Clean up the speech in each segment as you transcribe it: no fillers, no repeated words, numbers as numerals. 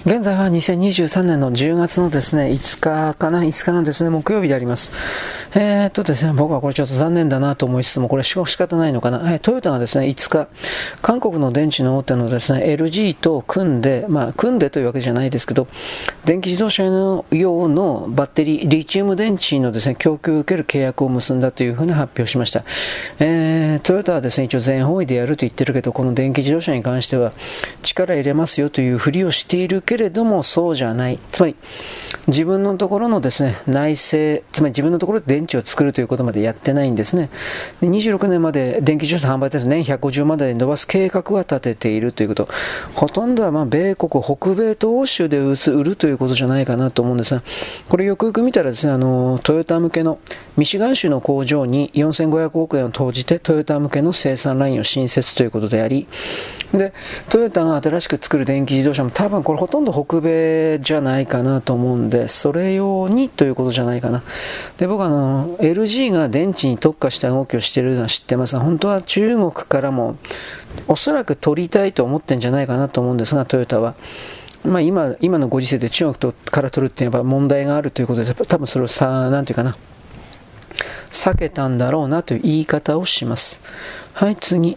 現在は2023年の10月のですね、5日かな、5日のですね、木曜日であります。ですね、僕はこれちょっと残念だなと思いつつも、これ仕方ないのかな。トヨタがですね、5日、韓国の電池の大手のですね、LG と組んでというわけじゃないですけど、電気自動車用のバッテリー、リチウム電池のですね、供給を受ける契約を結んだというふうに発表しました。トヨタはですね、一応全方位でやると言ってるけど、この電気自動車に関しては力入れますよというふりをしているけれども、そうじゃない。つまり自分のところのですね、内製、つまり自分のところで電池を作るということまでやってないんですね。で26年まで電気自動車販売台数年150までに伸ばす計画は立てているということ。ほとんどは米国、北米と欧州で売るということじゃないかなと思うんですが、これよくよく見たらですね、トヨタ向けのミシガン州の工場に4500億円を投じてトヨタ向けの生産ラインを新設ということであり、でトヨタが新しく作る電気自動車も多分これほとんど北米じゃないかなと思うんで、それ用にということじゃないかな。で僕はLG が電池に特化した動きをしているのは知ってますが、本当は中国からもおそらく取りたいと思ってるんじゃないかなと思うんですが、トヨタは今のご時世で中国から取るって言えば問題があるということで、多分それをなんていうかな、避けたんだろうなという言い方をします。はい、次。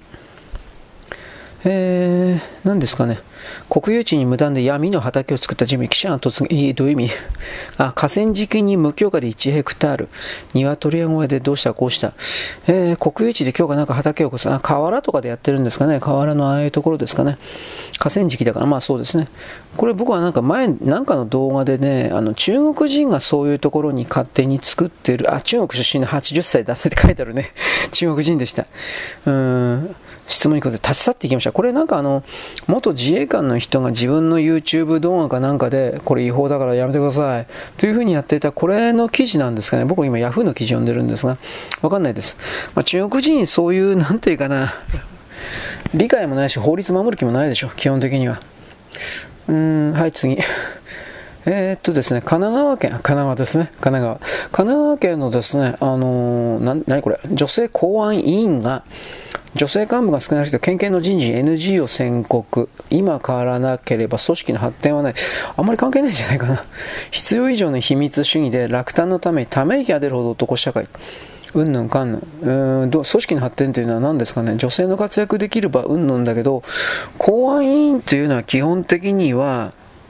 何ですかね。国有地に無断で闇の畑を作った人物、記者が突撃、どういう意味？河川敷に無許可で1ヘクタール、鶏や小屋でどうしたこうした。国有地で今日がなんか畑を起こす。河原とかでやってるんですかね。河原のああいうところですかね。河川敷だから、そうですね。これ僕はなんかなんかの動画でね、中国人がそういうところに勝手に作っている、中国出身の80歳出せって書いてあるね。中国人でした。質問に答えて立ち去っていきました。これなんか元自衛官の人が自分の YouTube 動画かなんかで、これ違法だからやめてくださいというふうにやっていた、これの記事なんですかね。僕今 Yahoo の記事読んでるんですが、わかんないです。中国人そういうなんていうかな、理解もないし法律守る気もないでしょ、基本的には。はい、次。ですね、神奈川ですね、神奈川県のですね、何これ、女性公安委員が、女性幹部が少なくて県警の人事 NG を宣告。今変わらなければ組織の発展はない。あんまり関係ないんじゃないかな。必要以上の秘密主義で落胆のためにため息が出るほど男社会。うんぬんかんぬん。組織の発展というのは何ですかね。女性の活躍できる場うんぬんだけど、公安委員というのは基本的には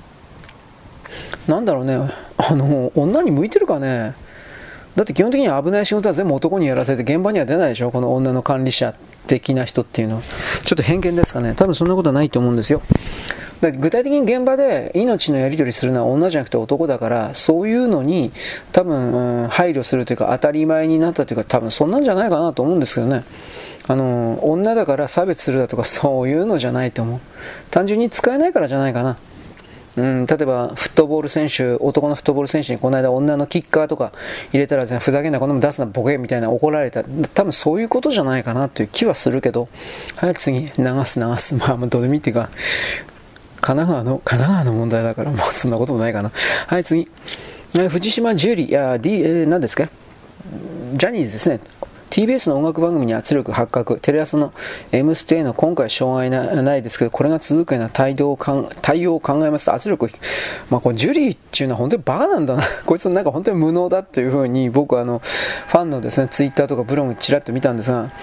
なんだろうね、女に向いてるかね。だって基本的には危ない仕事は全部男にやらせて現場には出ないでしょ、この女の管理者的な人っていうのは。ちょっと偏見ですかね。多分そんなことはないと思うんですよ。だ具体的に現場で命のやり取りするのは女じゃなくて男だから、そういうのに多分、配慮するというか当たり前になったというか、多分そんなんじゃないかなと思うんですけどね。女だから差別するだとかそういうのじゃないと思う。単純に使えないからじゃないかな。例えばフットボール選手、男のフットボール選手にこの間女のキッカーとか入れたらですね、ふざけんな、こんなもん出すなボケみたいな怒られた。多分そういうことじゃないかなという気はするけど、はい、次、流す。どうでもいいっていうか、神奈川の問題だから、そんなこともないかな。はい、次。藤島ジュリー、何ですか？ジャニーズですね。TBS の音楽番組に圧力発覚。テレ朝の M ステの今回障害ないですけど、これが続くような対応を考えますと圧力をこれジュリーっていうのは本当にバカなんだな。こいつなんか本当に無能だっていうふうに僕はファンのですね、ツイッターとかブログちらっと見たんですが、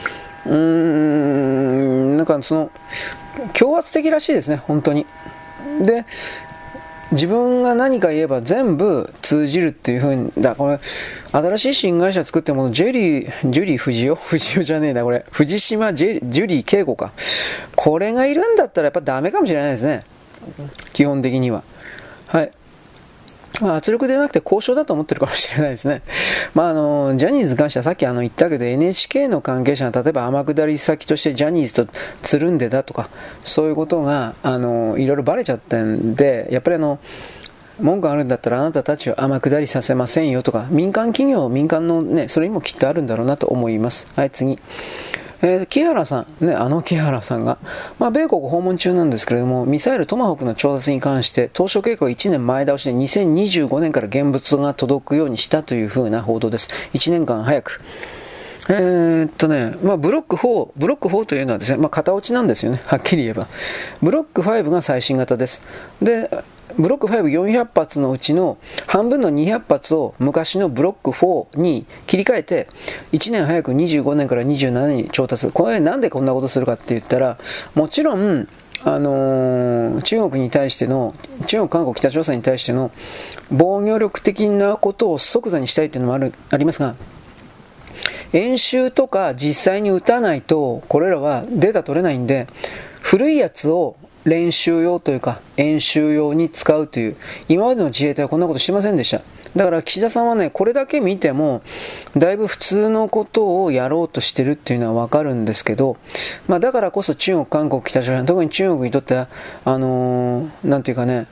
なんか強圧的らしいですね、本当に。で、自分が何か言えば全部通じるっていう風にこれ新しい新会社作ってもジュリー藤尾じゃねえな、これ藤島ジュリー恵子か、これがいるんだったらやっぱダメかもしれないですね、基本的には。はい、圧力でなくて交渉だと思ってるかもしれないですね。ジャニーズに関してはさっき言ったけど NHK の関係者が例えば天下り先としてジャニーズとつるんでだとかそういうことがいろいろバレちゃったんで、やっぱり文句あるんだったらあなたたちを天下りさせませんよとか、民間のね、それにもきっとあるんだろうなと思います。はい、次。木原さん、ね、木原さんが、米国訪問中なんですけれども、ミサイルトマホークの調達に関して、当初計画を1年前倒しで2025年から現物が届くようにしたというふうな報道です。1年間早く。ブロック4というのはですね、型落ちなんですよね、はっきり言えば。ブロック5が最新型です。で、 ブロック5400発のうちの半分の200発を昔のブロック4に切り替えて、1年早く25年から27年に調達。これなんでこんなことするかって言ったら、もちろん、中国に対しての、中国、韓国、北朝鮮に対しての防御力的なことを即座にしたいというのもありますが、演習とか実際に撃たないと、これらはデータ取れないんで、古いやつを練習用というか演習用に使うという、今までの自衛隊はこんなことしてませんでした。だから岸田さんはね、これだけ見てもだいぶ普通のことをやろうとしてるっていうのはわかるんですけど、だからこそ中国、韓国、北朝鮮、特に中国にとってはなんていうかね、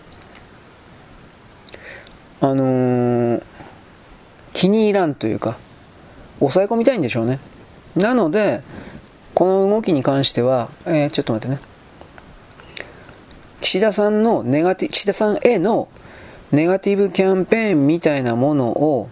気に入らんというか抑え込みたいんでしょうね。なのでこの動きに関しては、ちょっと待ってね、岸田さんへのネガティブキャンペーンみたいなものを、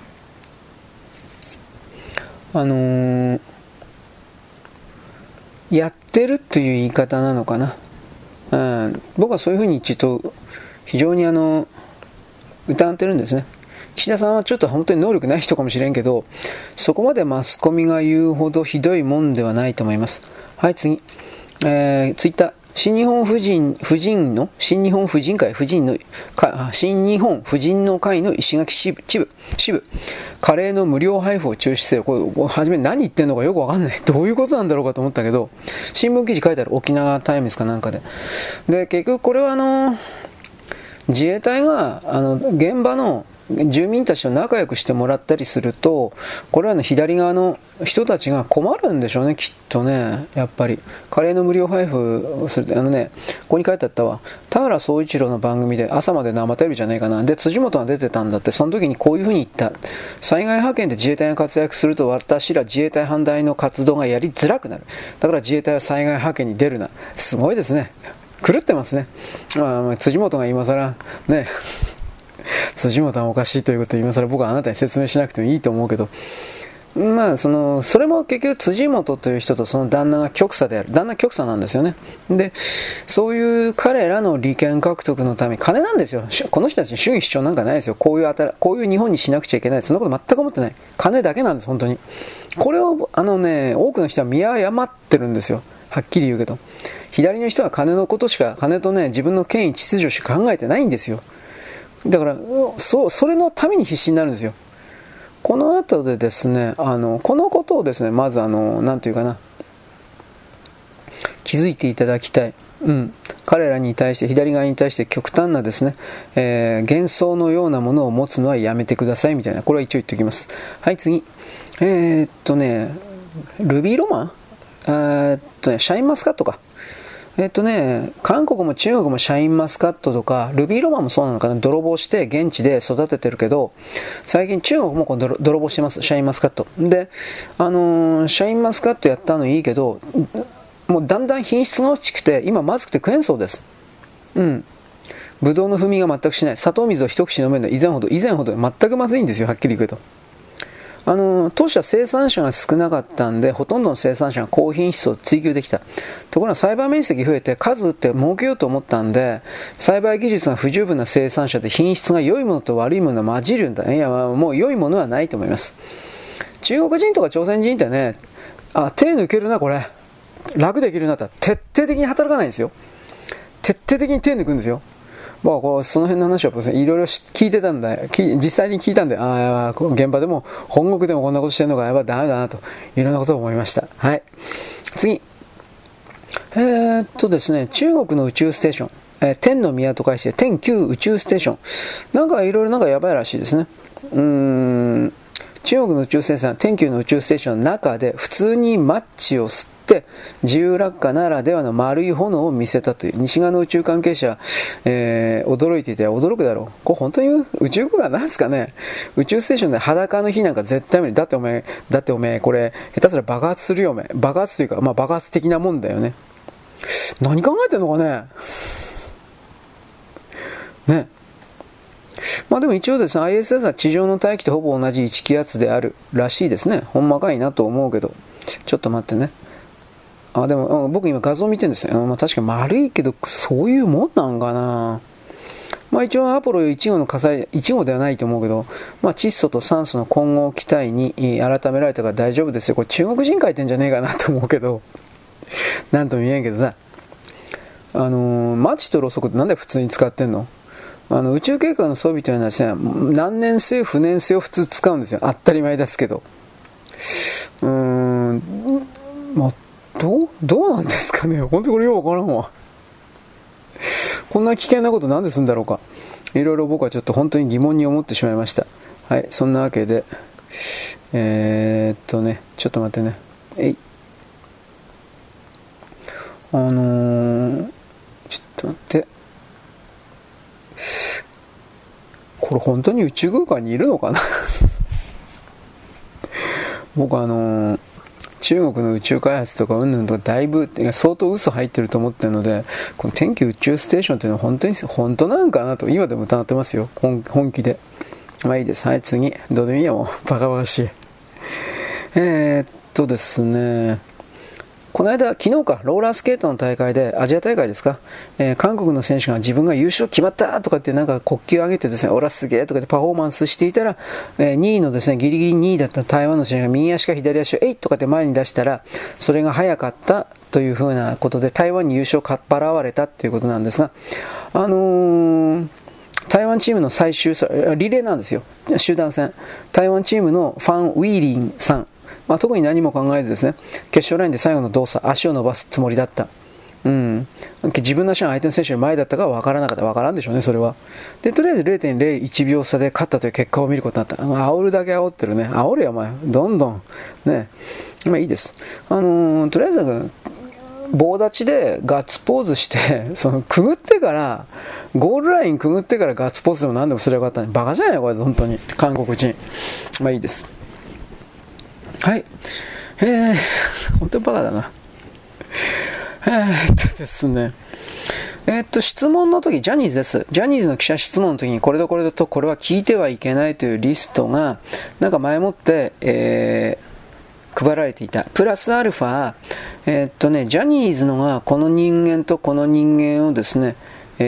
やってるという言い方なのかな。僕はそういうふうにちょっと非常に疑ってるんですね。岸田さんはちょっと本当に能力ない人かもしれんけど、そこまでマスコミが言うほどひどいもんではないと思います。はい、次。ツイッター。新日本婦人の会の石垣支部、カレーの無料配布を中止せよ。これ、初め何言ってんのかよくわかんない。どういうことなんだろうかと思ったけど、新聞記事書いてある。沖縄タイムズかなんかで。で、結局これは自衛隊が、現場の住民たちと仲良くしてもらったりすると、これらの左側の人たちが困るんでしょうね、きっとね。やっぱりカレーの無料配布をするって、ここに書いてあったわ。田原総一郎の番組で朝まで生テレビじゃないかな。で、辻元が出てたんだって。その時にこういうふうに言った。災害派遣で自衛隊が活躍すると、私ら自衛隊反対の活動がやりづらくなる。だから自衛隊は災害派遣に出るな。すごいですね。狂ってますね。辻元が今更ね辻元はおかしいということを今更僕はあなたに説明しなくてもいいと思うけど、それも結局辻元という人とその旦那が極左である。旦那極左なんですよね。で、そういう彼らの利権獲得のために金なんですよ。この人たちに主義主張なんかないですよ。こういう日本にしなくちゃいけない。そんなこと全く思ってない。金だけなんです、本当に。これを多くの人は見誤ってるんですよ。はっきり言うけど。左の人は金のことしか、金とね、自分の権威秩序しか考えてないんですよ。だからそれのために必死になるんですよ。この後でですね、このことをですね、まずなんていうかな、気づいていただきたい。彼らに対して、左側に対して極端なですね、幻想のようなものを持つのはやめてくださいみたいな、これは一応言っておきます。はい、次。ルビーロマンシャインマスカットか。韓国も中国もシャインマスカットとか、ルビーロマンもそうなのかな、泥棒して現地で育ててるけど、最近中国も泥棒してます、シャインマスカット。で、シャインマスカットやったのいいけど、もうだんだん品質が落ちてきて、今まずくて食えんそうです。ブドウの風味が全くしない。砂糖水を一口飲めるのは以前ほど全くまずいんですよ、はっきり言うけど。当初は生産者が少なかったんで、ほとんどの生産者が高品質を追求できた。ところが栽培面積増えて数打って儲けようと思ったんで、栽培技術が不十分な生産者で品質が良いものと悪いものが混じるんだ。いや、もう良いものはないと思います。中国人とか朝鮮人ってね、手抜けるなこれ。楽できるなって徹底的に働かないんですよ。徹底的に手抜くんですよ。その辺の話はいろいろ聞いてたんだよ。実際に聞いたんで、現場でも本国でもこんなことしてるのがやっぱダメだなと、いろんなことを思いました。はい。次。ですね、中国の宇宙ステーション、天の宮と書いて天宮宇宙ステーション。なんかいろいろやばいらしいですね。中国の宇宙ステーション、天宮の宇宙ステーションの中で普通にマッチを吸って自由落下ならではの丸い炎を見せたという西側の宇宙関係者、驚いていて驚くだろう。これ本当に宇宙空間なんですかね。宇宙ステーションで裸の日なんか絶対無理。だっておめえこれ下手すら爆発するよおめえ。爆発というか爆発的なもんだよね。何考えてんのかね。ね。でも一応ですね、ISS は地上の大気とほぼ同じ1気圧であるらしいですね。ほんまかいなと思うけど。ちょっと待ってね。でも僕今画像見てるんですよ。確かに丸いけど、そういうもんなんかな。 まあ一応アポロ1号の火災、1号ではないと思うけど、まあ窒素と酸素の混合気体に改められたから大丈夫ですよ。これ中国人書いてんじゃねえかなと思うけど、なんとも言えんけどさ、マチとロウソクってなんで普通に使ってんの？宇宙計画の装備というのはですね、何年生、不燃性を普通使うんですよ。当たり前ですけど。まあ、どうなんですかね。本当にこれようわからんわ。こんな危険なことなんですんだろうか。いろいろ僕はちょっと本当に疑問に思ってしまいました。はい、そんなわけで、ちょっと待ってね。ちょっと待って。これ本当に宇宙空間にいるのかな僕中国の宇宙開発とかうんぬんとかだいぶ相当嘘入ってると思ってるので、この天気宇宙ステーションっていうのは本当なんかなと今でも疑ってますよ。本気で。まあいいです。はい、次。どうでもいいやもう。バカバカしい。ですね。この間、昨日か、ローラースケートの大会で、アジア大会ですか、韓国の選手が自分が優勝決まったとかってなんか国旗を上げてですね、オラすげーとかでパフォーマンスしていたら、2位のですね、ギリギリ2位だった台湾の選手が右足か左足をとかって前に出したら、それが早かったというふうなことで、台湾に優勝をかっぱらわれたということなんですが、台湾チームの最終リレーなんですよ。集団戦。台湾チームのファン・ウィーリンさん。まあ、特に何も考えずですね、決勝ラインで最後の動作、足を伸ばすつもりだった。自分の足が相手の選手より前だったかは分からなかった。分からんでしょうね、それは。で、とりあえず 0.01 秒差で勝ったという結果を見ることになった。煽るだけ煽ってるね。煽るよ、お前。どんどん。ね。まあいいです。とりあえず、棒立ちでガッツポーズして、くぐってから、ゴールラインくぐってからガッツポーズでも何でもすればよかったね。バカじゃないよ、これ、本当に。韓国人。まあいいです。はい。本当にバカだな。ですね。質問の時、ジャニーズです。ジャニーズの記者質問の時に、これとこれとこれは聞いてはいけないというリストが、なんか前もって、配られていた。プラスアルファ、ジャニーズのがこの人間とこの人間をですね、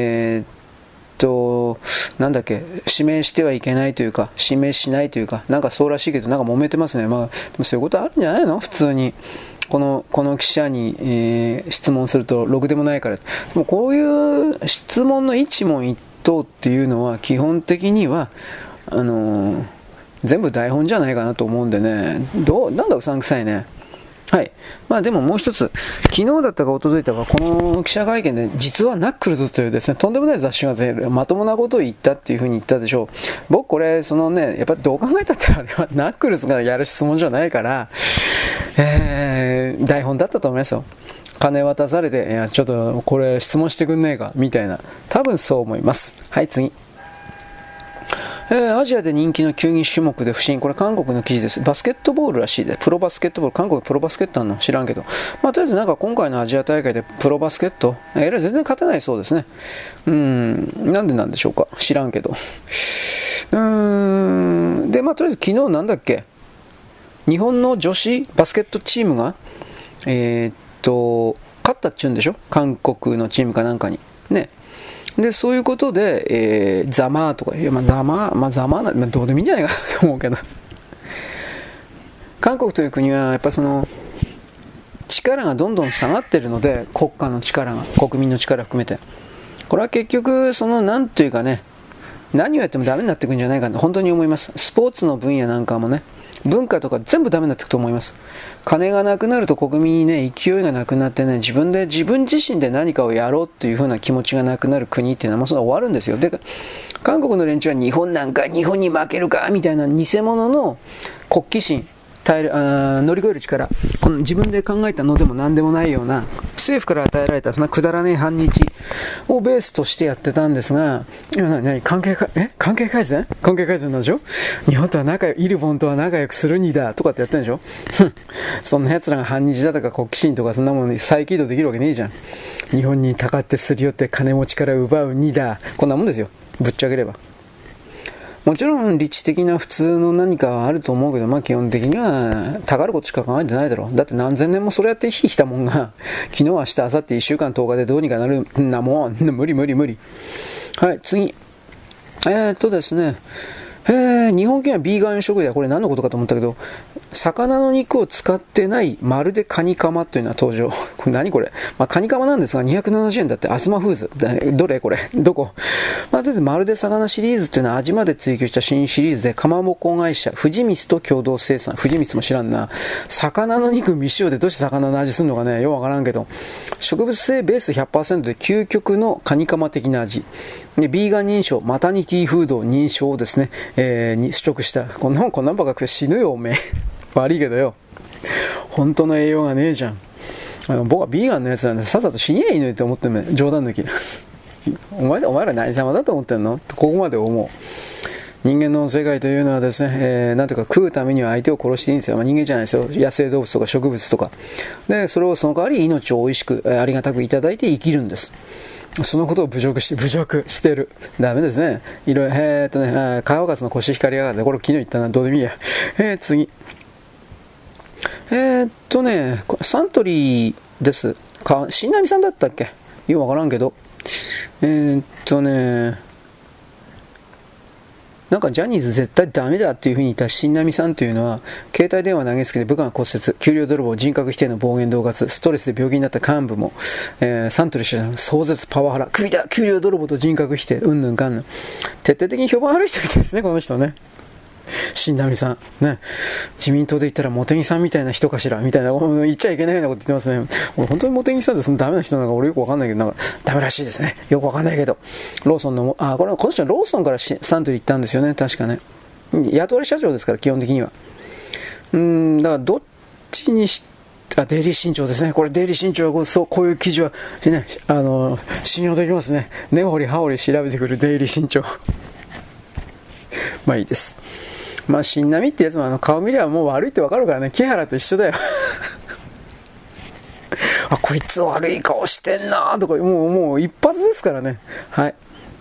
なんだっけ、指名してはいけないというか、指名しないというか、なんかそうらしいけど、なんか揉めてますね。まあ、でもそういうことあるんじゃないの普通に。この記者に、質問すると、ろくでもないから。でもこういう質問の一問一答っていうのは、基本的には、全部台本じゃないかなと思うんでね。なんだうさんくさいね。はい。まあでももう一つ、昨日だったか一昨日だったか、この記者会見で、実はナックルズというですね、とんでもない雑誌がまともなことを言ったっていうふうに言ったでしょう。僕これ、やっぱりどう考えたってあれはナックルズがやる質問じゃないから、台本だったと思いますよ。金渡されて、いや、ちょっとこれ質問してくんねえか、みたいな。多分そう思います。はい、次。アジアで人気の球技種目で不審。これ韓国の記事です。バスケットボールらしいです。プロバスケットボール。韓国プロバスケットあるの知らんけど。まあ、とりあえずなんか今回のアジア大会でプロバスケット、全然勝てないそうですね。なんでなんでしょうか。知らんけど。で、まあ、とりあえず昨日なんだっけ。日本の女子バスケットチームが、勝ったっちゅうんでしょ。韓国のチームかなんかに。ね。で、そういうことで、ざまーとか、ざまーどうでもいいんじゃないかなと思うけど。韓国という国は、やっぱ力がどんどん下がっているので、国家の力が、国民の力含めて。これは結局、なんというかね、何をやってもダメになっていくんじゃないかと、本当に思います。スポーツの分野なんかもね、文化とか全部ダメになっていくと思います。金がなくなると国民にね、勢いがなくなってね、自分自身で何かをやろうっていう風な気持ちがなくなる国っていうのはもうそれは終わるんですよ。で、韓国の連中は日本に負けるかみたいな偽物の国旗心、乗り越える力、この自分で考えたのでも何でもないような政府から与えられたそんなくだらねえ反日をベースとしてやってたんですが、今関係改善なんでしょ。日本とはイルボンとは仲良くするにだとかってやってるんでしょ。そんな奴らが反日だとか国旗心とかそんなものに再起動できるわけねえじゃん。日本にたかってすり寄って金持ちから奪うにだ、こんなもんですよ、ぶっちゃければ。もちろん理知的な普通の何かはあると思うけど、まあ基本的にはたがることしか考えてないだろう。だって何千年もそれやって生きたもんが、昨日明日明後日1週間10日でどうにかなるんなもん、無理。はい、次。 ですね、日本犬はビーガン食材、これ何のことかと思ったけど、魚の肉を使ってないまるでカニカマというのは登場。これ何これ、カニカマなんですが270円だって。アズマフーズどれこれどこ、とりあえずまるで魚シリーズというのは味まで追求した新シリーズで、かまぼこ会社富士光と共同生産。富士光も知らんな。魚の肉未使用でどうして魚の味するのかね、ようわからんけど、植物性ベース 100% で究極のカニカマ的な味で、ビーガン認証、マタニティフード認証をですね、に取得した。こんなばっか食って死ぬよおめえ悪いけどよ、本当の栄養がねえじゃん。僕はビーガンのやつなんでさっさと死にゃいいのにって思ってるの。冗談抜きお前ら何様だと思ってんの、ここまで思う。人間の世界というのはですね、なんていうか食うためには相手を殺していいんですよ。人間じゃないですよ。野生動物とか植物とかで、それをその代わり命を美味しくありがたくいただいて生きるんです。そのことを侮辱してる。ダメですね。いろいろ、川勝のコシヒカリがこれ昨日言ったな。どうでもいいや。次。サントリーです。新浪さんだったっけ、よくわからんけど。なんかジャニーズ絶対ダメだっていう風に言った新浪さんというのは、携帯電話投げつけて部下が骨折、給料泥棒、人格否定の暴言恫喝、ストレスで病気になった幹部も、サントリー社長壮絶パワハラ、首だ、給料泥棒と人格否定、うんぬんかんぬん。徹底的に評判悪い人みたいですね、この人ね。新浪さんね、自民党で言ったら茂木さんみたいな人かしらみたいな、言っちゃいけないようなこと言ってますね。俺本当に茂木さんってそのダメな人なのか俺よくわかんないけど、なんかダメらしいですね。よくわかんないけど、ローソンのこの人はローソンからサントリー行ったんですよね、確かね。雇われ社長ですから基本的には。だからどっちにしデイリー新潮ですね。これデイリー新潮はこういう記事はね、信用できますね。根掘り葉掘り調べてくるデイリー新潮まあいいです。新浪ってやつも顔見ればもう悪いってわかるからね。木原と一緒だよこいつ悪い顔してんなとか、もう一発ですからね。はい。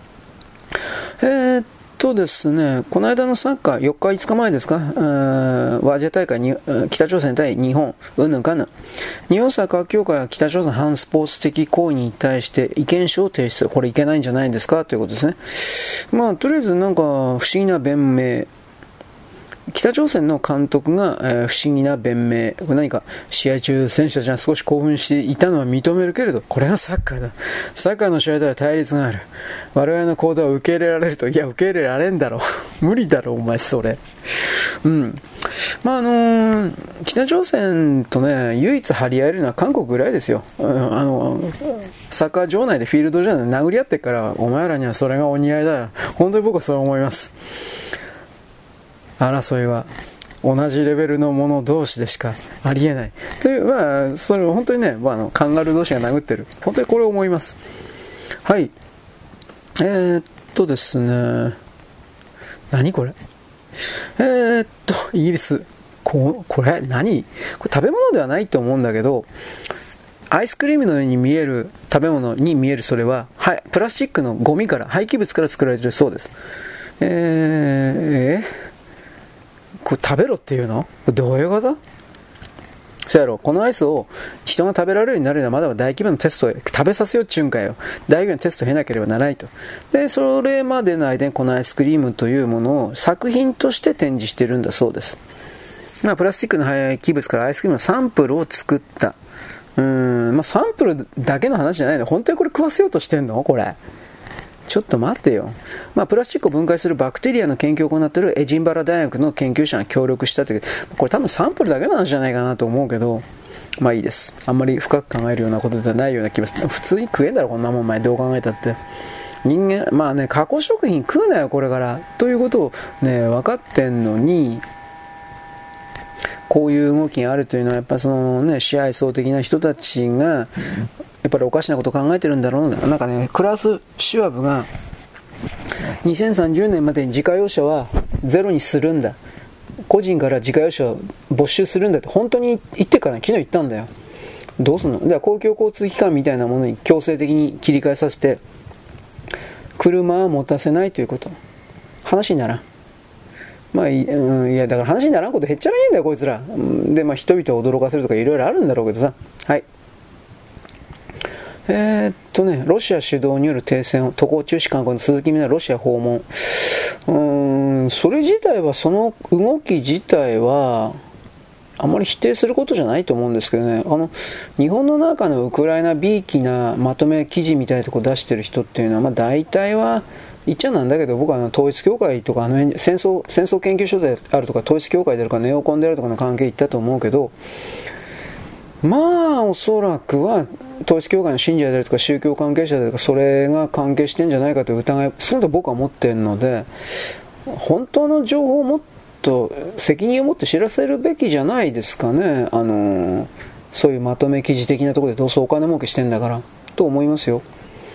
ですね、この間のサッカー、4日、5日前ですか、アジア大会に、北朝鮮対日本、うんぬんかんぬん。日本サッカー協会は北朝鮮反スポーツ的行為に対して意見書を提出。これいけないんじゃないんですかということですね。とりあえずなんか不思議な弁明。北朝鮮の監督が、不思議な弁明。これ何か試合中選手たちが少し興奮していたのは認めるけれど、これがサッカーだ。サッカーの試合では対立がある。我々の行動は受け入れられると。いや、受け入れられんだろう。無理だろ、お前それ。北朝鮮とね、唯一張り合えるのは韓国ぐらいですよ。サッカー場内でフィールド上で殴り合ってっから、お前らにはそれがお似合いだよ。本当に僕はそう思います。争いは同じレベルの者同士でしかありえないという、それは本当にね、カンガルー同士が殴ってる、本当にこれを思います。はい。ですね、何これ、イギリス、これ何、これ食べ物ではないと思うんだけど、アイスクリームのように見える食べ物に見える、それは、プラスチックのゴミから、廃棄物から作られているそうです。これ食べろっていうの？どういうこと？そうやろ、このアイスを人が食べられるようになるのはまだまだ大規模なテストを食べさせようっちゅうんかよ。大規模なテストを経なければならないと。で、それまでの間にこのアイスクリームというものを作品として展示しているんだそうです。プラスチックの廃棄物からアイスクリームのサンプルを作った。サンプルだけの話じゃないの。本当にこれ食わせようとしてんの？これ。ちょっと待ってよ。プラスチックを分解するバクテリアの研究を行っているエジンバラ大学の研究者が協力したという、これ多分サンプルだけの話じゃないかなと思うけど、いいです。あんまり深く考えるようなことではないような気がする。普通に食えんだろこんなもん、前どう考えたって。人間、加工食品食うなよこれからということをね分かってんのに、こういう動きがあるというのはやっぱそのね、支配層的な人たちがやっぱりおかしなことを考えてるんだろうな。なんかね、クラス・シュワブが2030年までに自家用車はゼロにするんだ、個人から自家用車を没収するんだって本当に言ってから、昨日言ったんだよ。どうすんの？では公共交通機関みたいなものに強制的に切り替えさせて車は持たせないということ。話にならん。いやだから話にならんことへっちゃらいいんだよこいつらで、人々を驚かせるとかいろいろあるんだろうけどさ。はい。 ロシア主導による停戦を、渡航中止勧告の鈴木みなロシア訪問。それ自体は、その動き自体は、あまり否定することじゃないと思うんですけどね。日本の中のウクライナびいきなまとめ記事みたいなところを出してる人っていうのは、大体は、言っちゃなんだけど、僕は統一教会とか辺戦争研究所であるとか、統一教会であるとか、ネオコンであるとかの関係言ったと思うけど、おそらくは統一教会の信者であるとか宗教関係者であるとか、それが関係してんじゃないかという疑い、そういうの僕は持っているので、本当の情報をもっと責任を持って知らせるべきじゃないですかね。そういうまとめ記事的なところでどうせお金儲けしてんだからと思いますよ。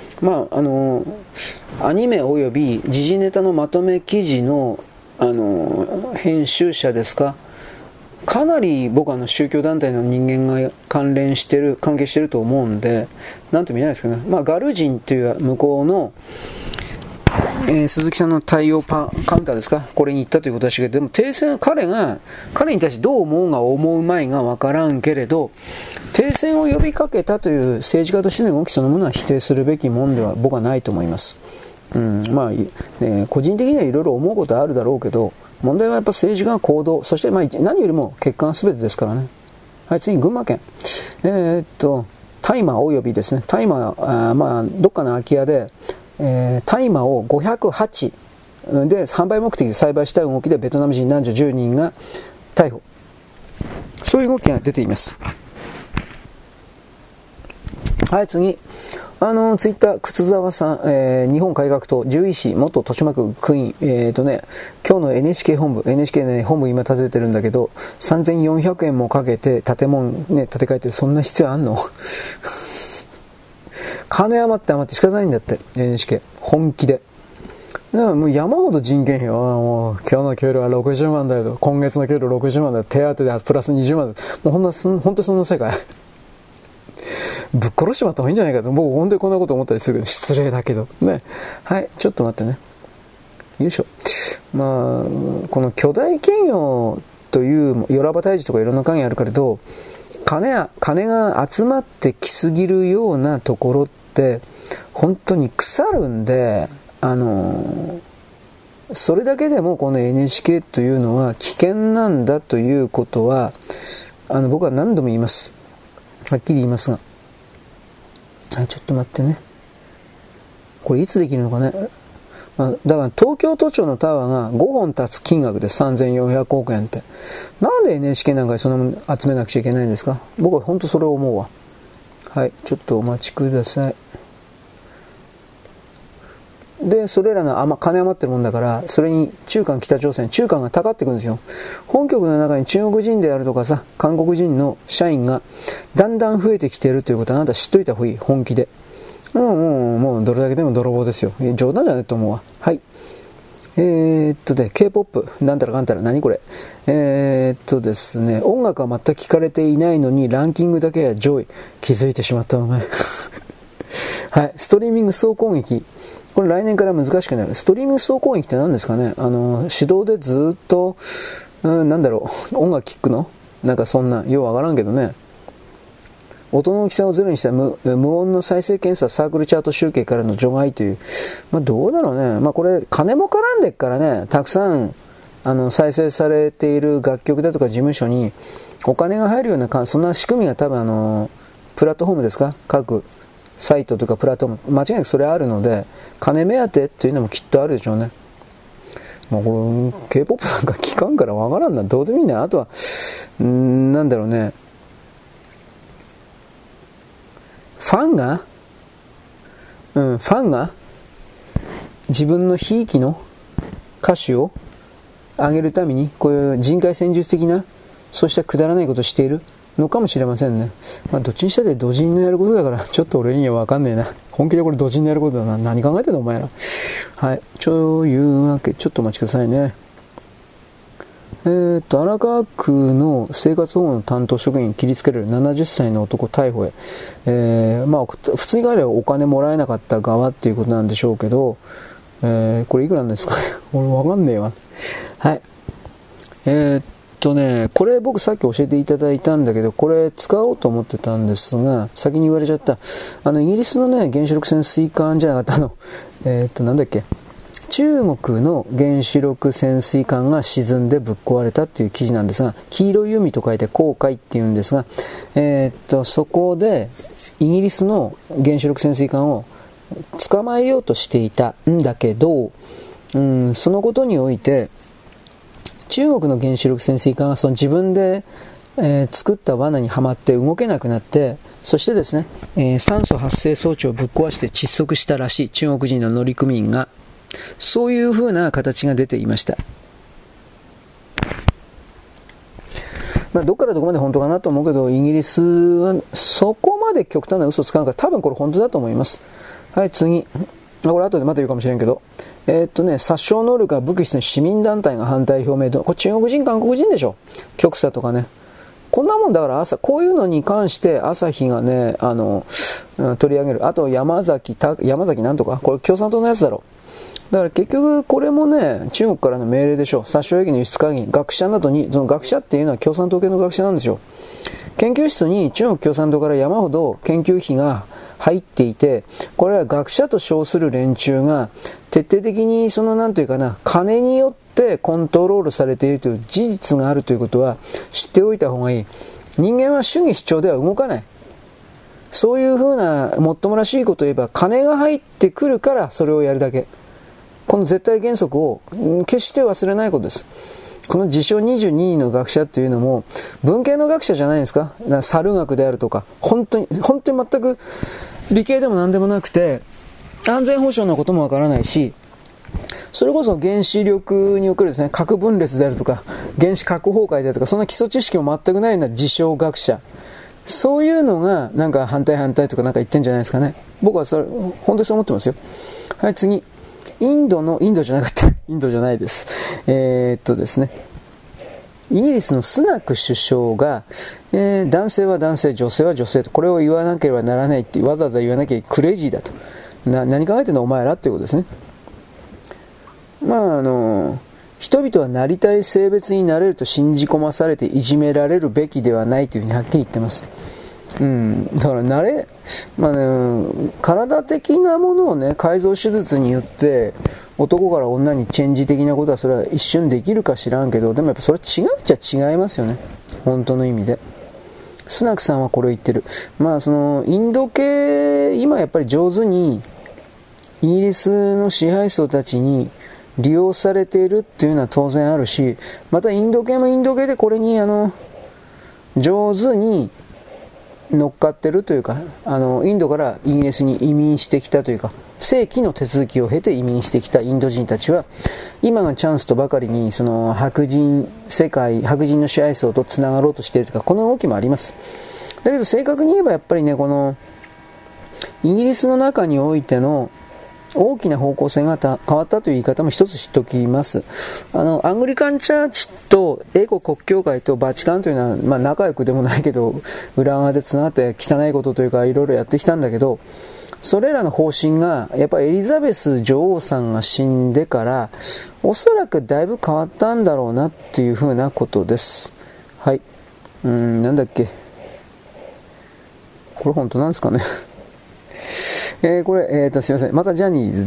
アニメおよび時事ネタのまとめ記事の編集者ですか、かなり僕は宗教団体の人間が関係してると思うんで、なんとも言えないですけどね。ガルジンという向こうの鈴木さんの対応カウンターですか、これに行ったということらしいけど、でも停戦、彼に対してどう思うが思うまいが分からんけれど、停戦を呼びかけたという政治家としての動きそのものは否定するべきものでは僕はないと思います。個人的にはいろいろ思うことはあるだろうけど、問題はやっぱ政治家の行動、そして何よりも結果が全てですからね。はい、次、群馬県。大麻およびですね、大麻、どっかの空き家で、大麻を508で販売目的で栽培した動きでベトナム人男女10人が逮捕、そういう動きが出ています。はい、次、ツイッター靴沢さん、日本改革党獣医師元豊島区区員、今日の NHK 本部ね、本部今建ててるんだけど3400円もかけて建物ね建て替えて、そんな必要あんの金余って仕方ないんだって NHK 本気で。だからもう山ほど人件費はもう今日の給料は60万だよ、今月の給料60万だよ、手当でプラス20万だよ、もう本当そんな世界ぶっ殺しちまった方がいいんじゃないかと、僕本当にこんなこと思ったりするけど、失礼だけどね。はい、ちょっと待ってね、よいしょ。この巨大企業というよらば退治とかいろんな関係あるけれど、金が集まってきすぎるようなところって本当に腐るんで、それだけでもこの NHK というのは危険なんだということは僕は何度も言います。はっきり言いますが、はい、ちょっと待ってね、これいつできるのかね。だから東京都庁のタワーが5本立つ金額で3400億円って、なんで NHK なんかにそんなもの集めなくちゃいけないんですか。僕は本当それを思うわ。はい、ちょっとお待ちください。で、それらの金余ってるもんだから、それに北朝鮮がたかっていくんですよ。本局の中に中国人であるとかさ、韓国人の社員がだんだん増えてきているということはあなた知っといた方がいい、本気で。もうどれだけでも泥棒ですよ。冗談じゃないと思うわ。はい。K-POP、なんたらかんたら、何これ。ですね、音楽は全く聞かれていないのに、ランキングだけは上位。気づいてしまったお前。はい。ストリーミング総攻撃。これ来年から難しくなる。ストリーミング総攻撃って何ですかね。手動でずっと、音楽聴くのなんかそんな、ようわからんけどね。音の大きさをゼロにした無音の再生検査サークルチャート集計からの除外という。どうだろうね。これ、金も絡んでっからね、たくさん、再生されている楽曲だとか事務所にお金が入るような、そんな仕組みが多分プラットフォームですか、各サイトとかプラットフォーム、間違いなくそれあるので、金目当てっていうのもきっとあるでしょうね。これ K-POP なんか聞かんからわからんな。どうでもいいな。あとはなんだろうね、ファンが自分のひいきの歌手を上げるためにこういう人海戦術的なそうしたくだらないことをしているのかもしれませんね。どっちにしたって土人のやることだから、ちょっと俺にはわかんねえな。本気でこれ土人のやることだな。何考えてんのお前ら。はい。というわけ、ちょっとお待ちくださいね。荒川区の生活保護の担当職員切りつけられる70歳の男逮捕へ。普通に考えればお金もらえなかった側っていうことなんでしょうけど、これいくらなんですか俺わかんねえわ。はい。 これ僕さっき教えていただいたんだけど、これ使おうと思ってたんですが、先に言われちゃった。イギリスのね、原子力潜水艦じゃなかった、なんだっけ。中国の原子力潜水艦が沈んでぶっ壊れたっていう記事なんですが、黄色い海と書いて航海っていうんですが、そこでイギリスの原子力潜水艦を捕まえようとしていたんだけど、そのことにおいて、中国の原子力潜水艦がその自分で、作った罠にはまって動けなくなって、そしてですね、酸素発生装置をぶっ壊して窒息したらしい、中国人の乗組員が。そういう風な形が出ていました。どっからどこまで本当かなと思うけど、イギリスはそこまで極端な嘘をつかないから、多分これ本当だと思います。はい、次。これ後でまた言うかもしれんけど。殺傷能力が武器室の市民団体が反対表明と、これ中国人、韓国人でしょ。極左とかね。こんなもんだからこういうのに関して朝日がね、取り上げる。あと山崎なんとか、これ共産党のやつだろ。だから結局これもね、中国からの命令でしょ。殺傷兵器の輸出会議、学者などに、その学者っていうのは共産党系の学者なんですよ。研究室に中国共産党から山ほど研究費が入っていて、これは学者と称する連中が徹底的になんというかな、金によってコントロールされているという事実があるということは知っておいた方がいい。人間は主義主張では動かない。そういう風なもっともらしいことを言えば、金が入ってくるからそれをやるだけ。この絶対原則を決して忘れないことです。この自称22人の学者というのも文系の学者じゃないですか。猿学であるとか、本当に全く理系でも何でもなくて、安全保障のこともわからないし、それこそ原子力におけるですね、核分裂であるとか、原子核崩壊であるとか、そんな基礎知識も全くないような自称学者。そういうのがなんか反対とかなんか言ってんじゃないですかね。僕はそれ、本当にそう思ってますよ。はい、次。インドじゃないです。ですね。イギリスのスナク首相が、男性は男性、女性は女性と、これを言わなければならないってわざわざ言わなきゃクレイジーだと。何考えてんのお前らっていうことですね。人々はなりたい性別になれると信じ込まされていじめられるべきではないというふうにはっきり言ってます。だから体的なものをね、改造手術によって男から女にチェンジ的なことはそれは一瞬できるか知らんけど、でもやっぱそれは違うっちゃ違いますよね。本当の意味で。スナクさんはこれを言ってる。インド系、今やっぱり上手にイギリスの支配層たちに利用されているっていうのは当然あるし、またインド系もインド系でこれに上手に乗っかってるというか、インドからイギリスに移民してきたというか、正規の手続きを経て移民してきたインド人たちは、今がチャンスとばかりに白人の支配層とつながろうとしているとか、この動きもあります。だけど正確に言えばやっぱりね、このイギリスの中においての大きな方向性が変わったという言い方も一つ知っておきます。アングリカンチャーチと英国国教会とバチカンというのは、仲良くでもないけど、裏側で繋がって汚いことというかいろいろやってきたんだけど、それらの方針が、やっぱりエリザベス女王さんが死んでから、おそらくだいぶ変わったんだろうなっていうふうなことです。はい。なんだっけ。これ本当なんですかね。これ、すいません。またジャニーズです。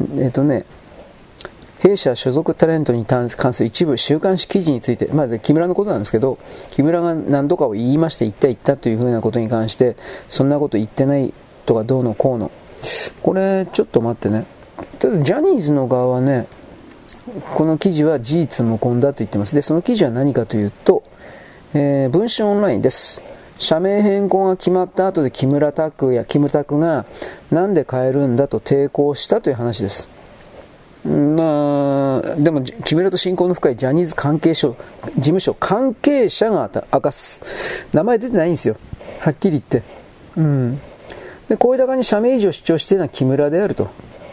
弊社所属タレントに関する一部週刊誌記事について、まず木村のことなんですけど、木村が何度かを言いまして言ったというふうなことに関して、そんなこと言ってないとかどうのこうの。これ、ちょっと待ってね。ただジャニーズの側はね、この記事は事実無根だと言ってます。で、その記事は何かというと、文春オンラインです。社名変更が決まった後でキムタクがなんで変えるんだと抵抗したという話です。でも木村と親交の深いジャニーズ事務所関係者が明かす。名前出てないんですよ、はっきり言って。で声高に社名維持を主張しているのは木村であると。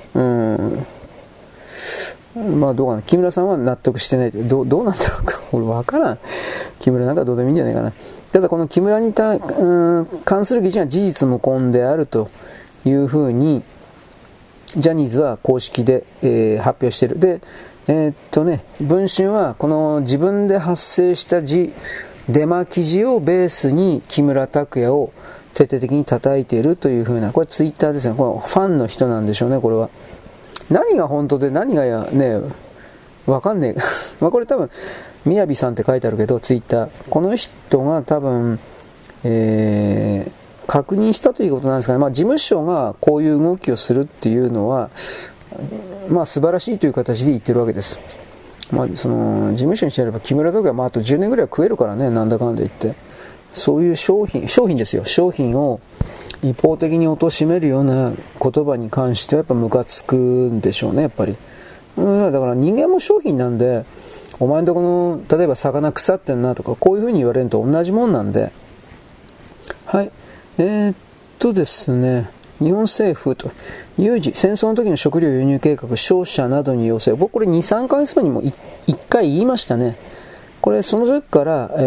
どうかな、木村さんは納得してない。どうなんだろうか、俺分からん。木村なんかどうでもいいんじゃないかな。ただこの木村に関する記事は事実無根であるというふうにジャニーズは公式で、発表している。で、 文春はこの自分で発生したデマ記事をベースに木村拓哉を徹底的に叩いているという風な、これツイッターですね。これファンの人なんでしょうね、これは。何が本当で何がね、わかんねえ。まあこれ多分、みやびさんって書いてあるけど、ツイッター。この人が多分、確認したということなんですかね。まあ事務所がこういう動きをするっていうのは、まあ素晴らしいという形で言ってるわけです。まあその、事務所にしてやれば木村拓哉はまああと10年ぐらいは食えるからね、なんだかんだ言って。そういう商品ですよ。商品を一方的に貶めるような言葉に関してはやっぱムカつくんでしょうね、やっぱり。だから人間も商品なんで、お前んとこの、例えば魚腐ってんなとか、こういう風に言われると同じもんなんで。はい。ですね、日本政府と、有事、戦争の時の食料輸入計画、商社などに要請。僕これ2、3ヶ月前にも1回言いましたね。これその時から、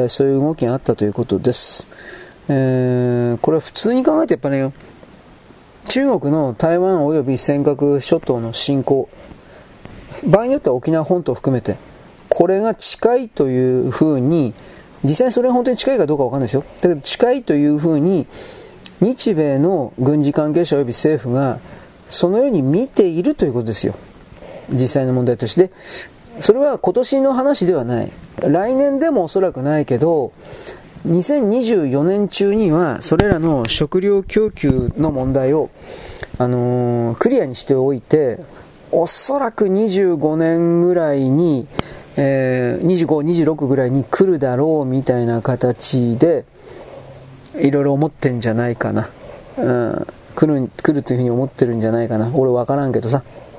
そういう動きがあったということです。これは普通に考えてやっぱね、中国の台湾及び尖閣諸島の侵攻、場合によっては沖縄本島を含めて、これが近いというふうに、実際にそれが本当に近いかどうかわかんないですよ。だけど近いというふうに、日米の軍事関係者及び政府が、そのように見ているということですよ。実際の問題として。それは今年の話ではない。来年でもおそらくないけど、2024年中にはそれらの食料供給の問題を、クリアにしておいて、おそらく25年ぐらいに、25、26ぐらいに来るだろうみたいな形で、いろいろ思ってんじゃないかな。来るというふうに思ってるんじゃないかな。俺わからんけどさ。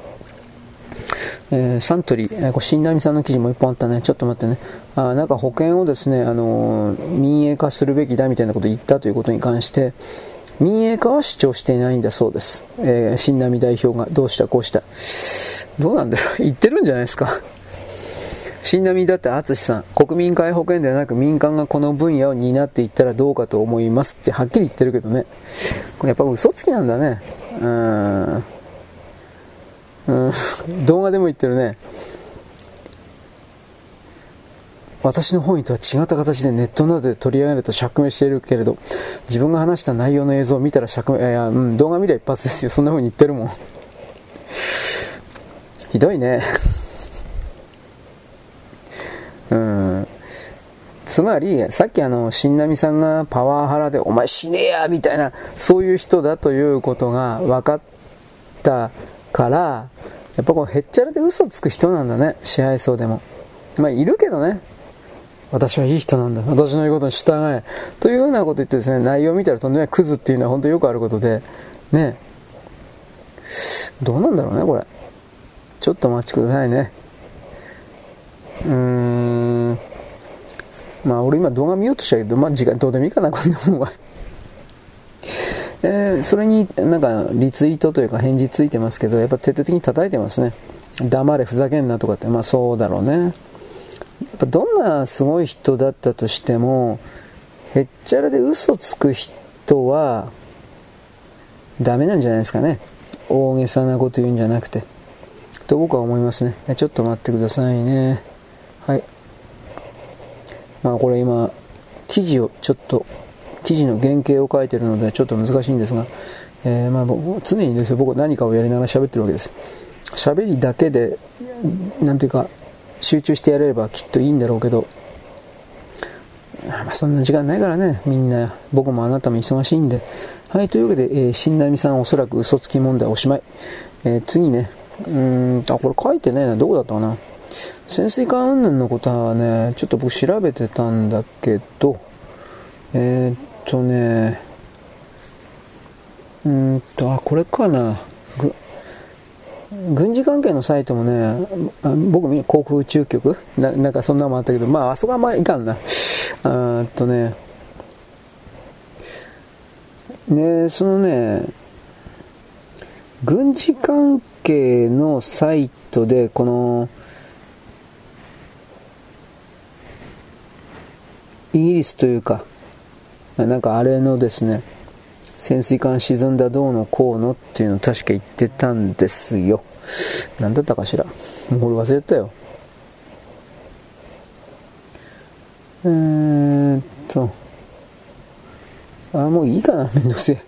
サントリー、新浪さんの記事も一本あったね。ちょっと待ってね。なんか保険をですね、民営化するべきだみたいなことを言ったということに関して、民営化は主張していないんだそうです。新浪代表がどうしたこうした。どうなんだろう。言ってるんじゃないですか。新浪だって淳さん、国民皆保険ではなく民間がこの分野を担っていったらどうかと思いますってはっきり言ってるけどね。これやっぱ嘘つきなんだね。動画でも言ってるね。私の本意とは違った形でネットなどで取り上げると釈明しているけれど、自分が話した内容の映像を見たら釈明、動画見りゃ一発ですよ。そんな風に言ってるもん。ひどいね。つまり、さっき新浪さんがパワハラでお前死ねえやみたいな、そういう人だということが分かったから、やっぱこうへっちゃらで嘘つく人なんだね、支配層でも。まあいるけどね、私はいい人なんだ、私の言うことに従えというようなこと言ってですね、内容を見たらとんでもないクズっていうのは本当によくあることでね。どうなんだろうね、これ。ちょっとお待ちくださいね。まあ俺今動画見ようとしたけど、まあ時間どうでもいいかな、こんなもんは。それになんかリツイートというか返事ついてますけど、やっぱ徹底的に叩いてますね。黙れふざけんなとかって。まあそうだろうね。やっぱどんなすごい人だったとしても、へっちゃらで嘘つく人はダメなんじゃないですかね。大げさなこと言うんじゃなくてと僕は思いますね。ちょっと待ってくださいね。はい。まあこれ今記事の原型を書いているのでちょっと難しいんですが、まあ常にですね、僕は何かをやりながら喋ってるわけです。喋りだけでなんていうか集中してやれればきっといいんだろうけど、まあそんな時間ないからね、みんな僕もあなたも忙しいんで。はい、というわけで、新浪さんおそらく嘘つき問題おしまい。次ね、これ書いてないな、どこだったかな。潜水艦云々のことはね、ちょっと僕調べてたんだけど、これかな。軍事関係のサイトもね、僕見航空宇宙局なんかそんなのもあったけど、まああそこはあんまりいかんな。そのね、軍事関係のサイトでこのイギリスというかなんかあれのですね、 潜水艦沈んだどうのこうのっていうのを確か言ってたんですよ。何だったかしら、もう俺忘れたよ。もういいかな、めんどくせ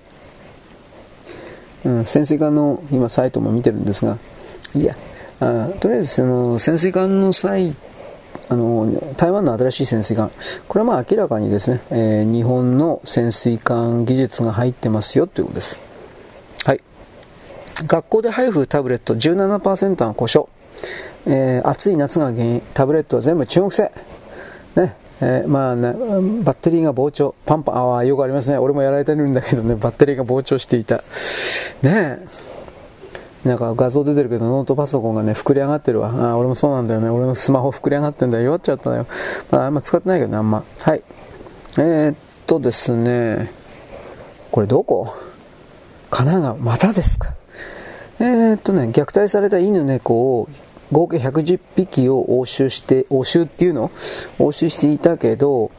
え。潜水艦の今サイトも見てるんですが、いや、とりあえず潜水艦の台湾の新しい潜水艦、これは明らかにですね、日本の潜水艦技術が入ってますよということです。はい。学校で配布タブレット 17% が故障、暑い夏が原因。タブレットは全部中国製ね。バッテリーが膨張パンパン、よくありますね。俺もやられてるんだけどね、バッテリーが膨張していたね。なんか画像出てるけどノートパソコンがね膨れ上がってるわ。俺もそうなんだよね。俺のスマホ膨れ上がってんだよ。弱っちゃったよ。あんま使ってないけどね、あんま。はい。ですね、これどこ？神奈川、またですか。虐待された犬猫を合計110匹を押収していたけど、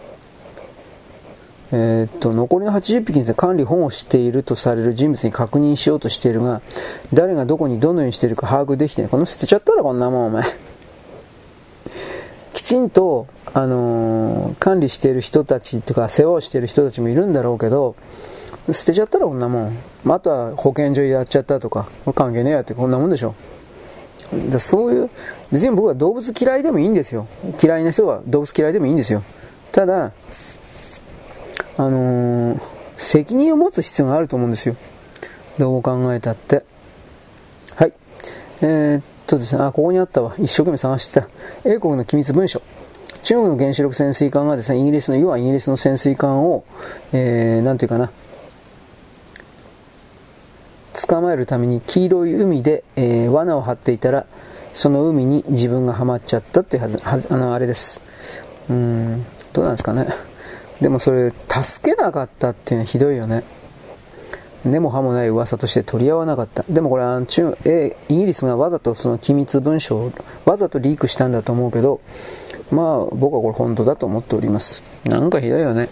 残りの80匹について管理保護しているとされる人物に確認しようとしているが、誰がどこにどのようにしているか把握できてない。この捨てちゃったらこんなもんお前。きちんと、管理している人たちとか世話をしている人たちもいるんだろうけど、捨てちゃったらこんなもん。あとは保健所やっちゃったとか、関係ねえやってこんなもんでしょ。そういう、別に僕は動物嫌いでもいいんですよ。嫌いな人は動物嫌いでもいいんですよ。ただ、責任を持つ必要があると思うんですよ。どう考えたって。はい。ですね、ここにあったわ。一生懸命探してた。英国の機密文書。中国の原子力潜水艦がですね、イギリスの潜水艦を、なんていうかな、捕まえるために黄色い海で、罠を張っていたら、その海に自分がはまっちゃったっていうあれです。どうなんですかね。でもそれ助けなかったっていうのはひどいよね。根も葉もない噂として取り合わなかった。でもこれはイギリスがわざとその機密文書をわざとリークしたんだと思うけど、僕はこれ本当だと思っております。なんかひどいよね。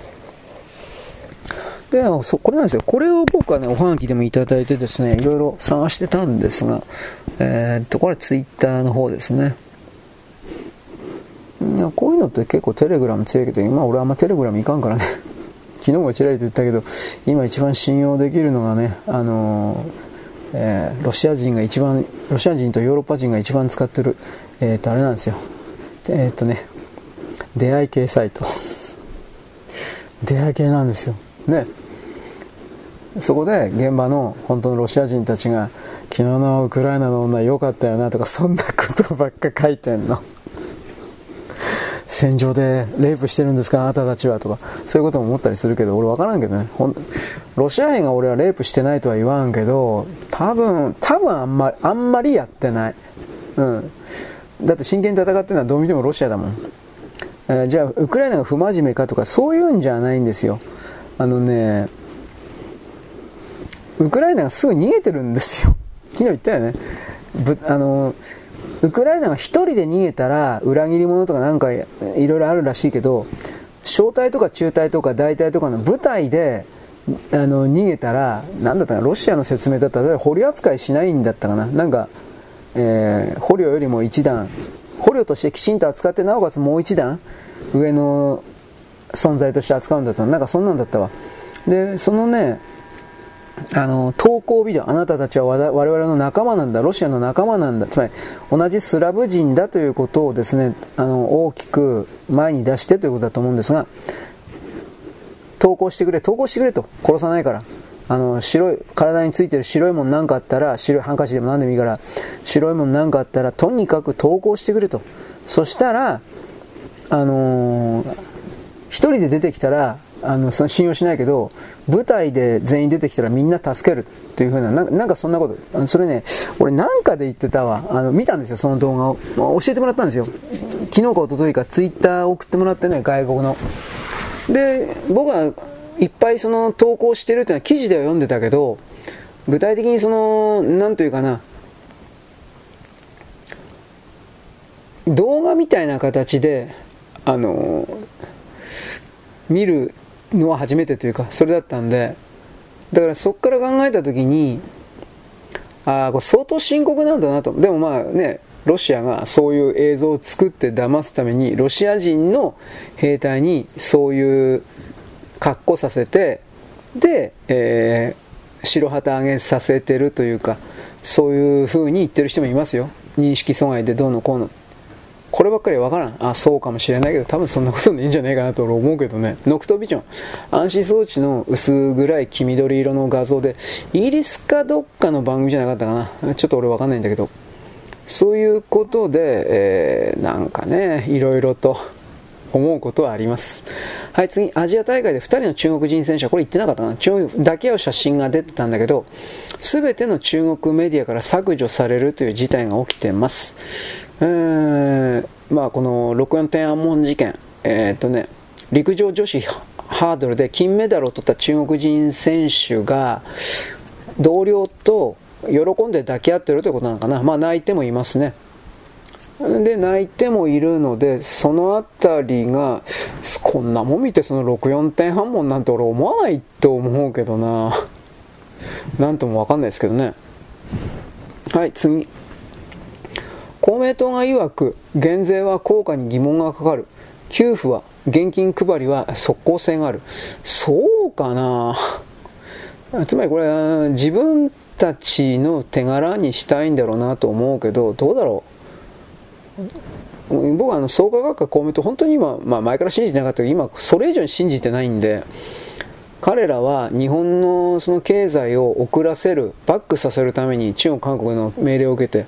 で、これなんですよ。これを僕はね、おはがきでもいただいてですね、いろいろ探してたんですが、これツイッターの方ですね。こういうのって結構テレグラム強いけど、今俺あんまテレグラムいかんからね。昨日もちらりと言ったけど、今一番信用できるのがね、ロシア人とヨーロッパ人が一番使ってる、あれなんですよ。出会い系サイト。出会い系なんですよ。ね。そこで現場の本当のロシア人たちが、昨日のウクライナの女良かったよなとか、そんなことばっか書いてんの。戦場でレイプしてるんですかあなたたちはとか、そういうことも思ったりするけど、俺分からんけどね。ロシア兵が俺はレイプしてないとは言わんけど、多分あんまりやってない。だって真剣に戦ってるのはどう見てもロシアだもん。じゃあウクライナが不真面目かとかそういうんじゃないんですよ。ウクライナがすぐ逃げてるんですよ。昨日言ったよね。ウクライナが一人で逃げたら裏切り者とかなんかいろいろあるらしいけど、小隊とか中隊とか大隊とかの部隊で逃げたら、なんだったかな、ロシアの説明だったら捕虜扱いしないんだったかな、なんか、捕虜よりも一段捕虜としてきちんと扱って、なおかつもう一段上の存在として扱うんだった、なんかそんなんだったわ。でそのね、投稿ビデオ、あなたたちは我々の仲間なんだ、ロシアの仲間なんだ、つまり同じスラブ人だということをですね、大きく前に出してということだと思うんですが、投稿してくれと、殺さないから、白い体についてる白いもんなんかあったら、白いハンカチでも何でもいいから、白いもんなんかあったらとにかく投稿してくれと。そしたら一人で出てきたらその信用しないけど、部隊で全員出てきたらみんな助けるっていう風な、なんかそんなこと、それね、俺なんかで言ってたわ。見たんですよ、その動画を。教えてもらったんですよ。昨日か一昨日かツイッター送ってもらってね、外国の。で、僕はいっぱいその投稿してるっていうのは記事では読んでたけど、具体的にその、なんというかな、動画みたいな形で、見るのは初めてというか、それだったんで、 だからそこから考えたときに、これ相当深刻なんだなと。でもまあね、ロシアがそういう映像を作って騙すために、ロシア人の兵隊にそういう格好させて、で、白旗上げさせてるというか、そういう風に言ってる人もいますよ。認識阻害でどうのこうの。こればっかりわからん。そうかもしれないけど、多分そんなことでいいんじゃないかなと思うけどね。ノクトビジョン。暗視装置の薄暗い黄緑色の画像で、イギリスかどっかの番組じゃなかったかな。ちょっと俺わかんないんだけど。そういうことで、なんかね、いろいろと思うことはあります。はい、次、アジア大会で2人の中国人選手は、これ言ってなかったかな。中国だけの写真が出てたんだけど、すべての中国メディアから削除されるという事態が起きています。この64天安門事件、陸上女子ハードルで金メダルを取った中国人選手が同僚と喜んで抱き合ってるということなのかな。泣いてもいますね。で、泣いてもいるので、そのあたりがこんなもん見てその64天安門なんて俺思わないと思うけどな。なんともわかんないですけどね。はい、次。公明党が曰く減税は効果に疑問がかかる、給付は現金配りは即効性がある。そうかな。つまりこれは自分たちの手柄にしたいんだろうなと思うけど、どうだろう。僕は創価学会公明党本当に今、前から信じてなかったけど今それ以上に信じてないんで、彼らは日本のその経済を遅らせる、バックさせるために中国韓国の命令を受けて、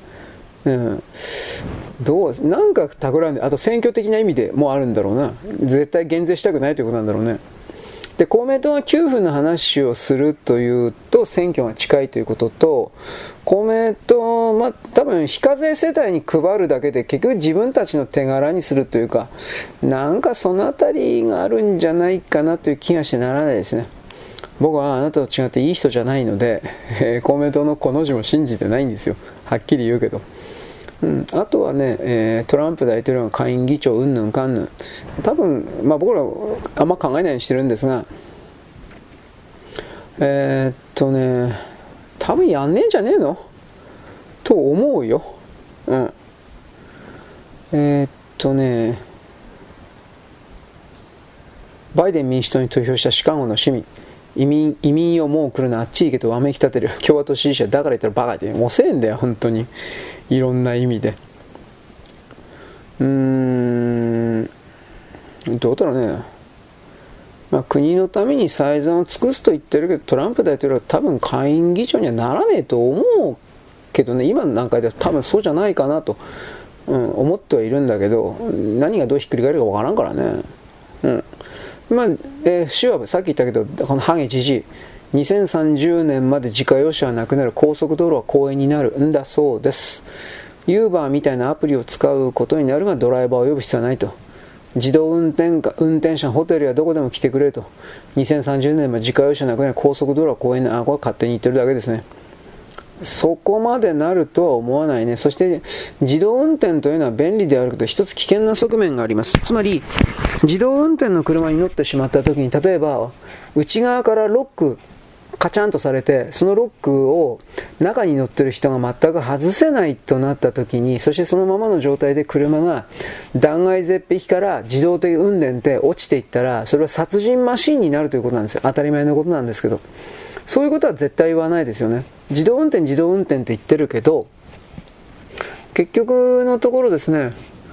なんか企んで、あと選挙的な意味でもあるんだろうな。絶対減税したくないということなんだろうね。で、公明党が給付の話をするというと選挙が近いということと、公明党、多分非課税世帯に配るだけで結局自分たちの手柄にするというか、なんかそのあたりがあるんじゃないかなという気がしてならないですね。僕はあなたと違っていい人じゃないので、公明党のこの字も信じてないんですよ。はっきり言うけど。あとはね、トランプ大統領の下院議長うんぬんかんぬん、多分、僕らあんま考えないようにしてるんですが、多分やんねえんじゃねえのと思うよ。バイデン民主党に投票したシカゴの市民、移民よもう来るな、あっち行けとわめき立てる共和党支持者だから言ったらバカって遅えんだよ本当に、いろんな意味で。どうだろうね。国のために最善を尽くすと言ってるけど、トランプ大統領は多分下院議長にはならねえと思うけどね、今の段階では多分そうじゃないかなと、思ってはいるんだけど、何がどうひっくり返るかわからんからね。市はさっき言ったけど、このハゲじじい、2030年まで自家用車はなくなる、高速道路は公園になるんだそうです。ユーバーみたいなアプリを使うことになるが、ドライバーを呼ぶ必要はないと。自動運転者、ホテルやどこでも来てくれと。2030年まで自家用車なくなる、高速道路は公園になる。これ勝手に言ってるだけですね。そこまでなるとは思わないね。そして自動運転というのは便利であるけど、一つ危険な側面があります。つまり自動運転の車に乗ってしまった時に、例えば内側からロックカチャンとされて、そのロックを中に乗ってる人が全く外せないとなった時に、そしてそのままの状態で車が断崖絶壁から自動的運転で落ちていったら、それは殺人マシンになるということなんですよ。当たり前のことなんですけど、そういうことは絶対言わないですよね。自動運転って言ってるけど、結局のところですね、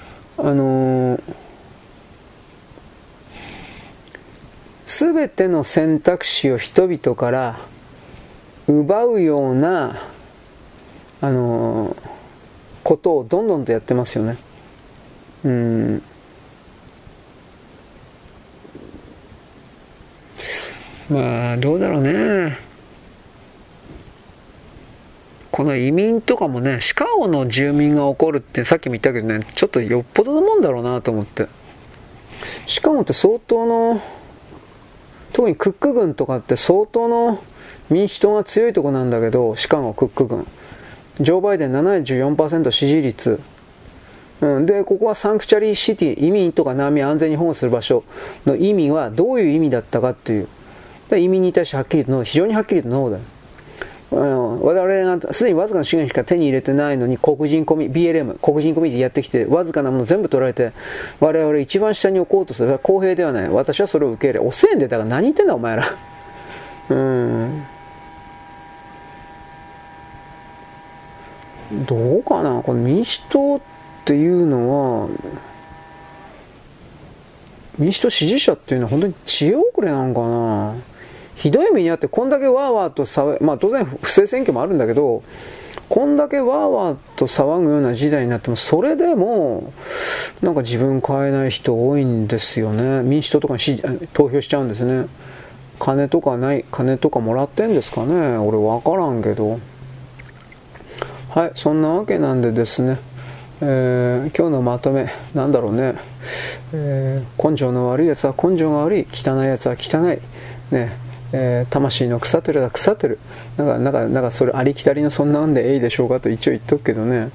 すべての選択肢を人々から奪うようなことをどんどんとやってますよね。どうだろうね。この移民とかもね、シカゴの住民が怒るってさっきも言ったけどね、ちょっとよっぽどのもんだろうなと思って。シカゴって相当の、特にクック郡とかって相当の民主党が強いとこなんだけど、シカゴクック郡、ジョー・バイデン 74% 支持率、でここはサンクチャリーシティ、移民とか難民安全に保護する場所の意味はどういう意味だったかっていう、 ら移民に対してはっきりとノー、非常にはっきりとノーだよ。我々がすでにわずかな資源しか手に入れてないのに黒人コミ BLM 黒人コミュニティやってきてわずかなもの全部取られて我々一番下に置こうとする公平ではない。私はそれを受け入れ遅えんでだから何言ってんだお前らどうかなこの民主党っていうのは民主党支持者っていうのは本当に知恵遅れなんかな。ひどい目にあってこんだけワーワーと騒まあ当然不正選挙もあるんだけどこんだけワーワーと騒ぐような時代になってもそれでもなんか自分変えない人多いんですよね。民主党とかに投票しちゃうんですね。金とかもらってんですかね俺分からんけど。はいそんなわけなんでですね、今日のまとめなんだろうね、根性の悪いやつは根性が悪い汚いやつは汚いね魂の腐ってるだ腐ってるなんかそれありきたりのそんなんでいいでしょうかと一応言っとくけどね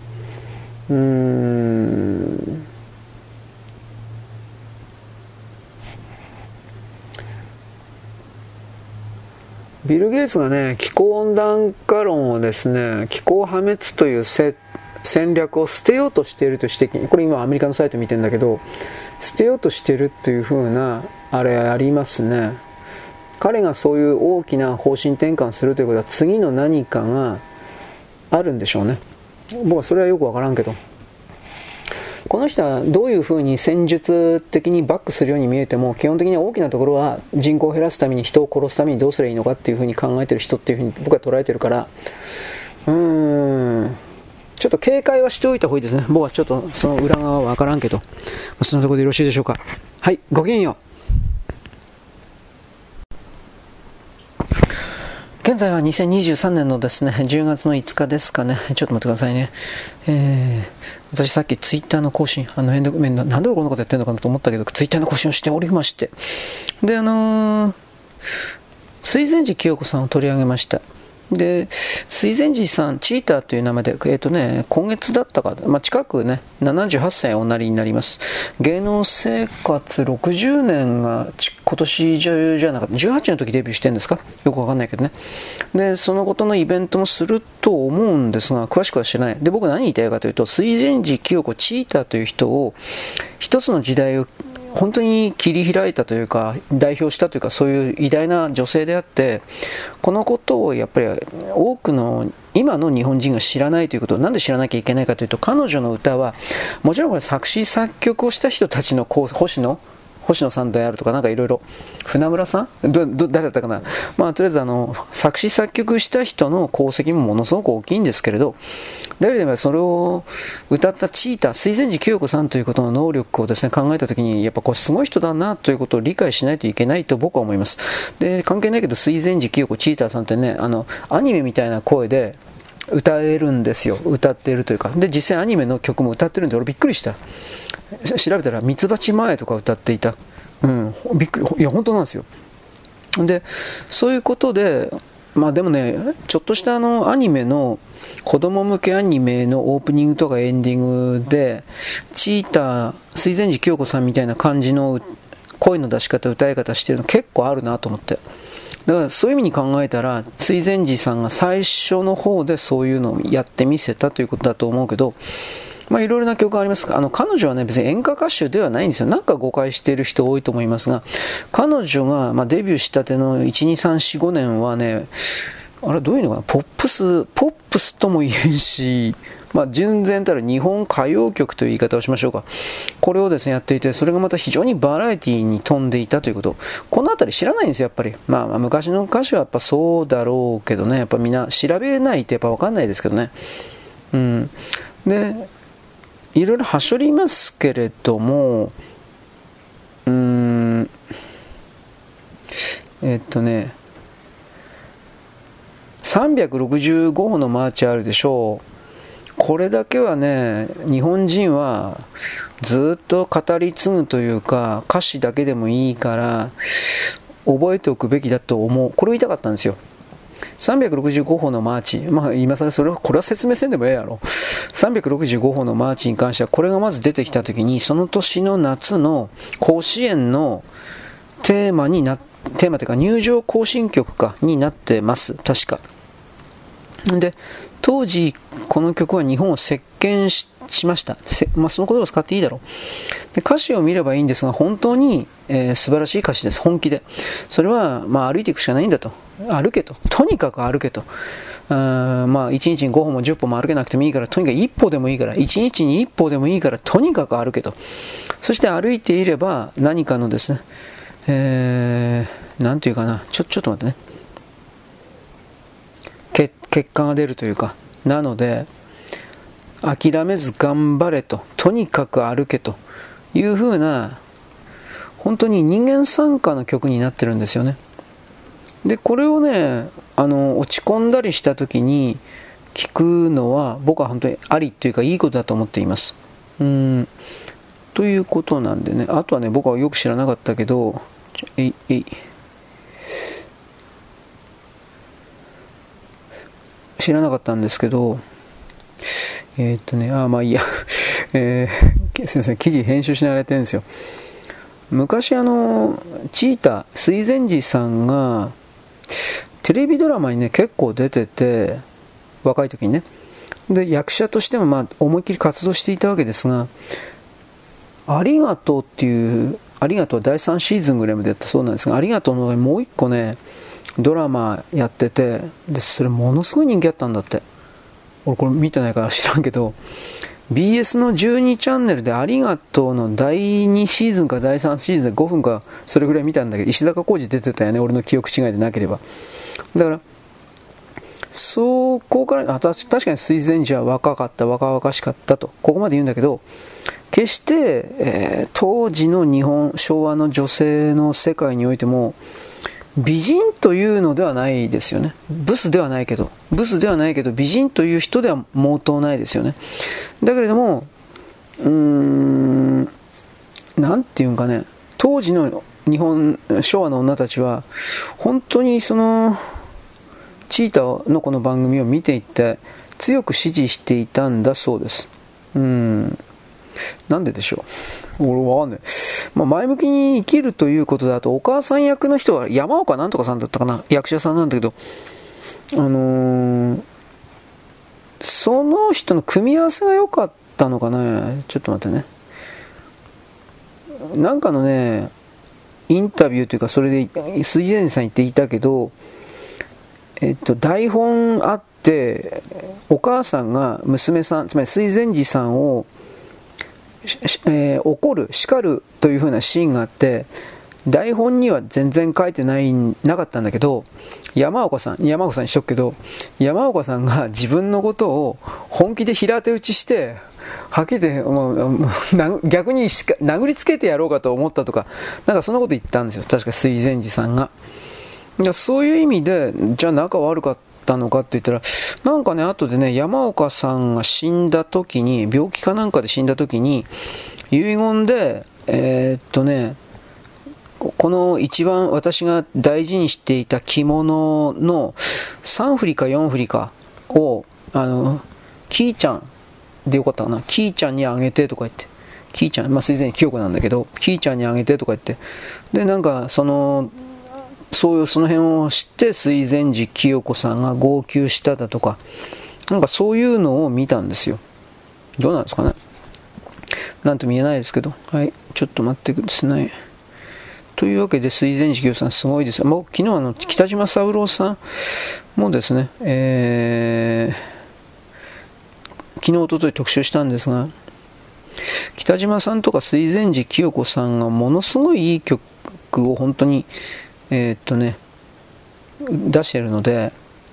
ビル・ゲイツがね気候温暖化論をですね気候破滅という戦略を捨てようとしているという指摘これ今アメリカのサイト見てるんだけど捨てようとしているっていう風なあれありますね。彼がそういう大きな方針転換するということは次の何かがあるんでしょうね。僕はそれはよくわからんけどこの人はどういうふうに戦術的にバックするように見えても基本的には大きなところは人口を減らすために人を殺すためにどうすればいいのかっていうふうに考えてる人っていうふうに僕は捉えてるからちょっと警戒はしておいた方がいいですね。僕はちょっとその裏側はわからんけどそのところでよろしいでしょうか。はいごきげんよう。現在は2023年のですね、10月の5日ですかね。ちょっと待ってくださいね。私さっきツイッターの更新、なんでこんなことやってるのかなと思ったけど、ツイッターの更新をしておりまして。で、水前寺清子さんを取り上げました。で、水前寺さん、チーターという名前で、今月だったか、近くね、78歳おなりになります。芸能生活60年が今年中じゃなかった、18の時デビューしてるんですかよくわかんないけどね。で、そのことのイベントもすると思うんですが、詳しくは知らない。で、僕何言いたいかというと、水前寺清子、チーターという人を、一つの時代を本当に切り開いたというか代表したというかそういう偉大な女性であってこのことをやっぱり多くの今の日本人が知らないということをなんで知らなきゃいけないかというと彼女の歌はもちろんこれ作詞作曲をした人たちの星野さんであるとかなんかいろいろ船村さん誰だったかなとりあえず作詞作曲した人の功績もものすごく大きいんですけれどだけどそれを歌ったチーター水前寺清子さんということの能力をですね考えたときにやっぱこれすごい人だなということを理解しないといけないと僕は思います。で関係ないけど水前寺清子チーターさんってねアニメみたいな声で歌えるんですよ。歌っているというかで実際アニメの曲も歌ってるんで俺びっくりした。調べたらミツバチ前とか歌っていた。びっくり。いや本当なんですよ。でそういうことででもねちょっとしたアニメの子供向けアニメのオープニングとかエンディングでチーター水前寺清子さんみたいな感じの声の出し方歌い方してるの結構あるなと思って。だからそういう意味に考えたら水前寺さんが最初の方でそういうのをやってみせたということだと思うけどいろいろな曲がありますが彼女はね別に演歌歌手ではないんですよ。なんか誤解している人多いと思いますが彼女が、デビューしたての12345年はねあれどういうのかなポップスとも言えんし純然たる日本歌謡曲という言い方をしましょうか。これをですねやっていてそれがまた非常にバラエティに富んでいたということこのあたり知らないんですよやっぱり。昔の歌手はやっぱそうだろうけどねやっぱみんな調べないとやっぱ分かんないですけどね。でいろいろはしょりますけれども365歩のマーチあるでしょう。これだけはね日本人はずっと語り継ぐというか歌詞だけでもいいから覚えておくべきだと思う。これを言いたかったんですよ。365歩のマーチ今更これは説明せんでもええやろ。365歩のマーチに関してはこれがまず出てきた時にその年の夏の甲子園のテーマになっテーマというか入場行進曲かになってます、確か。で、当時この曲は日本を席巻しました。その言葉を使っていいだろう。で、歌詞を見ればいいんですが、本当に、素晴らしい歌詞です。本気で。それは、歩いていくしかないんだと。歩けと。とにかく歩けと。1日に5歩も10歩も歩けなくてもいいから、とにかく1歩でもいいから、1日に1歩でもいいから、とにかく歩けと。そして歩いていれば、何かのですね、なんていうかな、ちょっと待ってね。結果が出るというか、なので、諦めず頑張れと、とにかく歩けという風な、本当に人間参加の曲になってるんですよね。で、これをね、落ち込んだりした時に聞くのは、僕は本当にありというか、いいことだと思っています。ということなんでね、あとはね、僕はよく知らなかったけど、知らなかったんですけど、まあいいや、すみません、記事編集しながらやってるんですよ。昔チータ、水前寺さんがテレビドラマにね結構出てて、若い時にね、で役者としても思いっきり活動していたわけですが、ありがとうっていう、ありがとうは第3シーズンぐらいまでやったそうなんですが、ありがとうのもう一個ねドラマやってて、でそれものすごい人気あったんだって。俺これ見てないから知らんけど、 BS の12チャンネルでありがとうの第2シーズンか第3シーズンで5分かそれぐらい見たんだけど、石坂浩二出てたよね、俺の記憶違いでなければ。だからそこから確かに水前寺は若々しかったとここまで言うんだけど、決して、当時の日本昭和の女性の世界においても美人というのではないですよね。ブスではないけど美人という人では毛頭ないですよね。だけれどもなんていうんかね、当時の日本昭和の女たちは本当にそのチーターのこの番組を見ていって強く支持していたんだそうです。なんででしょう、俺わかんない。前向きに生きるということだと、お母さん役の人は山岡なんとかさんだったかな、役者さんなんだけど、その人の組み合わせが良かったのかな。ちょっと待ってね、なんかのねインタビューというか、それで水前寺さん言っていたけど、台本あってお母さんが娘さん、つまり水前寺さんを怒る、叱るという風なシーンがあって、台本には全然書いてなかったんだけど、山岡さんにしとくけど、山岡さんが自分のことを本気で平手打ちして、はっきり言って逆に殴りつけてやろうかと思ったとか、なんかそんなこと言ったんですよ、確か水前寺さんが。そういう意味で、じゃあ仲悪かったのかって言ったら、なんかね、後でね、山岡さんが死んだ時に、病気かなんかで死んだ時に、遺言で、この一番私が大事にしていた着物の3振りか4振りかを、キーちゃんでよかったかな、キーちゃんにあげてとか言って、キーちゃん、水前清子なんだけど、キーちゃんにあげてとか言って、で、なんかその辺を知って水前寺清子さんが号泣しただとか、なんかそういうのを見たんですよ。どうなんですかね、なんとも言えないですけど、はい、ちょっと待ってください。というわけで水前寺清子さんすごいですよ。昨日北島三郎さんもですね、昨日おととい特集したんですが、北島さんとか水前寺清子さんがものすごいいい曲を本当に出しているので、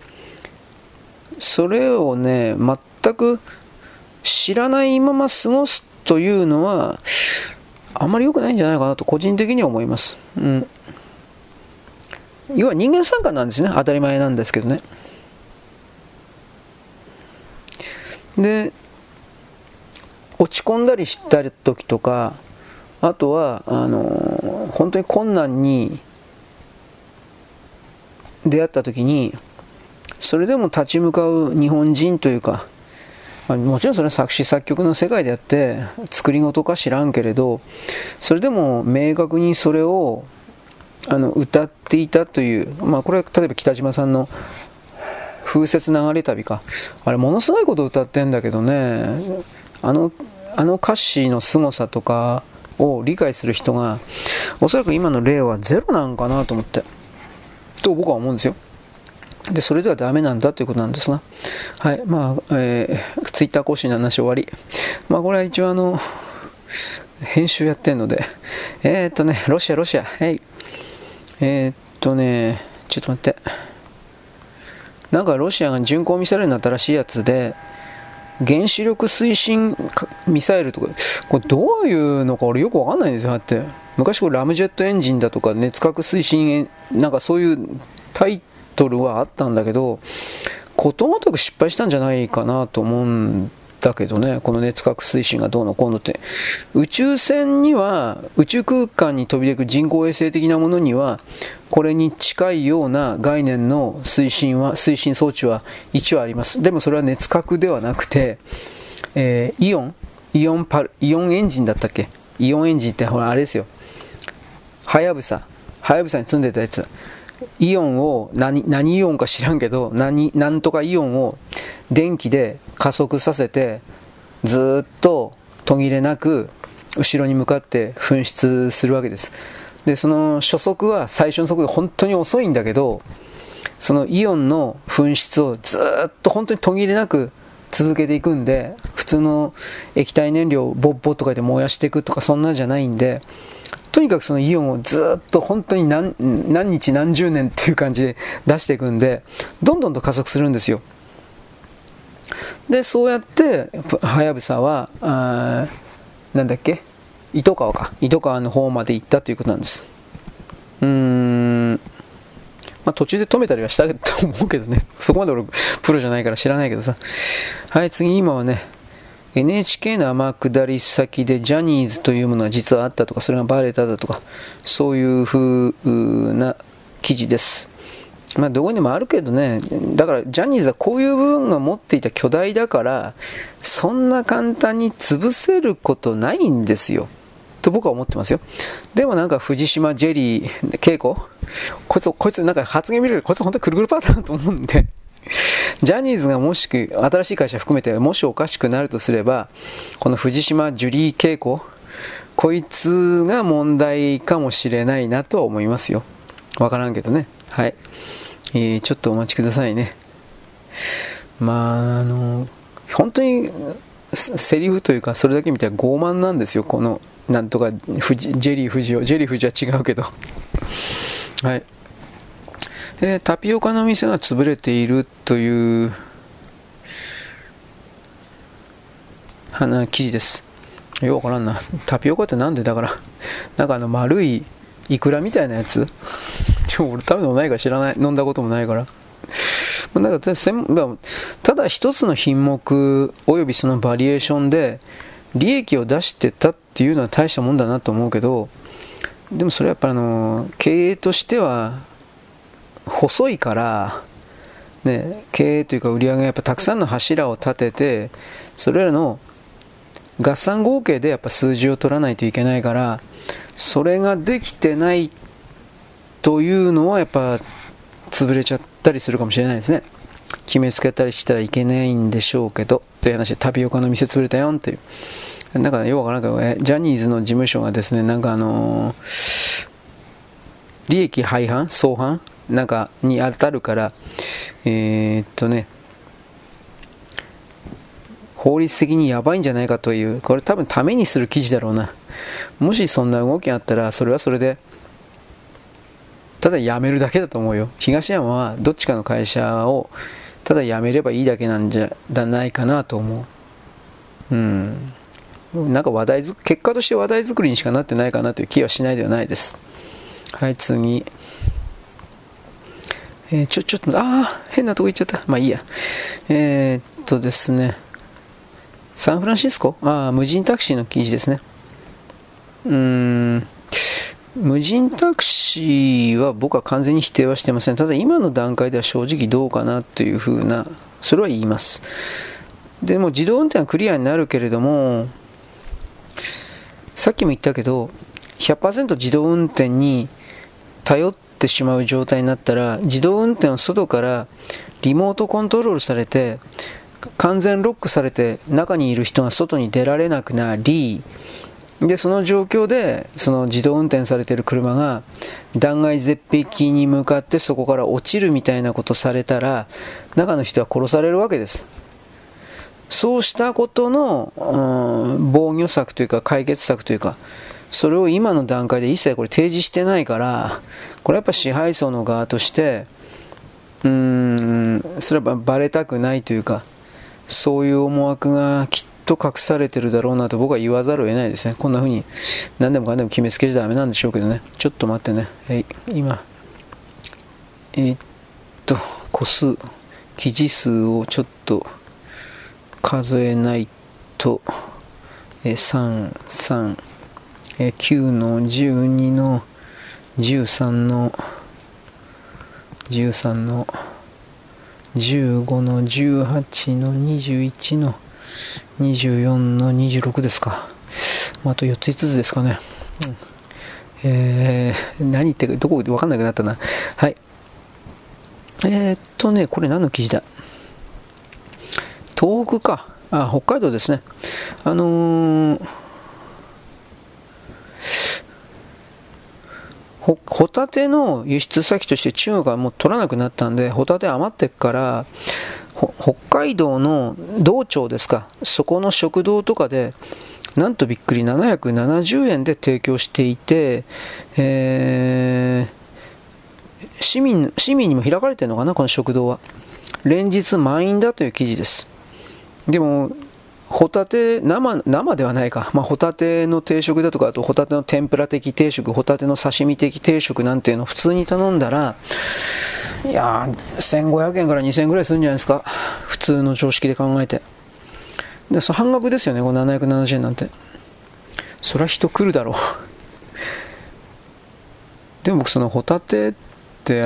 それをね全く知らないまま過ごすというのはあんまり良くないんじゃないかなと個人的には思います。要は人間参加なんですね、当たり前なんですけどね。で、落ち込んだりした時とか、あとは本当に困難に出会った時にそれでも立ち向かう日本人というか、もちろんそれは作詞作曲の世界であって作り事か知らんけれど、それでも明確にそれを歌っていたという、これは例えば北島さんの風雪流れ旅か、あれものすごいことを歌ってんだけどね、あの歌詞の凄さとかを理解する人がおそらく今の例はゼロなんかなと思ってと僕は思うんですよ。でそれではダメなんだということなんですが、はい、ツイッター更新の話終わり。これは一応編集やってんので、ロシア、はい、ちょっと待って、なんかロシアが巡航ミサイルになったらしいやつで、原子力推進ミサイルとか、これどういうのか俺よくわかんないんですよ。だって昔これラムジェットエンジンだとか熱核推進なんかそういうタイトルはあったんだけど、ことごとく失敗したんじゃないかなと思うんだけどね。この熱核推進がどうのこうのって、宇宙船には、宇宙空間に飛び出る人工衛星的なものにはこれに近いような概念の推進装置は一応あります。でもそれは熱核ではなくて、イオンエンジンだったっけ。イオンエンジンってほらあれですよ、はやぶさに積んでたやつ。イオンを何イオンか知らんけど、なんとかイオンを電気で加速させてずっと途切れなく後ろに向かって噴出するわけです。でその初速は最初の速度本当に遅いんだけど、そのイオンの噴出をずっと本当に途切れなく続けていくんで、普通の液体燃料をボッボッとかで燃やしていくとかそんなんじゃないんで、とにかくそのイオンをずっと本当に何日何十年っていう感じで出していくんで、どんどんと加速するんですよ。でそうやってはやぶさはなんだっけ、糸川の方まで行ったということなんです。途中で止めたりはしたと思うけどね、そこまで俺プロじゃないから知らないけどさ。はい、次、今はね NHK の天下り先でジャニーズというものが実はあったとか、それがバレただとか、そういう風な記事です。どこにでもあるけどね。だからジャニーズはこういう部分が持っていた巨大だから、そんな簡単に潰せることないんですよと僕は思ってますよ。でもなんか藤島ジェリー恵子、こいつなんか発言見るよりこいつ本当にくるくるパーだなと思うんで、ジャニーズがもし新しい会社含めてもしおかしくなるとすれば、この藤島ジュリー恵子、こいつが問題かもしれないなとは思いますよ。わからんけどね。はい、ちょっとお待ちくださいね。本当にセリフというかそれだけ見たら傲慢なんですよ、このなんとかジェリー藤は違うけどはい、タピオカの店が潰れているという記事です。よくわからんな。タピオカってなんでだから、なんか丸いイクラみたいなやつ俺食べたことないから知らない、飲んだこともないから。なんかただ一つの品目およびそのバリエーションで利益を出してたっていうのは大したもんだなと思うけど、でもそれはやっぱり経営としては細いから、ね、経営というか売り上げがやっぱたくさんの柱を立てて、それらの合算合計でやっぱ数字を取らないといけないから、それができてないというのはやっぱ潰れちゃったりするかもしれないですね。決めつけたりしたらいけないんでしょうけどという話で、タピオカの店潰れたよっていう、なんかよくわからんけど、ジャニーズの事務所がですね、なんか利益相反なんかに当たるから法律的にやばいんじゃないかという、これ多分ためにする記事だろうな。もしそんな動きがあったらそれはそれでただ辞めるだけだと思うよ。東山はどっちかの会社をただ辞めればいいだけなんじゃないかなと思う。なんか結果として話題作りにしかなってないかなという気はしないではないです。はい、次。ちょっと変なとこ行っちゃった。まあいいや。ですね、サンフランシスコ、無人タクシーの記事ですね。無人タクシーは僕は完全に否定はしてません。ただ今の段階では正直どうかなというふうな、それは言います。でも自動運転はクリアになるけれども、さっきも言ったけど 100% 自動運転に頼ってしまう状態になったら、自動運転を外からリモートコントロールされて、完全ロックされて中にいる人が外に出られなくなり、でその状況でその自動運転されている車が断崖絶壁に向かってそこから落ちるみたいなことされたら、中の人は殺されるわけです。そうしたことの、防御策というか解決策というか、それを今の段階で一切これ提示してないから、これやっぱ支配層の側としてそれはバレたくないというか、そういう思惑がきっと隠されてるだろうなと僕は言わざるを得ないですね。こんな風に何でもかんでも決めつけちゃダメなんでしょうけどね。ちょっと待ってね。今個数記事数をちょっと数えないと、9の12の13の15の18の21の24の26ですか。あと4つ5つですかね。何言ってるどこで分かんなくなったな。はい。これ何の記事だ。東北か。北海道ですね。ホタテの輸出先として中国がもう取らなくなったんで、ホタテ余ってっから、北海道の道庁ですか、そこの食堂とかで、なんとびっくり770円で提供していて、市民にも開かれてるのかな、この食堂は。連日満員だという記事です。でもホタテ生ではないか、ホタテの定食だとか、あとホタテの天ぷら的定食、ホタテの刺身的定食なんていうのを普通に頼んだら、いやー1500円から2000円ぐらいするんじゃないですか、普通の常識で考えて。でその半額ですよね、この770円なんて。そりゃ人来るだろう。でも僕そのホタテって、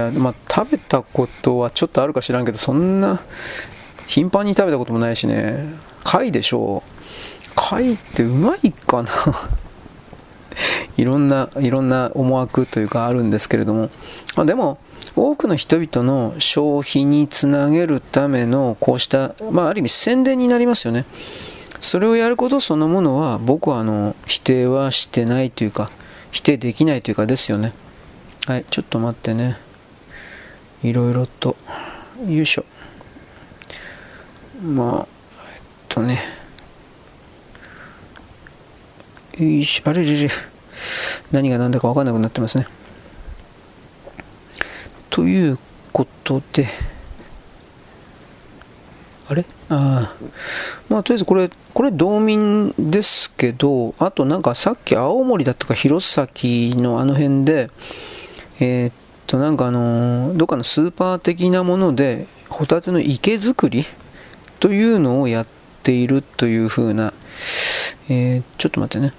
食べたことはちょっとあるか知らんけど、そんな頻繁に食べたこともないしね。貝でしょう。貝ってうまいかな。いろんな思惑というかあるんですけれども、でも多くの人々の消費につなげるためのこうした、ある意味宣伝になりますよね。それをやることそのものは僕は否定はしてないというか、否定できないというかですよね。はい、ちょっと待ってね。いろいろとよいしょ。あれ何が何だか分からなくなってますね。ということで、とりあえずこれ道民ですけど、あとなんかさっき青森だったか弘前の辺で、なんかどっかのスーパー的なものでホタテの池作りというのをやっているという風な、ちょっと待ってね。よ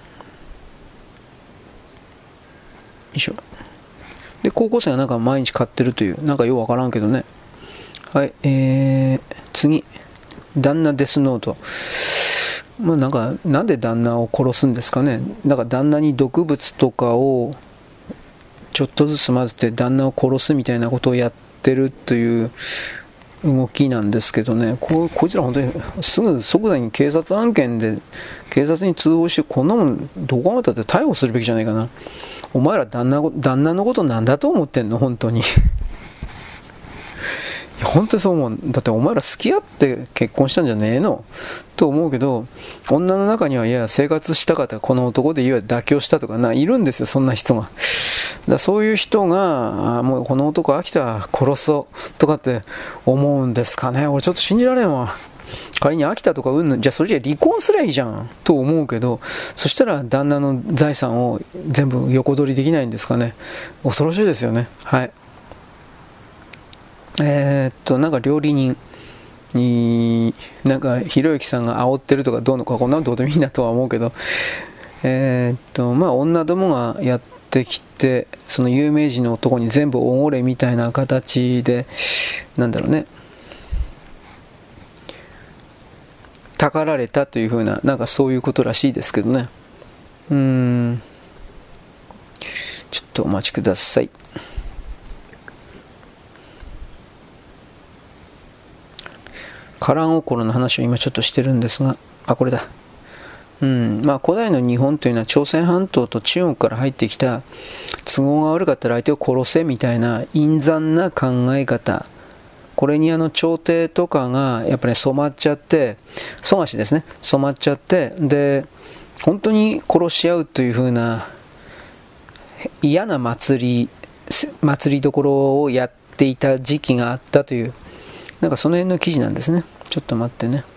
いしょ。で、高校生はなんか毎日買ってるという、なんかようわからんけどね。はい、次。旦那デスノート。なんで旦那を殺すんですかね。だから旦那に毒物とかをちょっとずつ混ぜて旦那を殺すみたいなことをやってるという動きなんですけどね。こいつら本当に即座に警察案件で警察に通報して、こんなもんどう考えたって逮捕するべきじゃないかな。お前ら旦那のことなんだと思ってんの本当に。本当にそう思う。だってお前ら付き合って結婚したんじゃねえのと思うけど、女の中には、いや生活したかったこの男でいわゆる妥協したとかいるんですよ、そんな人が。そういう人がもうこの男飽きた殺そうとかって思うんですかね。俺ちょっと信じられんわ。仮に飽きたとかじゃあそれじゃ離婚すりゃいいじゃんと思うけど、そしたら旦那の財産を全部横取りできないんですかね。恐ろしいですよね。はい。なんか料理人になんかひろゆきさんが煽ってるとかどうのか、こんなのどうでもいいなとは思うけど、女どもがやってきて、その有名人の男に全部おごれみたいな形で、なんだろうね、たかられたという風な、なんかそういうことらしいですけどね。ちょっとお待ちください。カランオコロの話を今ちょっとしてるんですが、これだ。古代の日本というのは朝鮮半島と中国から入ってきた都合が悪かったら相手を殺せみたいな陰惨な考え方、これに朝廷とかがやっぱり染まっちゃって、蘇我氏ですね、染まっちゃって、で本当に殺し合うという風な嫌な祭りどころをやっていた時期があったという、なんかその辺の記事なんですね。ちょっと待ってね。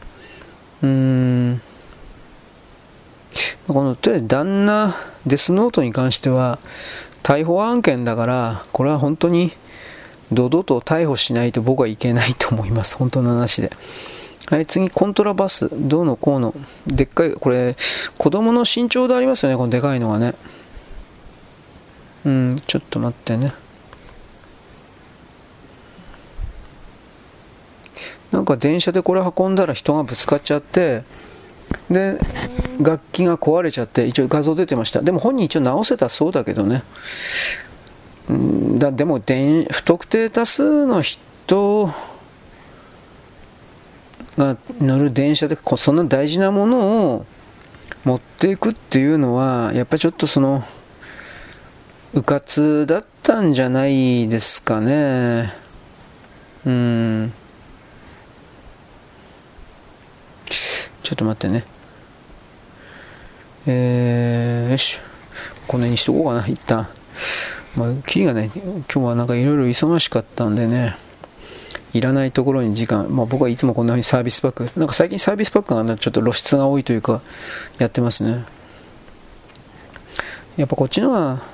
このとりあえず旦那デスノートに関しては逮捕案件だから、これは本当に堂々と逮捕しないと僕はいけないと思います。本当の話で。はい、次、コントラバス。どうのこうの。でっかい、これ、子供の身長でありますよね、このでかいのがね。ちょっと待ってね。なんか電車でこれ運んだら人がぶつかっちゃって、で、楽器が壊れちゃって、一応画像出てました。でも本人一応直せたそうだけどね。でも不特定多数の人が乗る電車でそんな大事なものを持っていくっていうのはやっぱりちょっとうかつだったんじゃないですかね。ちょっと待ってね。よし、この辺にしとこうかな、一旦。キリがね、今日はなんかいろいろ忙しかったんでね、いらないところに時間、僕はいつもこんな風にサービスパック、なんか最近サービスパックがちょっと露出が多いというか、やってますね。やっぱこっちのは、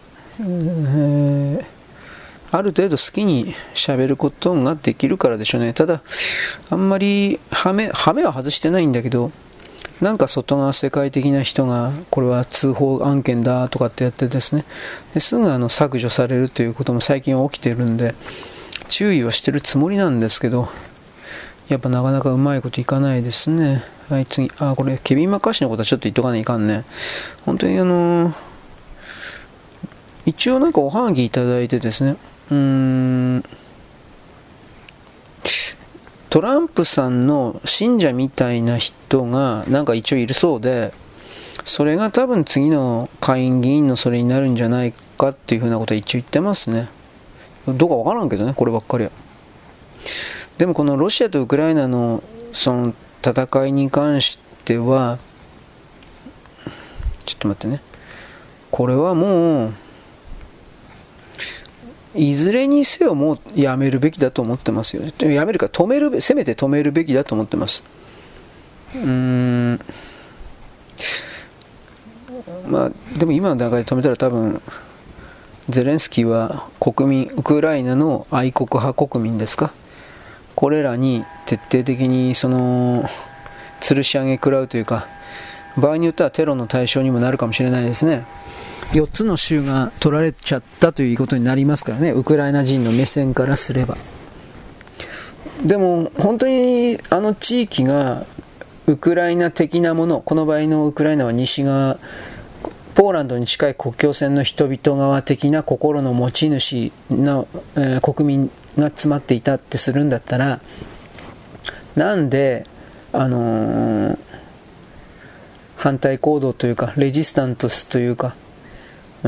ある程度好きに喋ることができるからでしょうね。ただ、あんまりハメは外してないんだけど、なんか外側世界的な人がこれは通報案件だとかってやってですね、ですぐ削除されるということも最近は起きているんで、注意はしてるつもりなんですけど、やっぱなかなかうまいこといかないですね。はい、次。これケビン・マッカーシーのことはちょっと言っとかないかんね。本当に一応なんかおはがきいただいてですね、トランプさんの信者みたいな人がなんか一応いるそうで、それが多分次の下院議員のそれになるんじゃないかっていうふうなことは一応言ってますね。どうかわからんけどね、こればっかりは。でもこのロシアとウクライナのその戦いに関しては、ちょっと待ってね、これはもういずれにせよもうやめるべきだと思ってますよ。やめるかせめて止めるべきだと思ってます。でも今の段階で止めたら多分ゼレンスキーはウクライナの愛国派国民ですか、これらに徹底的に吊るし上げ食らうというか、場合によってはテロの対象にもなるかもしれないですね。4つの州が取られちゃったということになりますからね、ウクライナ人の目線からすれば。でも本当に地域がウクライナ的なもの、この場合のウクライナは西側、ポーランドに近い国境線の人々側的な心の持ち主の、国民が詰まっていたってするんだったら、なんで反対行動というかレジスタントスというか起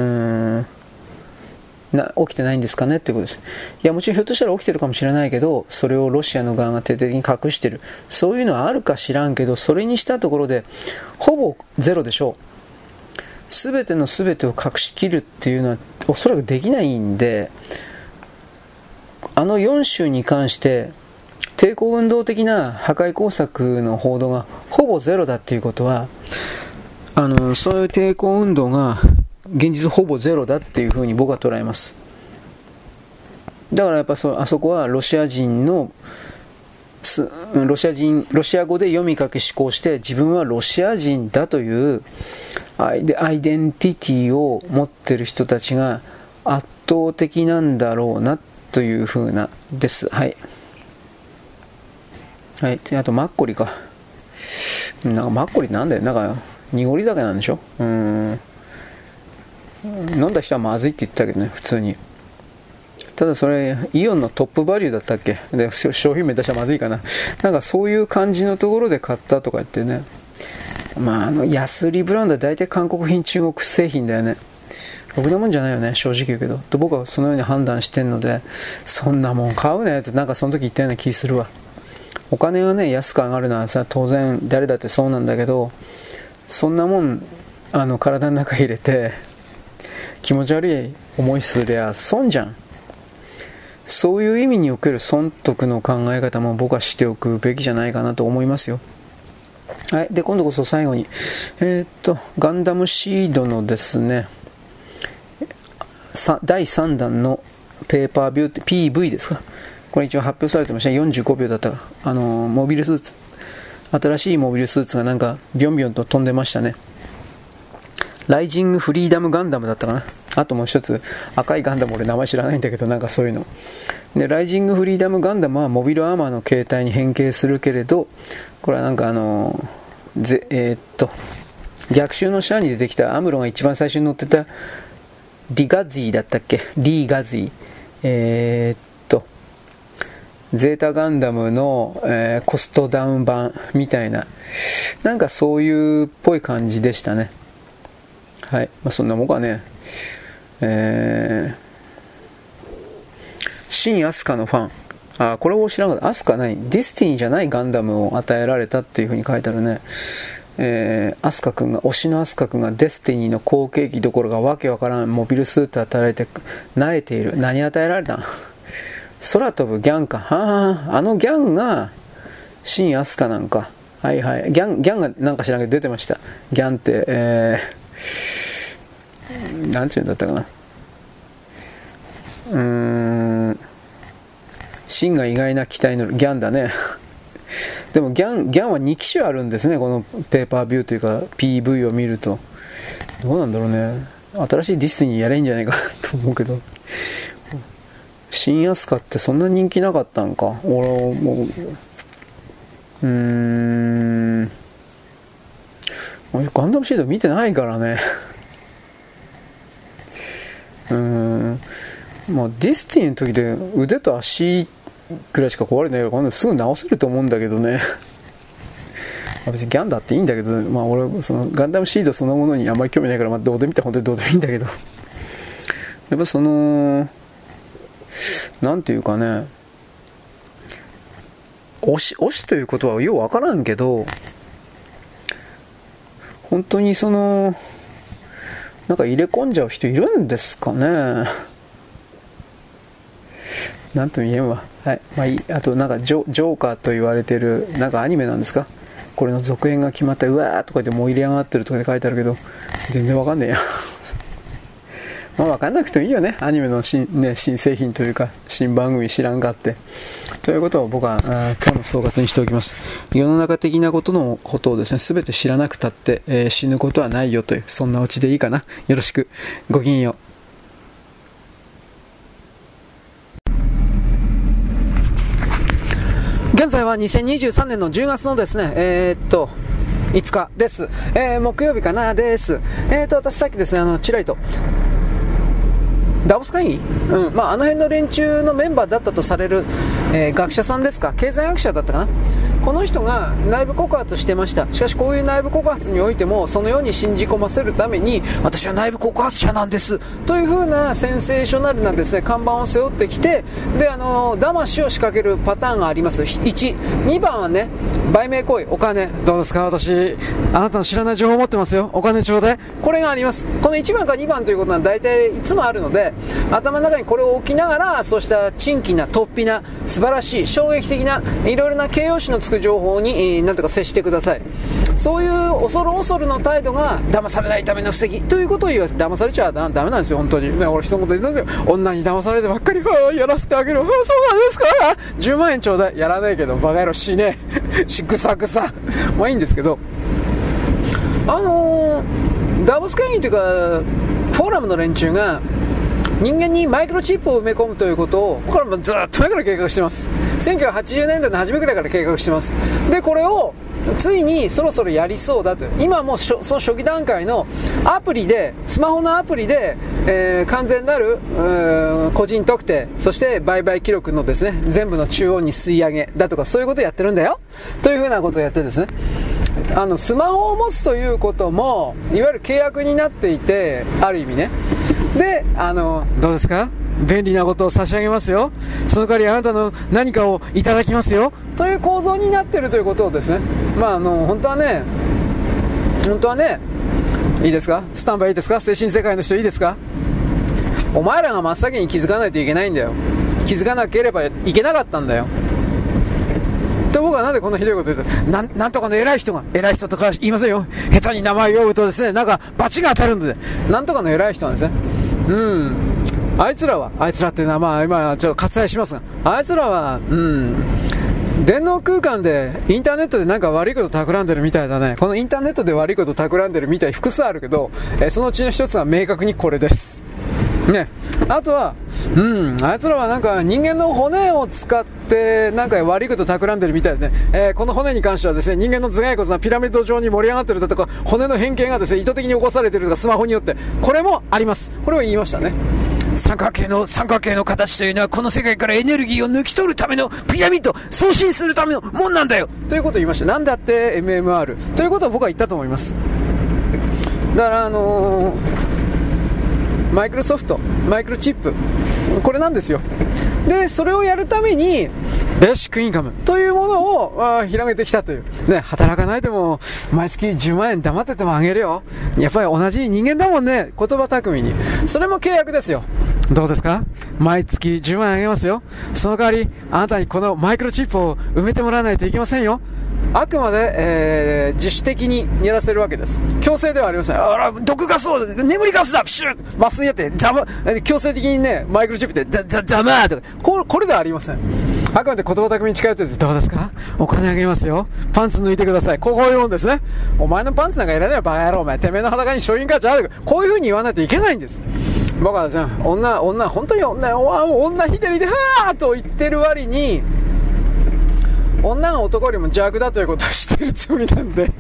きてないんですかねっていうことです。いや、もちろんひょっとしたら起きてるかもしれないけど、それをロシアの側が徹底的に隠してる、そういうのはあるか知らんけど、それにしたところでほぼゼロでしょう。全ての全てを隠しきるっていうのはおそらくできないんで、4州に関して抵抗運動的な破壊工作の報道がほぼゼロだっていうことは、そういう抵抗運動が現実ほぼゼロだっていうふうに僕は捉えます。だからやっぱあそこはロシア語で読み書き思考して自分はロシア人だというアイデンティティを持ってる人たちが圧倒的なんだろうなというふうなです。はい。はい。あとマッコリか。なんかマッコリってなんだよ。なんか濁り酒なんでしょ。 飲んだ人はまずいって言ったけどね、普通に。ただそれイオンのトップバリューだったっけで、商品名出したらまずいかな、なんかそういう感じのところで買ったとか言ってね。まあ安売りブランドは大体韓国品、中国製品だよね。ろくなもんじゃないよね、正直言うけど。と僕はそのように判断してんので、そんなもん買うねってなんかその時言ったような気するわ。お金がね安く上がるのはさ、当然誰だってそうなんだけど、そんなもん体の中入れて気持ち悪い思いすりゃ損じゃん。そういう意味における損得の考え方も僕はしておくべきじゃないかなと思いますよ。はい。で、今度こそ最後にガンダムシードのですね第3弾のペーパービュー PV ですか。これ一応発表されてました。45秒だったから、モビルスーツ、新しいモビルスーツがなんかビョンビョンと飛んでましたね。ライジングフリーダムガンダムだったかな。あともう一つ赤いガンダム、俺名前知らないんだけど、なんかそういうので、ライジングフリーダムガンダムはモビルアーマーの形態に変形するけれど、これはなんか逆襲のシャアに出てきたアムロが一番最初に乗ってたリガゼーだったっけ、リーガゼー、ゼータガンダムの、コストダウン版みたいな、なんかそういうっぽい感じでしたね。はい。まあ、そんなもんかね。新アスカのファン。これを知らなかった。アスカない。ディスティニーじゃないガンダムを与えられたっていう風に書いてあるね。アスカ君が、推しのアスカ君がデスティニーの後継機どころがわけわからんモビルスーツ与えられて、萎えている。何与えられたん？空飛ぶギャンか。あのギャンが、新アスカなんか。はいはい。ギャンがなんか知らんけど出てました。ギャンって、なんていうんだったかな。真が意外な機体のギャンだね。でもギャンは2機種あるんですね、このペーパービューというか PV を見ると。どうなんだろうね。新しいディスティニーやれんじゃないかと思うけど。新アスカってそんな人気なかったんか。俺もうガンダムシード見てないからね。まあディスティニーの時で腕と足くらいしか壊れないから、今度すぐ直せると思うんだけどね。別にギャンだっていいんだけど、まあ俺そのガンダムシードそのものにあんまり興味ないから、まあどうで見て本当にどうでもいいんだけど、やっぱそのなんていうかね、推しということはようわからんけど、本当にそのなんか入れ込んじゃう人いるんですかね。なんとも言えんわ。はい。まあいい。あとなんかジョーカーと言われてるなんかアニメなんですか。これの続編が決まった、うわーとかで燃え上がってるとかで書いてあるけど、全然わかんねえや。まあわかんなくてもいいよね。アニメの新製品というか新番組知らんがって。ということを僕は今日の総括にしておきます。世の中的なことをですね、すべて知らなくたって、死ぬことはないよという、そんなオチでいいかな。よろしく。ごきげんよう。現在は2023年の10月のですね、5日です。木曜日かなです。私さっきですね、ちらりと、ダボス会議、まああの辺の連中のメンバーだったとされる、学者さんですか、経済学者だったかな。この人が内部告発してました。しかしこういう内部告発においてもそのように信じ込ませるために、私は内部告発者なんですという風なセンセーショナルなですね看板を背負ってきて、で騙しを仕掛けるパターンがあります。1、2番はね、売名行為、お金どうですか、私あなたの知らない情報を持ってますよ、お金ちょうだい、これがあります。この1番か2番ということは大体いつもあるので、頭の中にこれを置きながら、そうした珍奇な突飛な素晴らしい衝撃的ないろいろな形容詞のつく情報に何とか接してください。そういう恐る恐るの態度が騙されないための布石ということを言わせ、騙されちゃダメなんですよ本当にね。俺一言言ったんですよ、女に騙されてばっかりやらせてあげる、そうなんですか、10万円ちょうだい、やらないけどバカ野郎死ねしぐさぐさまあいいんですけど、ダボス会議というかフォーラムの連中が人間にマイクロチップを埋め込むということを、これはずっと前から計画してます。1980年代の初めくらいから計画してます。で、これをついにそろそろやりそうだと。今もその初期段階のアプリで、スマホのアプリで、完全なる個人特定、そして売買記録のですね、全部の中央に吸い上げだとか、そういうことをやってるんだよというふうなことをやってですね、スマホを持つということもいわゆる契約になっていて、ある意味ね。で、どうですか、便利なことを差し上げますよ、その代わりあなたの何かをいただきますよという構造になっているということをですね、本当はね、いいですか、スタンバイいいですか、精神世界の人いいですか、お前らが真っ先に気づかないといけないんだよ。気づかなければいけなかったんだよ。で、僕はなんでこんなひどいこと言うと、なんとかの偉い人とか言いませんよ。下手に名前を呼ぶとですね、なんか罰が当たるんで、なんとかの偉い人なんですね。あいつらっていうのは今ちょっと割愛しますが、あいつらは電脳空間でインターネットでなんか悪いこと企んでるみたいだね。このインターネットで悪いこと企んでるみたい複数あるけど、そのうちの一つは明確にこれですね。あとはあいつらはなんか人間の骨を使ってなんか悪いこと企んでるみたいでね、この骨に関してはですね、人間の頭蓋骨がピラミッド状に盛り上がってるだとか、骨の変形がですね意図的に起こされてるとか、スマホによってこれもあります。これを言いましたね。三角形の形というのはこの世界からエネルギーを抜き取るためのピラミッド、送信するためのもんなんだよということを言いました。なんだって MMR ということを僕は言ったと思います。だからマイクロソフト、マイクロチップ、これなんですよ。で、それをやるためにベーシックインカムというものを広げてきたというね。働かないでも毎月10万円黙っててもあげるよ。やっぱり同じ人間だもんね、言葉巧みに。それも契約ですよ。どうですか、毎月10万円あげますよ。その代わりあなたにこのマイクロチップを埋めてもらわないといけませんよ。あくまで、自主的にやらせるわけです。強制ではありません。毒ガスを眠りガスだ、プシュッ麻酔やって強制的にね、マイクロチップでダマーとか、これではありません。あくまで言葉巧みに近寄ってどうですか、お金あげますよ、パンツ抜いてください、こういうもんですね。お前のパンツなんかいらないよバカ野郎、お前てめえの裸に商品価値ある、こういう風に言わないといけないんです。僕はですね、本当に女ひでりではーっと言ってる割に、女が男よりも邪悪だということを知ってるつもりなんで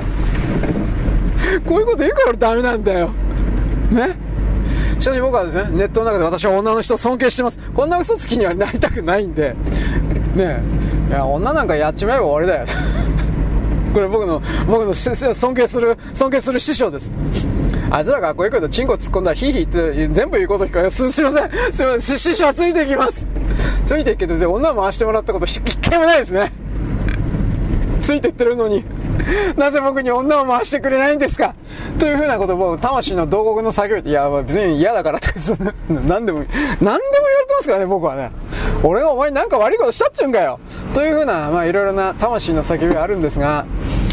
こういうこと言うから俺ダメなんだよね。しかし僕はですね、ネットの中で私は女の人を尊敬してます。こんな嘘つきにはなりたくないんでね。いや、女なんかやっちまえば終わりだよこれ僕の尊敬する師匠です。あいつらかっこいいけどチンコ突っ込んだらヒーヒーって全部言うこと聞こえる。すいません、師匠はついていきます。ついていくけど女を回してもらったこと一回もないですね。ついていってるのになぜ僕に女を回してくれないんですかというふうなことを僕、魂の同国の作業って、いや別に嫌だからって何でも言われてますからね。僕はね、俺がお前になんか悪いことしたっちゅうんかよというふうな、いろいろな魂の叫びがあるんですが、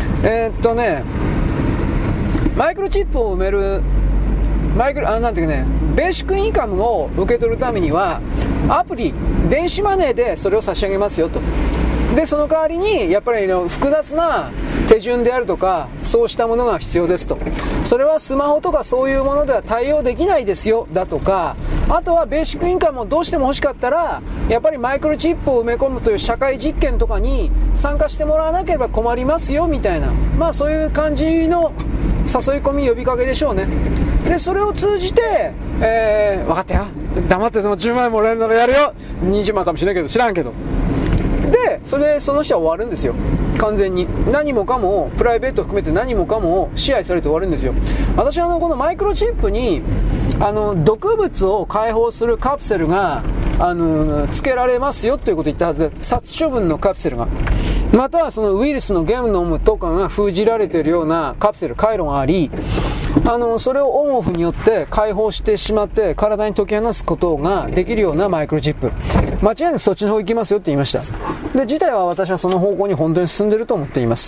マイクロチップを埋めるなんていうかね、ベーシックインカムを受け取るためにはアプリ、電子マネーでそれを差し上げますよと。で、その代わりにやっぱり複雑な手順であるとか、そうしたものが必要ですと。それはスマホとかそういうものでは対応できないですよだとか、あとはベーシックインカムをどうしても欲しかったらやっぱりマイクロチップを埋め込むという社会実験とかに参加してもらわなければ困りますよみたいな、そういう感じの誘い込み、呼びかけでしょうね。で、それを通じて、分かったよ、黙ってても10万円もらえるならやるよ、20万かもしれないけど知らんけど、でその人は終わるんですよ。完全に何もかも、プライベート含めて何もかも支配されて終わるんですよ。私はこのマイクロチップに毒物を解放するカプセルが付けられますよということを言ったはずで、殺処分のカプセルが、またはそのウイルスのゲノムとかが封じられているようなカプセル、回路があり、それをオンオフによって解放してしまって体に解き放すことができるようなマイクロチップ、間違いなくそっちの方行きますよって言いました。で、自体は私はその方向に本当に進んでいると思っています。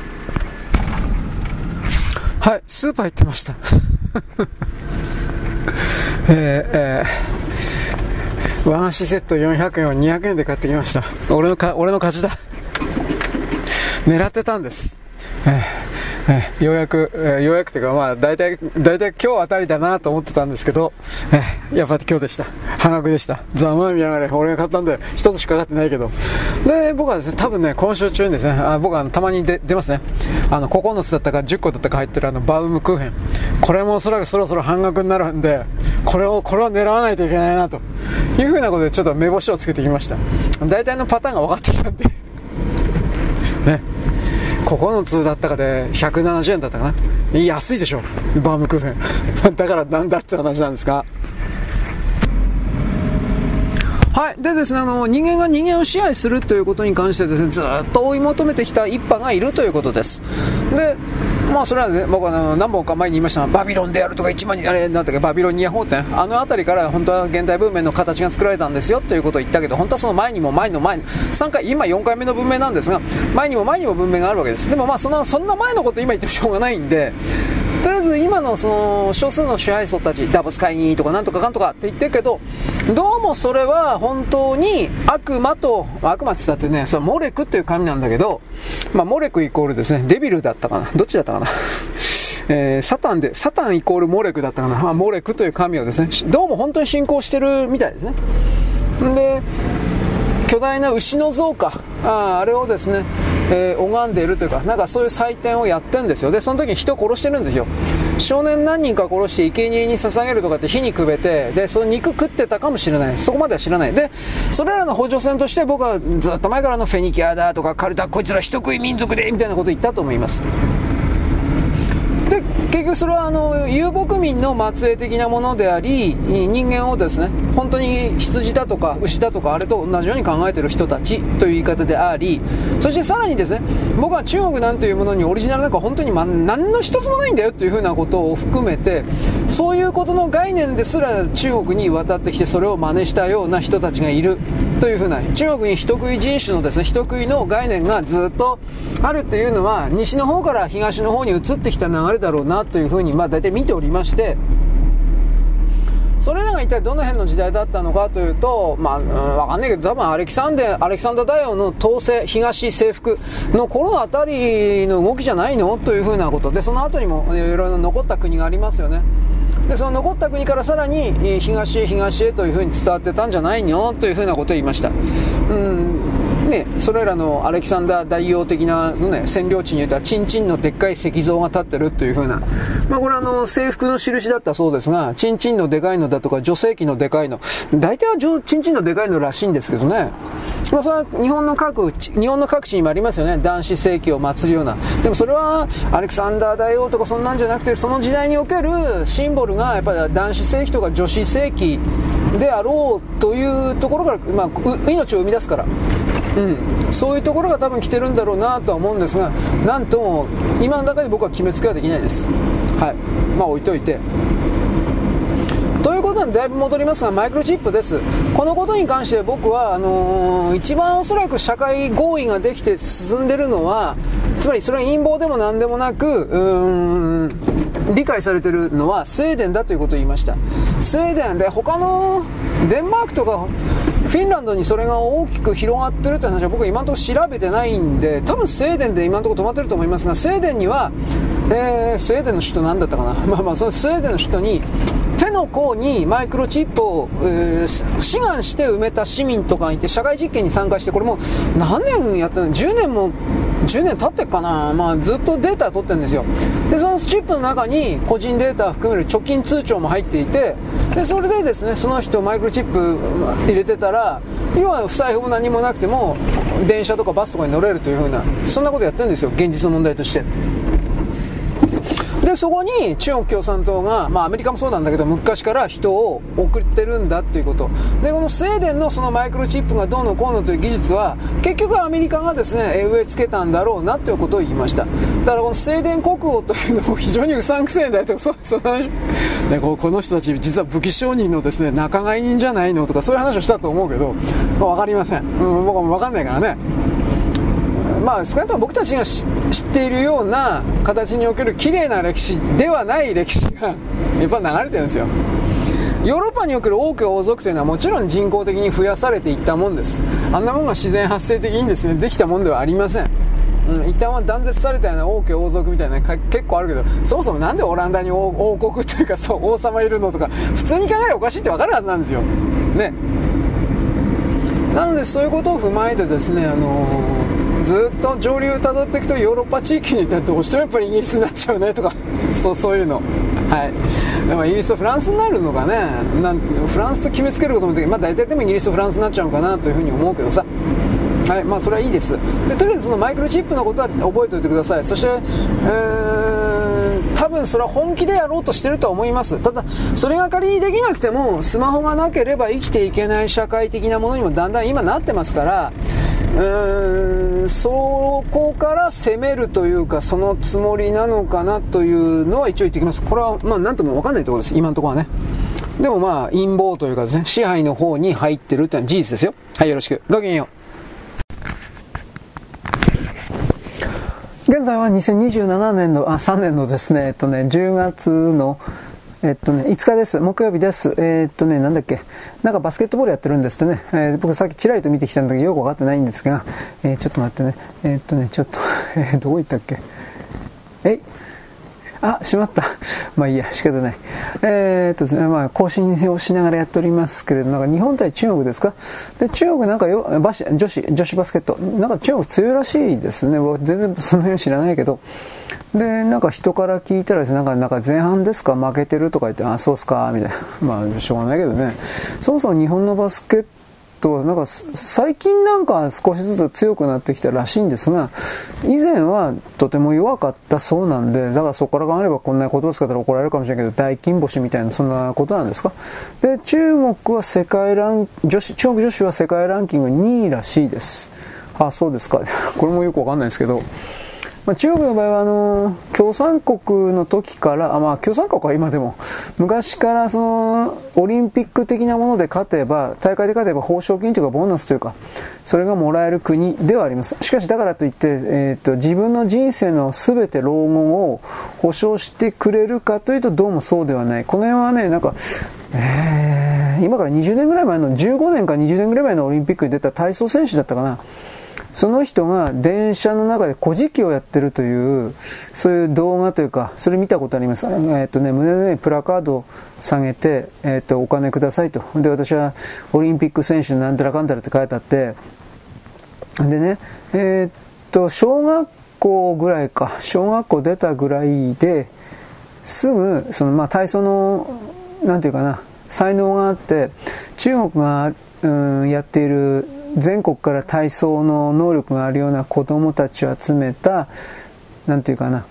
はい、スーパー行ってました和菓子セット400円を200円で買ってきました。俺の勝ちだ狙ってたんです。 ようやくというか、まあ、だいたい今日あたりだなと思ってたんですけど、やっぱり今日でした。半額でした。ざまあみやがれ、俺が買ったんで、一つしか買ってないけど。で、僕はですね、多分ね、今週中にですね、僕はたまに出ますね。9つだったか10個だったか入ってるバウムクーヘン。これもおそらくそろそろ半額になるんで、これは狙わないといけないな、というふうなことでちょっと目星をつけてきました。大体のパターンが分かってきたんで。ね。9つだったかで170円だったかな。安いでしょ、バームクーヘン。だからなんだって話なんですか。はい。でですね、人間が人間を支配するということに関してですね、ずっと追い求めてきた一派がいるということです。で、まあそれはね、僕は何本か前に言いましたが、バビロンであるとか1万にあれなんだっけ、バビロニア法典、あたりから本当は現代文明の形が作られたんですよということを言ったけど、本当はその前にも3回、今4回目の文明なんですが、前にも文明があるわけです。でもまあそんな前のこと今言ってもしょうがないんで、とりあえず今のその少数の支配層たち、ダボス会議とかなんとかかんとかって言ってるけど、どうもそれは本当に悪魔って言ったってね、そのモレクっていう神なんだけど、まあモレクイコールですね、デビルだったかな、どっちだったかな、サタンイコールモレクだったかな、まあ、モレクという神をですね、どうも本当に信仰してるみたいですね。で、巨大な牛の像か、あれをですね、拝んでいるというか、なんかそういう祭典をやってるんですよ。で、その時に人を殺してるんですよ。少年何人か殺して生贄に捧げるとかって火にくべて、で、その肉食ってたかもしれない。そこまでは知らない。で、それらの補助線として僕はずっと前からフェニキアだとかカルタ、こいつら人食い民族でみたいなことを言ったと思います。で、結局それは遊牧民の末裔的なものであり、人間をですね、本当に羊だとか牛だとかあれと同じように考えている人たちという言い方であり、そしてさらにですね、僕は中国なんていうものにオリジナルなんか本当に何の一つもないんだよというふうなことを含めて、そういうことの概念ですら中国に渡ってきてそれを真似したような人たちがいるというふうな、中国に人食い人種のですね、人食いの概念がずっとあるっていうのは、西の方から東の方に移ってきた流れだろうなというふうに、まあ大体見ておりまして、それらが一体どの辺の時代だったのかというと、まあ、わかんないけど、多分アレキサンダー大王の統制、東征服の頃のあたりの動きじゃないのというふうなことで、その後にもいろいろ残った国がありますよね。で、その残った国からさらに東へというふうに伝わってたんじゃないのというふうなことを言いました。ね、それらのアレキサンダー大王的な、ね、占領地に言うとチンチンのでっかい石像が立ってるという風な、まあこれは征服の印だったそうですが、チンチンのでかいのだとか女性器のでかいの、大体はチンチンのでかいのらしいんですけどね。まあそれは日本の各地にもありますよね、男子性器を祀るような。でもそれはアレキサンダー大王とかそんなんじゃなくて、その時代におけるシンボルがやっぱり男子性器とか女子性器であろうというところから、まあ命を生み出すから、そういうところが多分来てるんだろうなとは思うんですが、なんとも今の中で僕は決めつけはできないです。はい、まあ置いといて。ということでだいぶ戻りますが、マイクロチップです。このことに関して僕は一番おそらく社会合意ができて進んでるのは、つまりそれは陰謀でも何でもなく理解されているのはスウェーデンだということを言いました。スウェーデンで他のデンマークとかフィンランドにそれが大きく広がってるって話は僕は今のところ調べてないんで、多分スウェーデンで今のところ止まってると思いますが、スウェーデンには、スウェーデンの首都なんだったかな、まあそのスウェーデンの首都に手の甲にマイクロチップを、志願して埋めた市民とかがいて、社会実験に参加して、これも何年やってるの、10年経ってっかな、まあ、ずっとデータ取ってるんですよ。でそのチップの中に個人データを含める貯金通帳も入っていて、でそれでですね、その人マイクロチップ入れてたら、要は不財布も何もなくても電車とかバスとかに乗れるという風な、そんなことやってるんですよ、現実の問題として。でそこに中国共産党が、まあアメリカもそうなんだけど、昔から人を送ってるんだっていうことで、このスウェーデンのそのマイクロチップがどうのこうのという技術は結局アメリカがですね植え付けたんだろうなということを言いました。だからこのスウェーデン国王というのも非常にうさんくせえんだよとか、その話でこの人たち実は武器商人のですね仲買人じゃないのとか、そういう話をしたと思うけど、まあ、分かりません、僕も分かんないからね。まあ少なくとも僕たちが知っているような形における綺麗な歴史ではない歴史がやっぱ流れてるんですよ。ヨーロッパにおける王家王族というのはもちろん人工的に増やされていったもんです。あんなもんが自然発生的にですねできたもんではありません。 一旦は断絶されたような王家王族みたいな結構あるけど、そもそもなんでオランダに王国というか王様いるのとか普通に考えればおかしいって分かるはずなんですよね。なのでそういうことを踏まえてですね、ずっと上流をたどっていくとヨーロッパ地域に行ったらどうしてもやっぱりイギリスになっちゃうねとかそういうの、はい。でもイギリスとフランスになるのかね、フランスと決めつけることもできる、大体でもイギリスとフランスになっちゃうのかなというふうに思うけどさ、はい、それはいいです。でとりあえずそのマイクロチップのことは覚えておいてください。そして、多分それは本気でやろうとしてるとは思います。ただそれが仮にできなくてもスマホがなければ生きていけない社会的なものにもだんだん今なってますから、そこから攻めるというかそのつもりなのかなというのは一応言っておきます。これは何とも分かんないところです、今のところはね。でも陰謀というかですね、支配の方に入ってるというのは事実ですよ。はい、よろしく。ごきげんよう。現在は2027年の3年のですね、10月の5日です。木曜日です。なんだっけ。なんかバスケットボールやってるんですってね。僕さっきちらりと見てきたんだけどよくわかってないんですが、ちょっと待ってね。ちょっと、どこ行ったっけ。しまった。いいや、仕方ない。ですね、更新をしながらやっておりますけれど、なんか日本対中国ですか。で、中国なんか女子バスケット、なんか中国強いらしいですね。僕全然その辺知らないけど。で、なんか人から聞いたらですね、なんか前半ですか負けてるとか言って、そうっすかみたいな。しょうがないけどね。そもそも日本のバスケットなんか最近なんか少しずつ強くなってきたらしいんですが、以前はとても弱かったそうなんで、だからそこから考えればこんな言葉使ったら怒られるかもしれないけど、大金星みたいなそんなことなんですか。で、中国は中国女子は世界ランキング2位らしいです。そうですか。これもよくわかんないですけど、中国の場合は共産国の時から、共産国は今でも昔からそのオリンピック的なもので大会で勝てば報奨金というかボーナスというかそれがもらえる国ではあります。しかしだからといって、自分の人生の全て老後を保証してくれるかというとどうもそうではない。この辺はね、なんか今から20年ぐらい前の15年か20年ぐらい前のオリンピックに出た体操選手だったかな。その人が電車の中で古事記をやってるというそういう動画というかそれ見たことあります。胸のプラカードを下げて、お金くださいと。で、私はオリンピック選手なんたらかんたらって書いてあって、でね、小学校出たぐらいですぐその体操のなんていうかな才能があって、中国がやっている全国から体操の能力があるような子供たちを集めたなんていうかな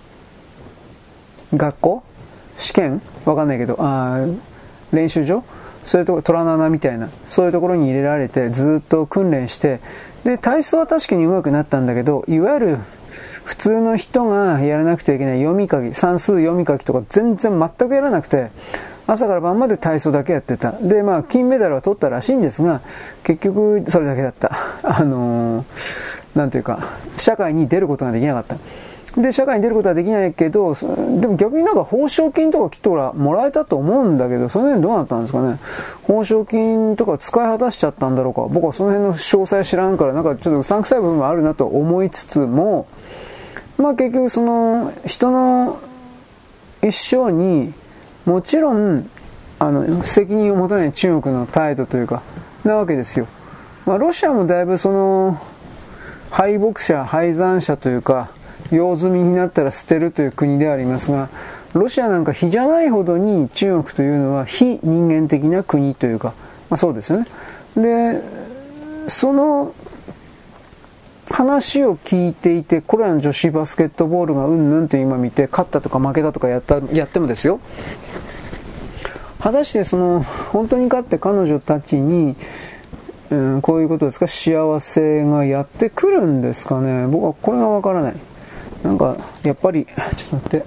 学校試験わかんないけど練習場そういうところ虎の穴みたいなそういうところに入れられてずっと訓練して、で体操は確かに上手くなったんだけど、いわゆる普通の人がやらなくてはいけない読み書き、算数読み書きとか全くやらなくて、朝から晩まで体操だけやってた。で、金メダルは取ったらしいんですが、結局それだけだった。なんていうか、社会に出ることができなかった。で、社会に出ることはできないけど、でも逆になんか報奨金とかきっともらえたと思うんだけど、その辺どうなったんですかね。報奨金とか使い果たしちゃったんだろうか。僕はその辺の詳細知らんから、なんかちょっとうさんくさい部分もあるなと思いつつも、結局その人の一生にもちろん責任を持たない中国の態度というかなわけですよ。ロシアもだいぶその敗北者敗残者というか用済みになったら捨てるという国ではありますが、ロシアなんか比じゃないほどに中国というのは非人間的な国というか、そうですよね。で、その話を聞いていて、これらの女子バスケットボールがうんぬんと今見て勝ったとか負けたとかやってもですよ、果たしてその本当に勝って彼女たちに、こういうことですか、幸せがやってくるんですかね。僕はこれがわからない。なんかやっぱりちょっと待って、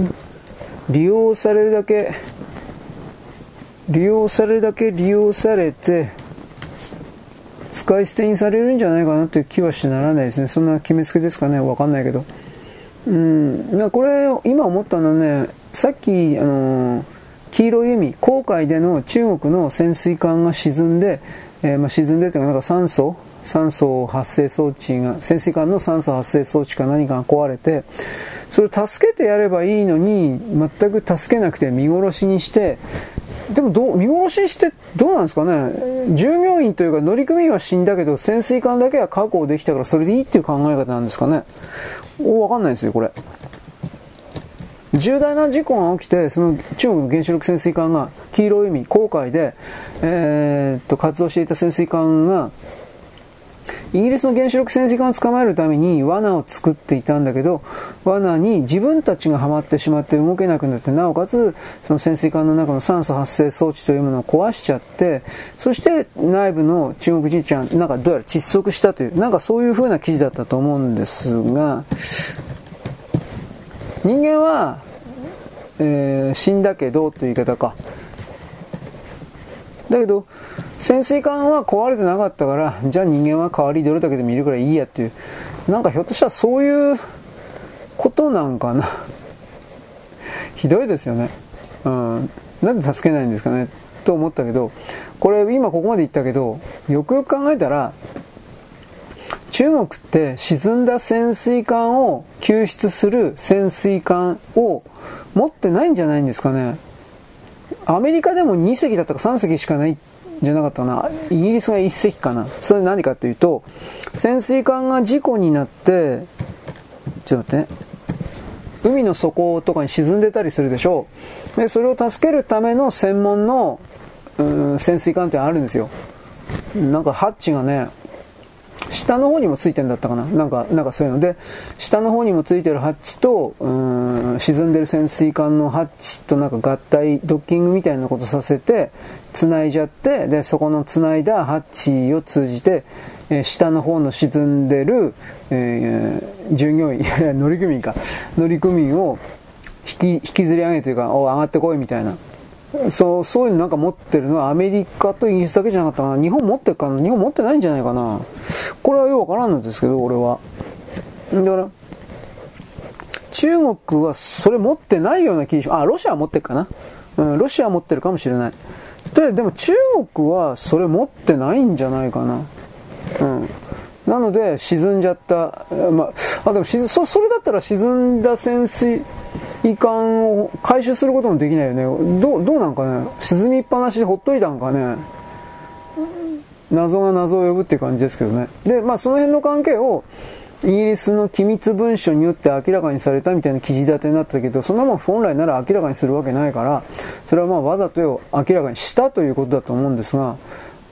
利用されるだけ利用されて使い捨てにされるんじゃないかなという気はしてならないですね。そんな決めつけですかね、わかんないけど。これ今思ったのはね、さっき黄色い海、黄海での中国の潜水艦が沈んで、沈んでというかなんか酸素酸素発生装置が、潜水艦の酸素発生装置か何かが壊れて、それを助けてやればいいのに、全く助けなくて見殺しにして、でも見殺しにしてどうなんですかね。従業員というか乗組員は死んだけど、潜水艦だけは確保できたからそれでいいっていう考え方なんですかね。わかんないですよ、これ。重大な事故が起きて、その中国の原子力潜水艦が黄色い海、黄海で、活動していた潜水艦が、イギリスの原子力潜水艦を捕まえるために罠を作っていたんだけど、罠に自分たちがはまってしまって動けなくなって、なおかつその潜水艦の中の酸素発生装置というものを壊しちゃって、そして内部の中国人ちゃん、なんかどうやら窒息したという、なんかそういう風な記事だったと思うんですが、人間は、死んだけどという言い方か。だけど潜水艦は壊れてなかったから、じゃあ人間は代わりどれだけでもいるからいいやっていう、なんかひょっとしたらそういうことなんかな。ひどいですよね。なんで助けないんですかねと思ったけど、これ今ここまで言ったけど、よくよく考えたら、中国って沈んだ潜水艦を救出する潜水艦を持ってないんじゃないんですかね。アメリカでも2隻だったか3隻しかないんじゃなかったかな。イギリスが1隻かな。それ何かというと、潜水艦が事故になって、ちょっと待ってね。海の底とかに沈んでたりするでしょう。で、それを助けるための専門の潜水艦ってあるんですよ。なんかハッチがね、下の方にもついてるんだったかな、なんかそういうので、下の方にもついてるハッチと沈んでる潜水艦のハッチとなんか合体ドッキングみたいなことさせて繋いじゃって、でそこの繋いだハッチを通じて、下の方の沈んでる、従業員乗組員を引きずり上げていうか、上がってこいみたいな。そういうのなんか持ってるのはアメリカとイギリスだけじゃなかったかな。日本持ってるかな。日本持ってないんじゃないかな。これはよくわからんのですけど、俺は。だから中国はそれ持ってないような気がします。ロシアは持ってるかな。ロシアは持ってるかもしれない。でも中国はそれ持ってないんじゃないかな。なので沈んじゃった。でもそれだったら沈んだ潜水艦を回収することもできないよね。どうなんかね。沈みっぱなしでほっといたんかね。謎が謎を呼ぶっていう感じですけどね。で、その辺の関係をイギリスの機密文書によって明らかにされたみたいな記事立てになったけど、そんなもん本来なら明らかにするわけないから、それはわざと明らかにしたということだと思うんですが、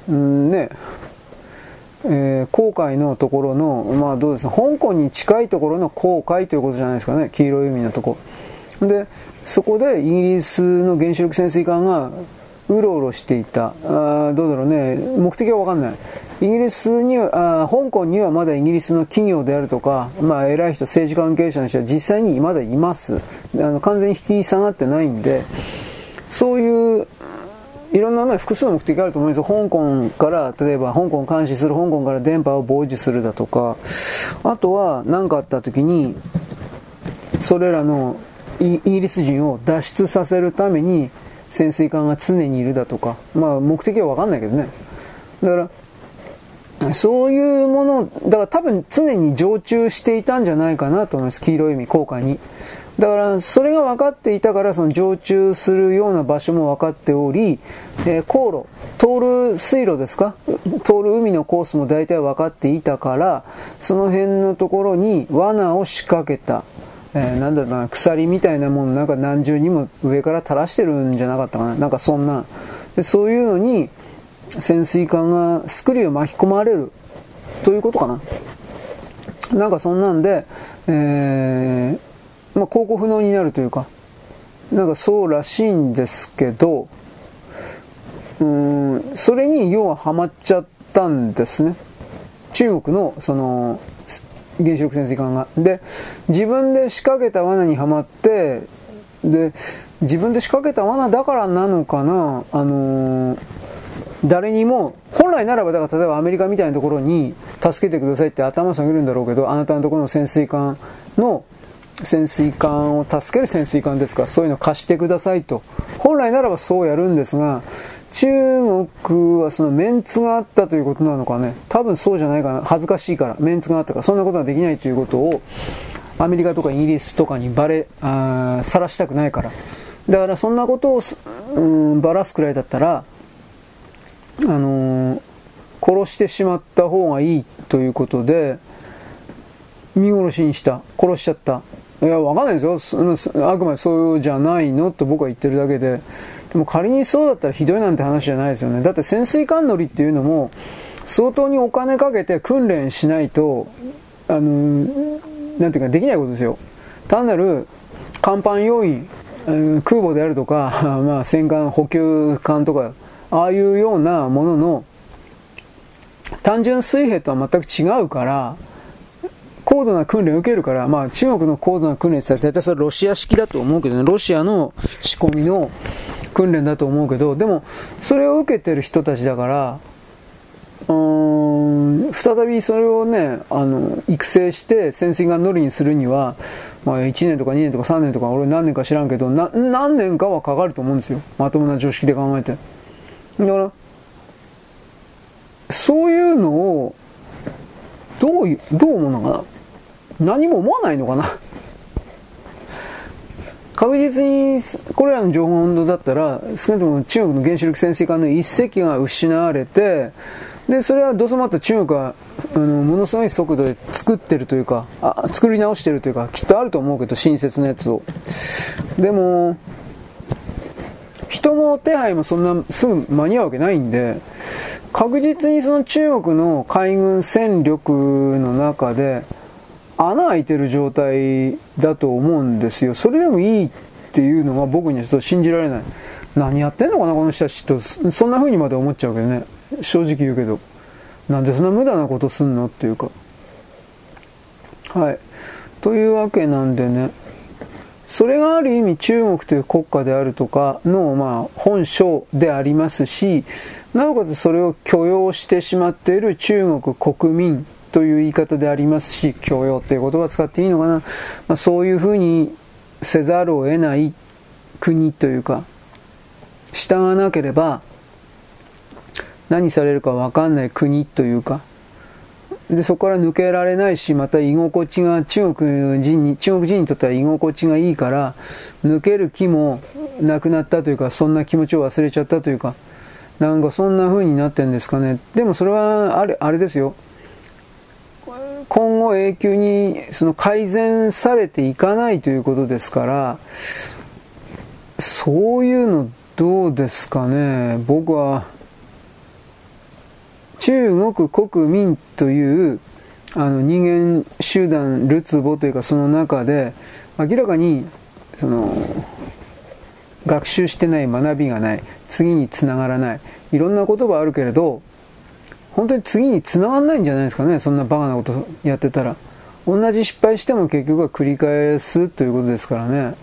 黄海のところの、どうですか、香港に近いところの黄海ということじゃないですかね。黄色い海のとこで、そこでイギリスの原子力潜水艦がうろうろしていた。どうだろうね。目的は分かんない。イギリスには、香港にはまだイギリスの企業であるとか、偉い人、政治関係者の人は実際にまだいます。完全に引き下がってないんで、そういう、いろんな複数の目的があると思うんですよ。香港から、例えば香港を監視する、香港から電波を傍受するだとか、あとは何かあった時に、それらのイギリス人を脱出させるために潜水艦が常にいるだとか、目的は分かんないけどね。だからそういうものだから多分常に常駐していたんじゃないかなと思います。黄色い海、黄海に。だからそれが分かっていたから、その常駐するような場所も分かっており、航路、通る水路ですか、通る海のコースも大体分かっていたから、その辺のところに罠を仕掛けた。なんだろうな、鎖みたいなものなんか何重にも上から垂らしてるんじゃなかったかな。なんかそんな。で、そういうのに潜水艦がスクリューを巻き込まれるということかな。なんかそんなんで、航行不能になるというか、なんかそうらしいんですけど、それに要はハマっちゃったんですね。中国のその原子力潜水艦が。で、自分で仕掛けた罠にはまって、で、自分で仕掛けた罠だからなのかな、誰にも、本来ならば、だから例えばアメリカみたいなところに助けてくださいって頭下げるんだろうけど、あなたのところの潜水艦を助ける潜水艦ですか、そういうの貸してくださいと。本来ならばそうやるんですが、 中国はそのメンツがあったということなのかね。多分そうじゃないかな。恥ずかしいから。メンツがあったから。そんなことができないということを、アメリカとかイギリスとかにさらしたくないから。だからそんなことを、ばらすくらいだったら、殺してしまった方がいいということで、見殺しにした。殺しちゃった。いや、わかんないですよ。あくまでそうじゃないのと僕は言ってるだけで。でも仮にそうだったらひどいなんて話じゃないですよね。だって潜水艦乗りっていうのも、相当にお金かけて訓練しないと、なんていうかできないことですよ。単なる甲板要員、空母であるとか、まあ戦艦、補給艦とか、ああいうようなものの、単純水兵とは全く違うから、高度な訓練を受けるから、まあ中国の高度な訓練って言ったら大体それロシア式だと思うけどね、ロシアの仕込みの訓練だと思うけど、でもそれを受けてる人たちだから、再びそれをね、育成して潜水艦乗りにするには、まあ1年とか2年とか3年とか俺何年か知らんけど、何年かはかかると思うんですよ。まともな常識で考えて。だから、そういうのを、どう思うのかな？何も思わないのかな？確実にこれらの情報本当だったら、少なくとも中国の原子力潜水艦の一隻が失われて、でそれはどうせまた中国はものすごい速度で作ってるというか、作り直してるというか、きっとあると思うけど、新設のやつを。でも人も手配もそんなすぐ間に合うわけないんで、確実にその中国の海軍戦力の中で穴開いてる状態だと思うんですよ。それでもいいっていうのが僕にはちょっと信じられない。何やってんのかなこの人たちと、そんな風にまで思っちゃうけどね。正直言うけど、なんでそんな無駄なことすんのっていうか。はい。というわけなんでね、それがある意味中国という国家であるとかの、まあ、本性でありますし、なおかつそれを許容してしまっている中国国民という言い方でありますし、許容っていう言葉を使っていいのかな、まあ、そういうふうにせざるを得ない国というか、従わなければ何されるか分かんない国というか、でそこから抜けられないし、また居心地が中国人にとっては居心地がいいから抜ける気もなくなったというか、そんな気持ちを忘れちゃったというか、なんかそんな風になってるんですかね。でもそれはあれですよ、今後永久にその改善されていかないということですから、そういうのどうですかね。僕は中国国民という人間集団るつぼというか、その中で明らかにその学習してない、学びがない、次につながらない、いろんな言葉あるけれど、本当に次につながらないんじゃないですかね。そんなバカなことやってたら、同じ失敗しても結局は繰り返すということですからね。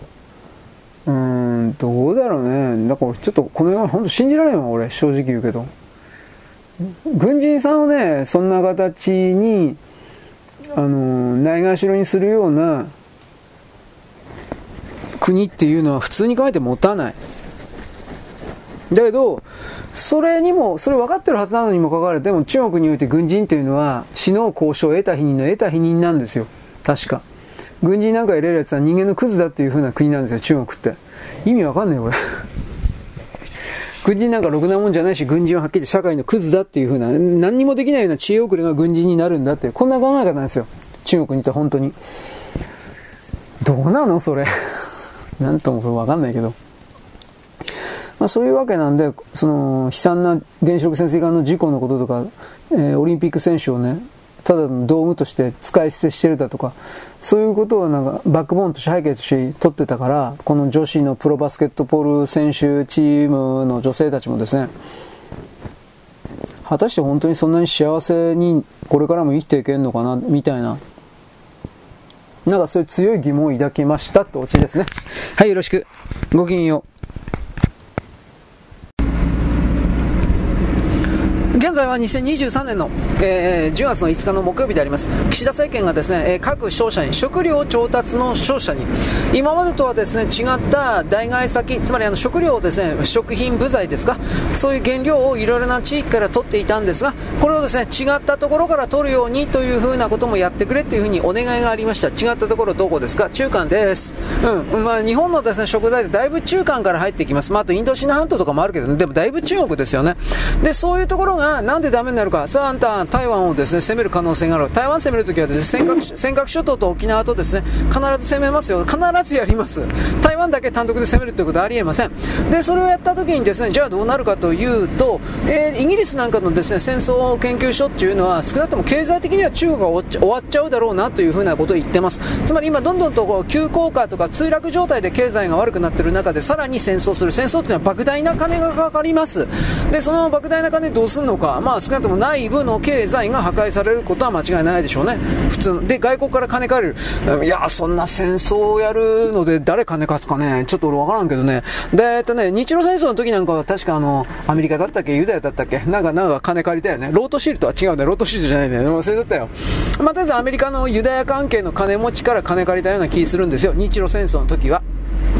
どうだろうね。だからちょっとこの世は本当信じられんわ、俺正直言うけど。軍人さんをね、そんな形にないがしろにするような国っていうのは普通に考えて持たない。だけどそれ分かってるはずなのにもかかわらず、でも中国において軍人っていうのは死の交渉を得た否認の得た否認なんですよ。確か軍人なんか入れるやつは人間のクズだっていう風な国なんですよ、中国って。意味わかんないよこれ軍人なんかろくなもんじゃないし、軍人ははっきり社会のクズだっていう風な、何にもできないような知恵遅れが軍人になるんだって、こんな考え方なんですよ、中国にと。本当にどうなのそれなんともわかんないけど、まあ、そういうわけなんで、その悲惨な原子力潜水艦の事故のこととか、オリンピック選手をね、ただの道具として使い捨てしてるだとか、そういうことをなんかバックボーンとして背景として取ってたから、この女子のプロバスケットボール選手チームの女性たちもですね、果たして本当にそんなに幸せにこれからも生きていけるのかなみたいな、なんかそういう強い疑問を抱きましたってオチですね。はい、よろしく。ごきげんよう。 現在は2023年の、10月の5日の木曜日であります。岸田政権がですね、各商社に、食料調達の商社に、今までとはですね、違った代替先、つまり食料をですね、食品部材ですか、そういう原料をいろいろな地域から取っていたんですが、これをですね、違ったところから取るようにというふうなこともやってくれというふうにお願いがありました。違ったところどこですか？中間です。日本のですね、食材ってだいぶ中間から入ってきます。あとインドシナ半島とかもあるけど、ね、でもだいぶ中国ですよね。で、そういうところがなんでダメになるか、それはあんた台湾をですね攻める可能性がある。台湾攻めるときはですね、尖閣諸島と沖縄とですね必ず攻めますよ。必ずやります。台湾だけ単独で攻めるということはありえません。で、それをやったときにですね、じゃあどうなるかというと、イギリスなんかのですね戦争研究所っていうのは少なくとも経済的には中国が終わっちゃうだろうなというふうなことを言ってます。つまり今どんどんとこう急降下とか墜落状態で経済が悪くなっている中でさらに戦争する。戦争というのは莫大な金がかかります。で、その莫大な金どうするのか、少なくとも内部の経済が破壊されることは間違いないでしょうね。普通で、外国から金借りる。いや、そんな戦争をやるので誰金貸すかね、ちょっと俺分からんけどね。で、日露戦争の時なんかは確かアメリカだったっけ、ユダヤだったっけ、なんか金借りたよね。ロートシールドは違うね。ロートシールドじゃないね。それだったよ。とりあえずアメリカのユダヤ関係の金持ちから金借りたような気するんですよ。日露戦争の時は。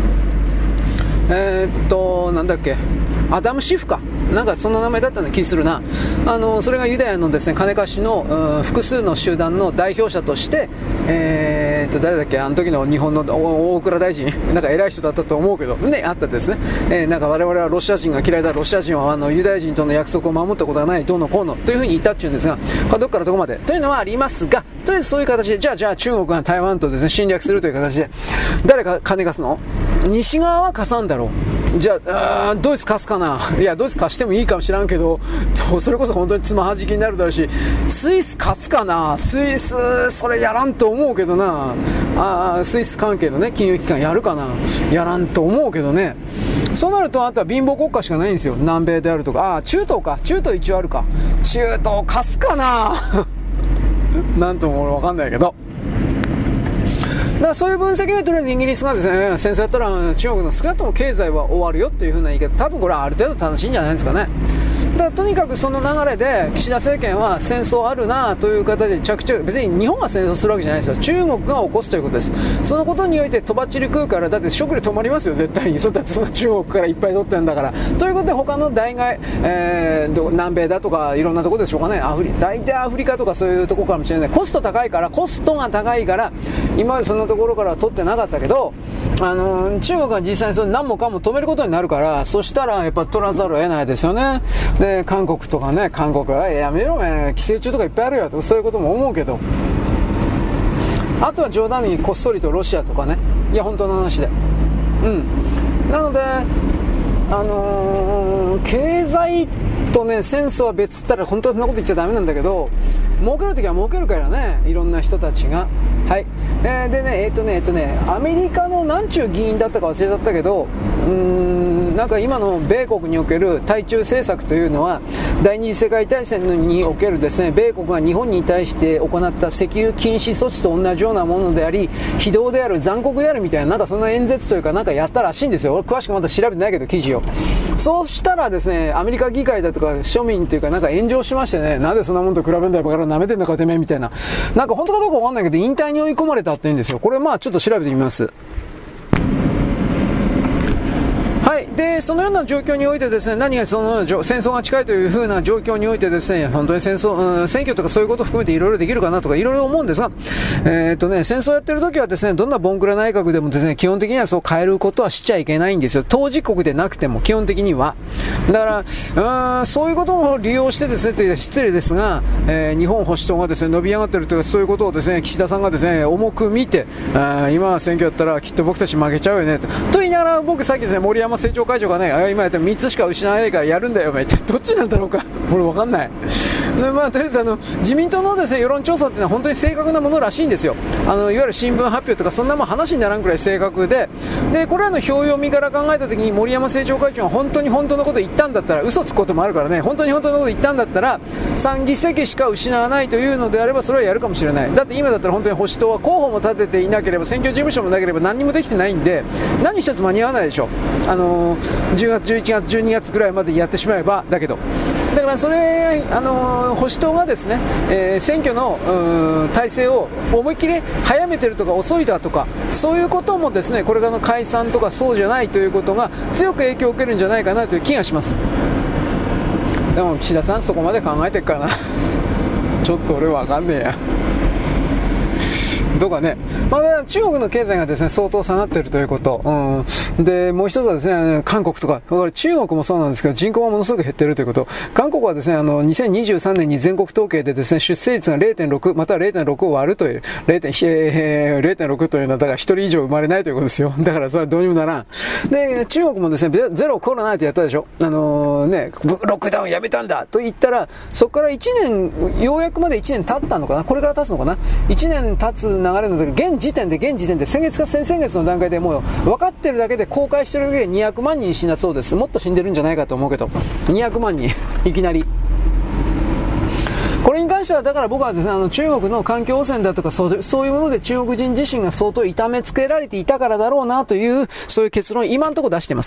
なんだっけ、アダム・シフか、なんかそんな名前だったような気するな。それがユダヤのですね金貸しの複数の集団の代表者として、誰だっけ、あの時の日本の大蔵大臣、なんか偉い人だったと思うけどね、あったですね。なんか我々はロシア人が嫌いだ、ロシア人はユダヤ人との約束を守ったことがない、どうのこうのというふうに言ったっていうんですが、どこからどこまでというのはありますが、とりあえずそういう形で、じゃあ中国が台湾とですね侵略するという形で、誰が金貸すの？西側は貸さんだろう。じゃあ、ドイツ貸すかな。いや、ドイツ貸してもいいかもしらんけど、それこそ本当につまはじきになるだろうし、スイス貸すかな。スイスそれやらんと思うけどな。スイス関係のね金融機関やるかな。やらんと思うけどね。そうなるとあとは貧乏国家しかないんですよ。南米であるとか、中東か、中東一応あるか、中東貸すかななんとも俺分かんないけど、だからそういう分析でとりあえずイギリスがですね、戦争やったら中国の少なくとも経済は終わるよっていう風な言い方、多分これはある程度正しいんじゃないですかね。だからとにかくその流れで岸田政権は戦争あるなという形で着々、別に日本が戦争するわけじゃないですよ。中国が起こすということです。そのことにおいてとばっちり食うから、だって食料止まりますよ絶対に。だってその中国からいっぱい取ってるんだから。ということで他の代替、南米だとかいろんなところでしょうかね。大体アフリカとかそういうところかもしれない。コストが高いから今までそんなところから取ってなかったけど、中国が実際にそれ何もかも止めることになるから、そしたらやっぱ取らざるを得ないですよね。で、韓国とかね、やめろ規制中とかいっぱいあるよとか、そういうことも思うけど、あとは冗談にこっそりとロシアとかね、いや本当の話で、なので経済とね戦争は別ったら本当はそんなこと言っちゃダメなんだけど、儲けるときは儲けるからね、いろんな人たちが。はい。でね、アメリカの何中議員だったか忘れちゃったけど、なんか今の米国における対中政策というのは、第二次世界大戦におけるですね、米国が日本に対して行った石油禁止措置と同じようなものであり、非道である、残酷であるみたいな、なんかそんな演説というかなんかやったらしいんですよ。俺詳しくまだ調べてないけど記事を。そうしたらですね、アメリカ議会だとか庶民というかなんか炎上しましてね、なんでそんなもんと比べんだよバカなめてんだかてめえみたいな、なんか本当かどうかわかんないけど引退に追い込まれたって言うんですよ。これちょっと調べてみます。はい。で、そのような状況においてですね、何がその戦争が近いという風な状況においてですね、本当に選挙とかそういうことを含めていろいろできるかなとかいろいろ思うんですが、戦争やってる時はですね、どんなボンクラ内閣でもですね、基本的にはそう変えることはしちゃいけないんですよ。当事国でなくても基本的には。だからそういうことを利用してですね、という失礼ですが、日本保守党がですね伸び上がっているというか、そういうことをですね岸田さんがですね重く見て、今選挙やったらきっと僕たち負けちゃうよねと言いながら、僕さっきですね森山政調会長がね、今やって3つしか失わないからやるんだよって、どっちなんだろうか俺分かんない。で、とりあえず自民党のですね世論調査っていうのは本当に正確なものらしいんですよ。いわゆる新聞発表とかそんなもん話にならんくらい正確で、これらの表読みから考えたときに森山政調会長が本当に本当のことを言ったんだったら、嘘つくこともあるからね、本当に本当のことを言ったんだったら3議席しか失わないというのであればそれはやるかもしれない。だって今だったら本当に保守党は候補も立てていなければ選挙事務所もなければ何にもできてないんで、何一つ間に合わないでしょ。10月11月12月ぐらいまでやってしまえば。だけどだかからそれ、保守党がですね、選挙の体制を思いっきり早めてるとか遅いだとか、そういうこともですね、これからの解散とかそうじゃないということが強く影響を受けるんじゃないかなという気がします。でも岸田さんそこまで考えてるかなちょっと俺わかんねえやどうかね、中国の経済がですね相当下がっているということ、でもう一つはですね韓国とか、中国もそうなんですけど人口がものすごく減っているということ。韓国はですね2023年に全国統計でですね出生率が 0.6 または 0.6 を割るという 0.6 というのはだから1人以上生まれないということですよ。だからそれはどうにもならん。で中国もですねゼロコロナってやったでしょ。ロックダウンやめたんだと言ったらそこから1年ようやくまで1年経ったのかな、これから経つのかな、1年経つ流れの時、現時点で先月か先々月の段階でもう分かってるだけで公開してるだけで200万人死んだそうです。もっと死んでるんじゃないかと思うけど200万人いきなり。これに関してはだから僕はですね中国の環境汚染だとかそういうもので中国人自身が相当痛めつけられていたからだろうなというそういう結論を今のところ出しています。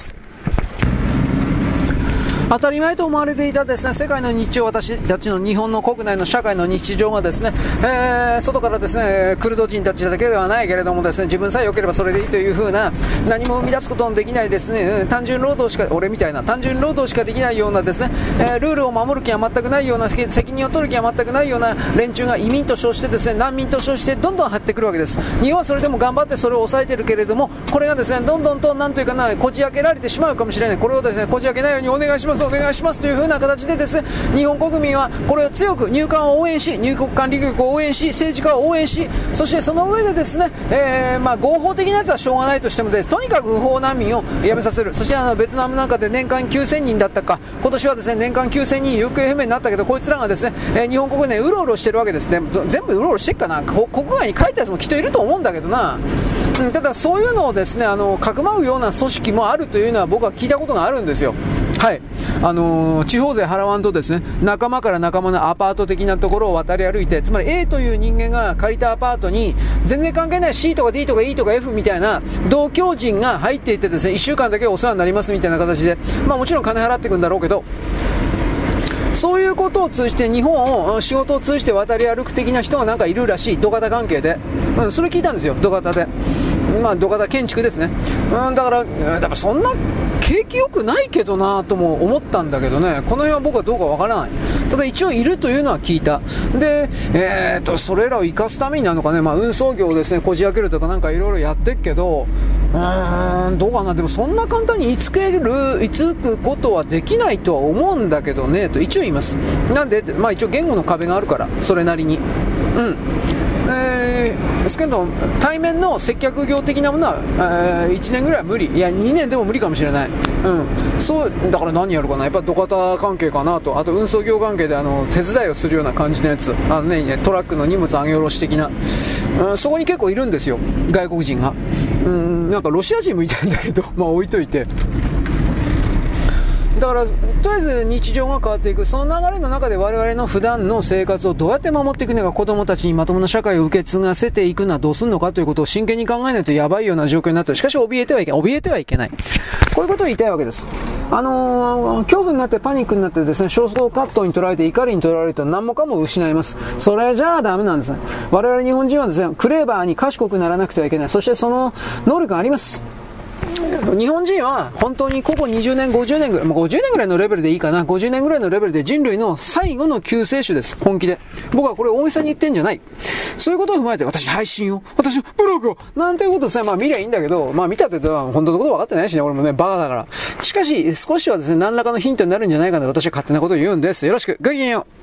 当たり前と思われていたですね世界の日常、私たちの日本の国内の社会の日常がですね、外からですねクルド人たちだけではないけれどもですね自分さえ良ければそれでいいという風な何も生み出すことのできないですね、単純労働しか俺みたいな単純労働しかできないようなですね、ルールを守る気は全くないような責任を取る気は全くないような連中が移民と称してですね難民と称してどんどん入ってくるわけです。日本はそれでも頑張ってそれを抑えているけれどもこれがですねどんどんとなんというかなこじ開けられてしまうかもしれない。これをですねこじ開けないようにお願いしますという風な形でですね日本国民はこれを強く入管を応援し入国管理局を応援し政治家を応援しそしてその上でですね、合法的なやつはしょうがないとしてもですとにかく不法難民をやめさせる。そしてベトナムなんかで年間9000人だったか今年はですね年間9000人行方不明になったけどこいつらがですね、日本国内うろうろしてるわけですね。全部うろうろしてっかな、国外に帰ったやつもきっといると思うんだけどな。ただそういうのをですねかくまうような組織もあるというのは僕は聞いたことがあるんですよ。はい、地方税払わんとですね仲間から仲間のアパート的なところを渡り歩いて、つまり A という人間が借りたアパートに全然関係ない C とか D とか E とか F みたいな同居人が入っていてですね1週間だけお世話になりますみたいな形で、もちろん金払っていくんだろうけどそういうことを通じて日本を仕事を通じて渡り歩く的な人がなんかいるらしい。土方関係で、それ聞いたんですよ。土方で土方建築ですね。だからそんな景気良くないけどなとも思ったんだけどね、この辺は僕はどうかわからない。ただ一応いるというのは聞いた。で、それらを生かすためになるのかね、運送業をですねこじ開けるとかなんかいろいろやってっけどどうかな。でもそんな簡単に居つくことはできないとは思うんだけどねと一応言います。なんで一応言語の壁があるからそれなりにですけど対面の接客業的なものは、1年ぐらいは無理、いや2年でも無理かもしれない。そうだから何やるかな、やっぱ土方関係かなと。あと運送業関係で手伝いをするような感じのやつ、トラックの荷物上げ下ろし的な、そこに結構いるんですよ外国人が。なんかロシア人もいたんだけど置いといて、だからとりあえず日常が変わっていく。その流れの中で我々の普段の生活をどうやって守っていくのか、子供たちにまともな社会を受け継がせていくのはどうするのかということを真剣に考えないとやばいような状況になっている。しかし怯えてはいけない。こういうことを言いたいわけです。恐怖になってパニックになってですね焦燥葛藤に取られて怒りに取られると何もかも失います。それじゃあダメなんですね。我々日本人はですねクレーバーに賢くならなくてはいけない。そしてその能力があります。日本人は本当にここ20年50年ぐらい、50年ぐらいのレベルでいいかな、50年ぐらいのレベルで人類の最後の救世主です。本気で僕はこれ大げさに言ってんじゃない。そういうことを踏まえて私配信を、私ブログをなんていうことですね、見りゃいいんだけど、見たって本当のこと分かってないしね、俺もねバカだから。しかし少しはですね何らかのヒントになるんじゃないかなと私は勝手なことを言うんです。よろしく、ごきげんよう。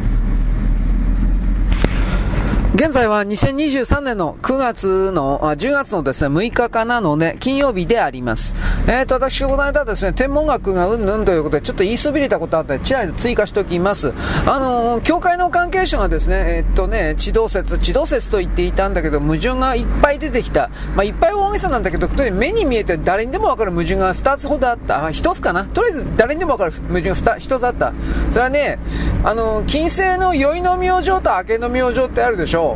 現在は2023年の10月のですね、6日かなのね、金曜日であります。私、この間ですね、天文学がうんぬんということで、ちょっと言いそびれたことあったら、ちらりと追加しておきます。教会の関係者がですね、地動説と言っていたんだけど、矛盾がいっぱい出てきた。いっぱい大げさなんだけど、目に見えて誰にでもわかる矛盾が2つほどあった。1つかな。とりあえず誰にでもわかる矛盾が1つあった。それはね、金星の宵の明星と明けの明星ってあるでしょう。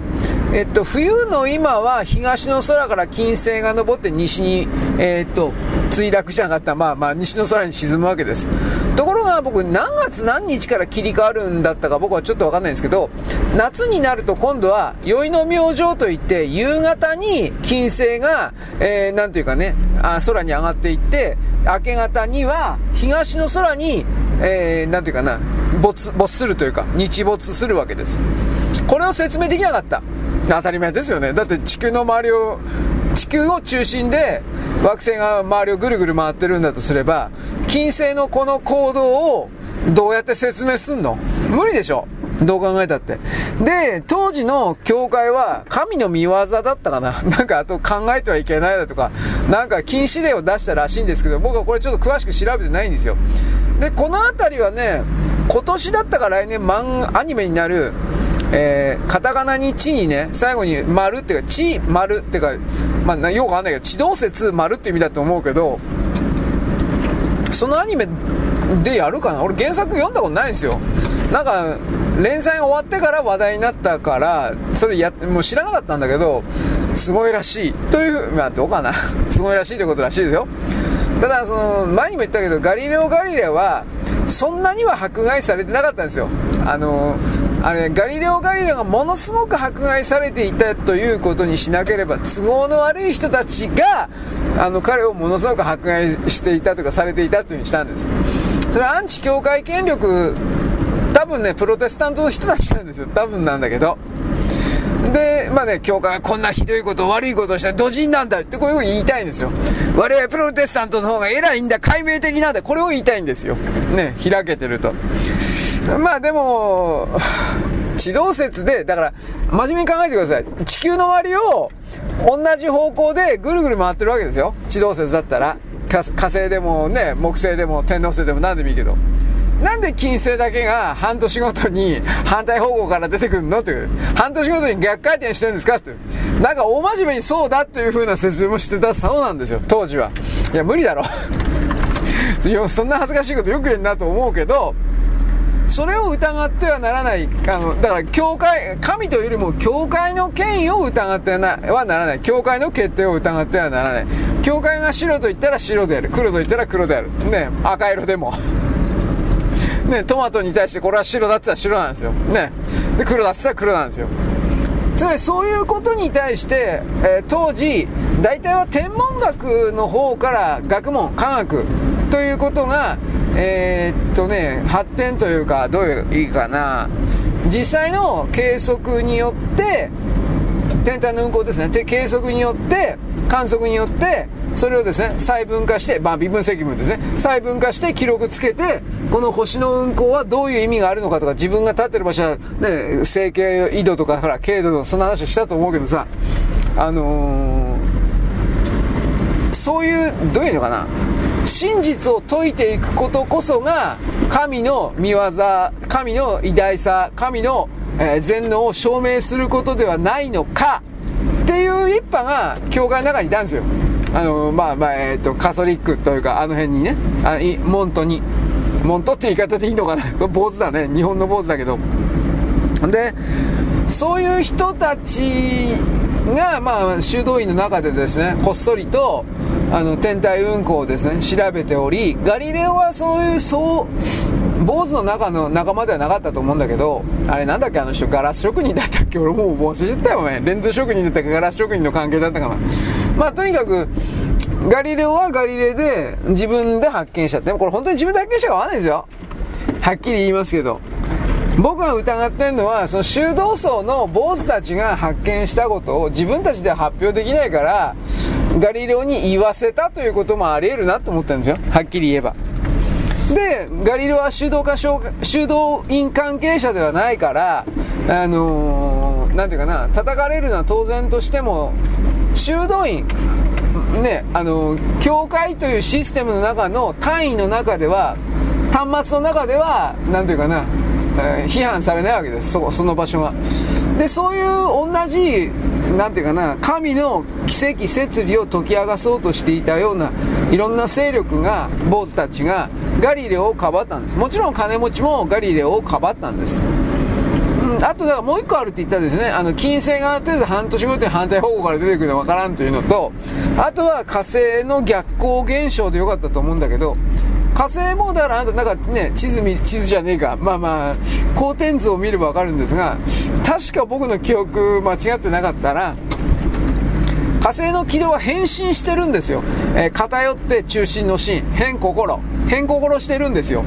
冬の今は東の空から金星が昇って西に、墜落しなかった、西の空に沈むわけです。ところが僕、何月何日から切り替わるんだったか僕はちょっと分かんないんですけど、夏になると今度は宵の明星といって夕方に金星が、なんていうかね、空に上がっていって、明け方には東の空に、なんていうかな、没するというか日没するわけです。これを説明できなかった。当たり前ですよね。だって地球を中心で惑星が周りをぐるぐる回ってるんだとすれば、金星のこの行動をどうやって説明すんの？無理でしょ、どう考えたって。で、当時の教会は神の見業だったかな、なんかあと考えてはいけないだとか、なんか禁止令を出したらしいんですけど、僕はこれちょっと詳しく調べてないんですよ。で、このあたりはね、今年だったか来年アニメになる、カタカナに地にね、最後に丸っていうか、地丸っていうか、よくわかんないけど、地動説丸って意味だと思うけど、そのアニメでやるかな。俺原作読んだことないんですよ。なんか連載が終わってから話題になったから、それもう知らなかったんだけど、すごいらしいという、どうかなすごいらしいということらしいですよ。ただ前にも言ったけど、ガリレオはそんなには迫害されてなかったんですよ。ガリレオがものすごく迫害されていたということにしなければ、都合の悪い人たちが彼をものすごく迫害していたとかされていたというふうにしたんです。それはアンチ教会権力、多分ねプロテスタントの人たちなんですよ、多分なんだけど。で教会はこんなひどいこと悪いことをしたらドジンなんだってこういうふうに言いたいんですよ。我々プロテスタントの方が偉いんだ、解明的なんだ、これを言いたいんですよね、開けてると。でも地動説で、だから真面目に考えてください。地球の周りを同じ方向でぐるぐる回ってるわけですよ、地動説だったら。火星でもね、木星でも天王星でも何でもいいけど、なんで金星だけが半年ごとに反対方向から出てくるのという、半年ごとに逆回転してるんですかという、なんか大真面目にそうだっていう風な説明もしてたそうなんですよ、当時は。いや無理だろそんな恥ずかしいことよく言うなと思うけど、それを疑ってはならない。だから神というよりも教会の権威を疑ってはならない。教会の決定を疑ってはならない。教会が白と言ったら白である、黒と言ったら黒であるね、赤色でもね、トマトに対してこれは白だって言ったら白なんですよね、で黒だって言ったら黒なんですよ。つまりそういうことに対して、当時大体は天文学の方から学問、科学ということが発展というか、どういういいかな、実際の計測によって、天体の運行ですね、計測によって観測によってそれをですね細分化して、微分積分ですね、細分化して記録つけて、この星の運行はどういう意味があるのかとか、自分が立ってる場所はね、整形緯度とか経度とかそんな話をしたと思うけどさ、そういうどういうのかな、真実を解いていくことこそが神の御業、神の偉大さ、神の全能を証明することではないのかっていう一派が教会の中にいたんですよ。カソリックというか、あの辺にね、モントって言い方でいいのかな坊主だね、日本の坊主だけど。でそういう人たちが修道院の中でですね、こっそりと天体運行をですね調べており、ガリレオは坊主の中の仲間ではなかったと思うんだけど、あれなんだっけ、あの人ガラス職人だったっけ、俺もう忘れちゃったよね、レンズ職人だったかガラス職人の関係だったかな。とにかくガリレオはガリレで自分で発見した。でもこれ本当に自分で発見したかわかんないですよ、はっきり言いますけど。僕が疑ってるのは、その修道僧の坊主たちが発見したことを自分たちでは発表できないから、ガリレオに言わせたということもあり得るなと思ってるんですよ、はっきり言えば。でガリレオは修道院関係者ではないから、なんていうかな、叩かれるのは当然としても、修道院ね、教会というシステムの中の単位の中では、端末の中ではなんていうかな、批判されないわけです、その場所が。でそういう同じなんていうかな、神の奇跡摂理を解き明かそうとしていたようないろんな勢力が、坊主たちがガリレオをかばったんです。もちろん金持ちもガリレオをかばったんです。 あとだからもう一個あるって言ったんですね。金星がとりあえず半年ごとに反対方向から出てくるのわからんというのと、あとは火星の逆光現象でよかったと思うんだけど、火星もだからなんかね、地図じゃねえか、光点図を見ればわかるんですが、確か僕の記憶間違ってなかったら、火星の軌道は変身してるんですよ。偏って中心の心、変心してるんですよ。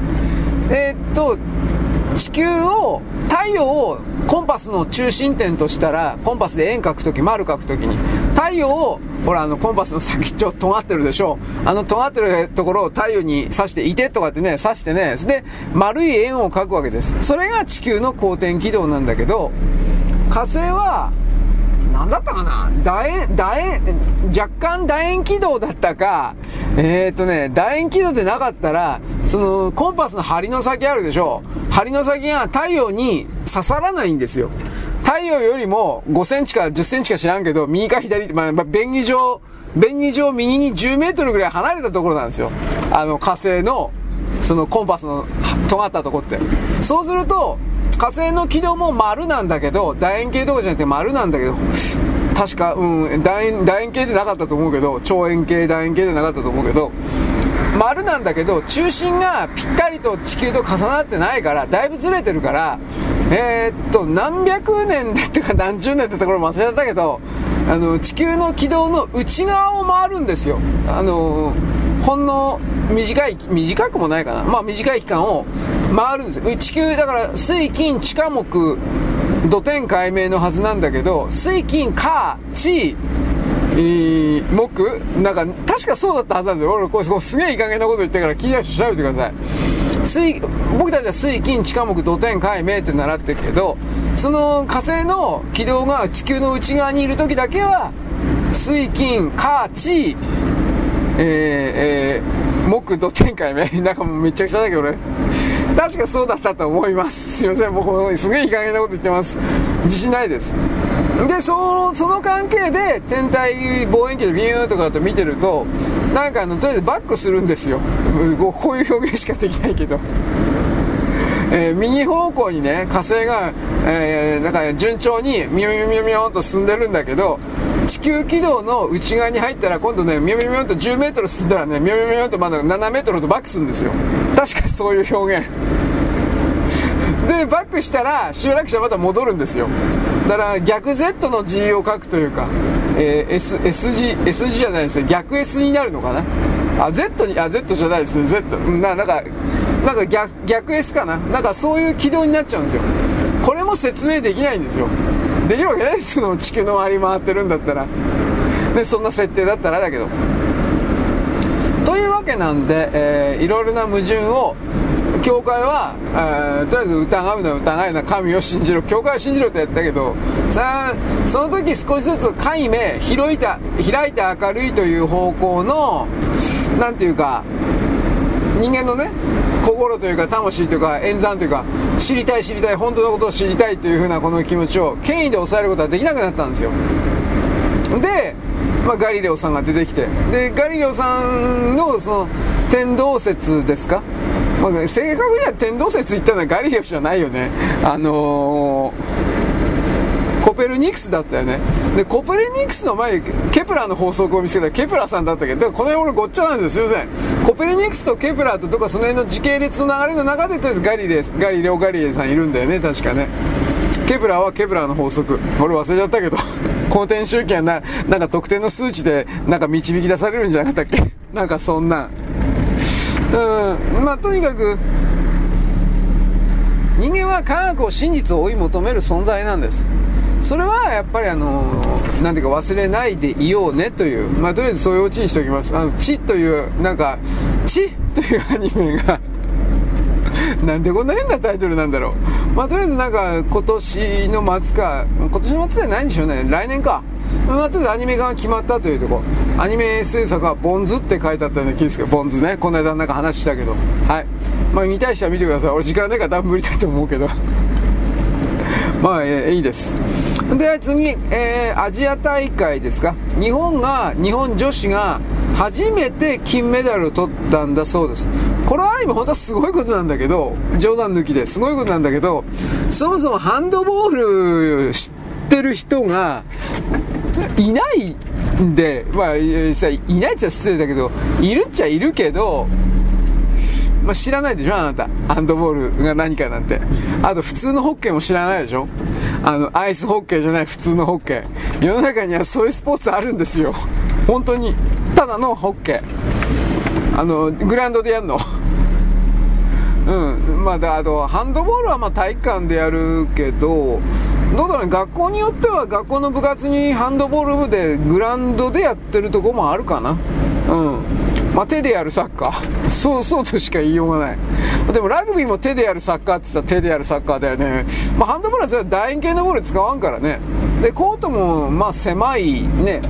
地球を、太陽をコンパスの中心点としたら、コンパスで円描くとき、丸描くときに、太陽を、ほらコンパスの先っちょ尖ってるでしょ。尖ってるところを太陽に刺して、いてとかってね、刺してね、で、丸い円を描くわけです。それが地球の公転軌道なんだけど、火星は、なんだったかな、若干楕円軌道だったか、楕円軌道でなかったら、そのコンパスの針の先あるでしょ。針の先が太陽に刺さらないんですよ。太陽よりも5センチか10センチか知らんけど、右か左って、便宜上右に10メートルぐらい離れたところなんですよ。火星の、そのコンパスの尖ったとこって。そうすると、火星の軌道も丸なんだけど、楕円形とかじゃなくて丸なんだけど、確か、楕円形でなかったと思うけど、長円形、楕円形でなかったと思うけど、丸なんだけど、中心がぴったりと地球と重なってないから、だいぶずれてるから、何百年だってか何十年ってところも忘れちゃったけど、地球の軌道の内側を回るんですよ。ほんの短くもないかな。短い期間を回るんですよ。地球、だから水金地火木土天海明のはずなんだけど、水金火地木なんか確かそうだったはずなんですよ。俺これすげえいい加減なこと言ってから気になる人調べてください。僕たちは水金地火木土天海明って習ってるけど、その火星の軌道が地球の内側にいる時だけは水金火地木土天海明なんかもうめっちゃくちゃだけど俺確かそうだったと思います。すいません、僕すげえいい加減なこと言ってます。自信ないです。でその関係で天体望遠鏡でビューンとかと見てると、なんかとりあえずバックするんですよ。こういう表現しかできないけど、右方向にね火星が、なんか順調にミョミョミョンと進んでるんだけど、地球軌道の内側に入ったら今度ねミョミョミョンと10メートル進んだらねミョミョミョンとまだ7メートルとバックするんですよ。確かそういう表現でバックしたらしばらくしたらまた戻るんですよ。だから逆 Z の G を書くというか、S 字じゃないですね、逆 S になるのかな。Z じゃないですね、 Z なんか逆 S かな。なんかそういう軌道になっちゃうんですよ。これも説明できないんですよ。できるわけないですよ、地球の周り回ってるんだったらで、そんな設定だったらだけどというわけなんで、いろいろな矛盾を教会は、とりあえず疑うな神を信じろ、教会を信じろってやったけどさあ、その時少しずつ解明開いて明るいという方向のなんていうか人間のね心というか魂というか演算というか知りたい本当のことを知りたいという風なこの気持ちを権威で抑えることはできなくなったんですよ。で、ガリレオさんが出てきて、でガリレオさんのその天動説ですか、正確には天動説言ったのはガリレオじゃないよね。コペルニクスだったよね。でコペルニクスの前にケプラーの法則を見つけたケプラーさんだったけど、この辺俺ごっちゃなんですよ、すいません。コペルニクスとケプラーとかその辺の時系列の流れの中でとりあえずガリレオさんいるんだよね、確かね。ケプラーはケプラーの法則、俺忘れちゃったけど公転周期はなんか特定の数値でなんか導き出されるんじゃなかったっけなんかそんなとにかく人間は科学を真実を追い求める存在なんです。それはやっぱりなんていうか忘れないでいようねという、とりあえずそういうオチにしておきます。チというチというアニメがなんでこんな変なタイトルなんだろう。とりあえずなんか今年の末じゃないんでしょうね、来年か。とりあえずアニメが決まったというところ、アニメ制作はボンズって書いてあったような気ですけど、ボンズね、この間なんか話したけど、はい、見たい人は見てください。俺時間ないから多分無理だと思うけどいいです。で次、アジア大会ですか。日本女子が初めて金メダルを取ったんだそうです。これはある意味本当はすごいことなんだけど、冗談抜きですごいことなんだけど、そもそもハンドボール知ってる人がいないんで、まあいないっちゃ失礼だけど、いるっちゃいるけど、まあ、知らないでしょあなた、ハンドボールが何かなんて。あと普通のホッケーも知らないでしょ。アイスホッケーじゃない普通のホッケー。世の中にはそういうスポーツあるんですよ、本当に。ただのホッケー、グラウンドでやるのまあ、あとハンドボールはまあ体育館でやるけど、どうだろうね、学校によっては学校の部活にハンドボール部でグラウンドでやってるとこもあるかな。まあ、手でやるサッカー、そうとしか言いようがない。でもラグビーも手でやるサッカーって言ったら手でやるサッカーだよね。まあ、ハンドボールはそれは楕円形のボール使わんからね。でコートもまあ狭いね、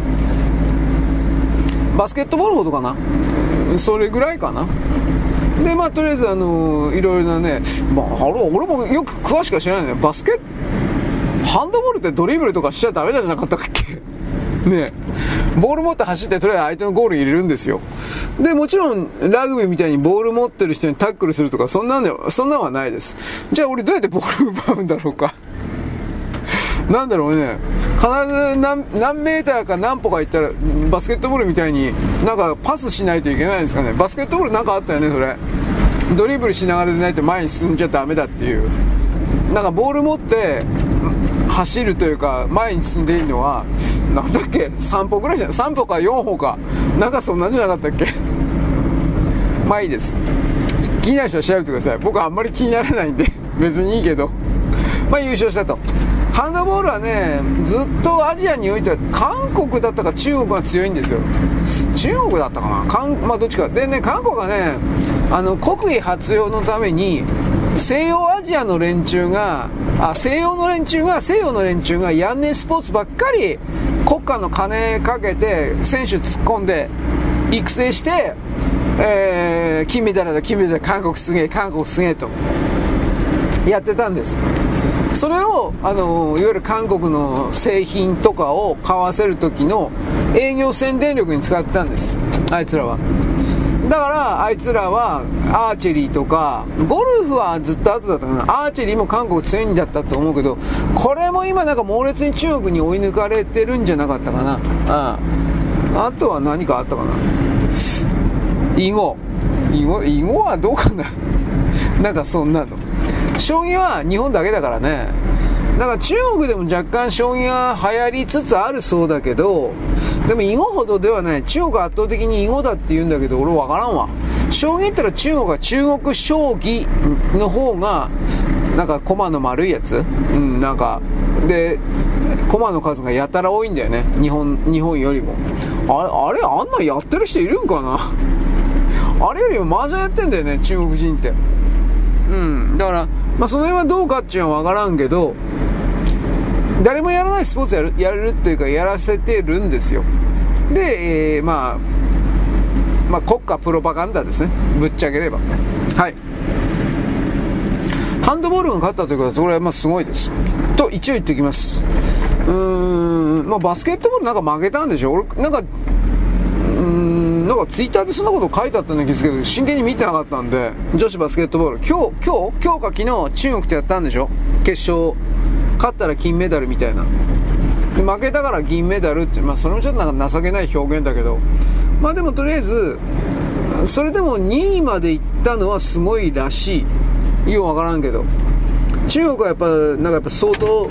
バスケットボールほどかな、それぐらいかな。でまあとりあえずいろいろなね、まあ、俺もよく詳しくは知らないね。ハンドボールってドリブルとかしちゃダメなんじゃなかったっけね、ボール持って走ってとりあえず相手のゴール入れるんですよ。でもちろんラグビーみたいにボール持ってる人にタックルするとかそんなんはないです。じゃあ俺どうやってボール奪うんだろうかなんだろうね、必ず何メーターか何歩か行ったらバスケットボールみたいになんかパスしないといけないんですかね。バスケットボールなんかあったよね、それドリブルしながらでないと前に進んじゃダメだっていう、なんかボール持って走るというか前に進んでいいのはなんだっけ、3歩ぐらいじゃん、3歩か4歩かなんかそんなんじゃなかったっけまあいいです、気になる人は調べてください。僕はあんまり気にならないんで別にいいけど、まあ優勝したと。ハンドボールはね、ずっとアジアにおいては韓国だったか中国が強いんですよ。中国だったかな、まあどっちかでね、韓国はね、国威発揚のために西洋の連中が西洋の連中がやんねえスポーツばっかり国家の金かけて選手突っ込んで育成して、金メダルだ韓国すげえとやってたんです。それをいわゆる韓国の製品とかを買わせる時の営業宣伝力に使ってたんです、あいつらは。だからあいつらはアーチェリーとかゴルフはずっと後だったかな、アーチェリーも韓国強いんだったと思うけど、これも今なんか猛烈に中国に追い抜かれてるんじゃなかったかな。あとは何かあったかな、囲碁はどうかななんかそんなの。将棋は日本だけだからね。だから中国でも若干将棋が流行りつつあるそうだけど、でも囲碁ほどではない。中国は圧倒的に囲碁だって言うんだけど、俺分からんわ。将棋ってのは中国は中国将棋の方がなんか駒の丸いやつ、なんかで駒の数がやたら多いんだよね、日本よりも。あれあんなやってる人いるんかなあれよりも麻雀やってんだよね、中国人って。だからまあその辺はどうかっていうのは分からんけど、誰もやらないスポーツやれるっていうかやらせてるんですよ。で、まあ国家プロパガンダですね、ぶっちゃければ。はい、ハンドボールが勝ったということはこれはまあすごいですと一応言っておきます。まあバスケットボールなんか負けたんでしょ。俺なんかツイッターでそんなこと書いてあったんですけど、真剣に見てなかったんで。女子バスケットボール今日か昨日中国とやったんでしょ、決勝。勝ったら金メダルみたいなで、負けたから銀メダルって、まあそれもちょっとなんか情けない表現だけど、まあでもとりあえずそれでも2位まで行ったのはすごいらしい。ようわからんけど、中国はやっぱ相当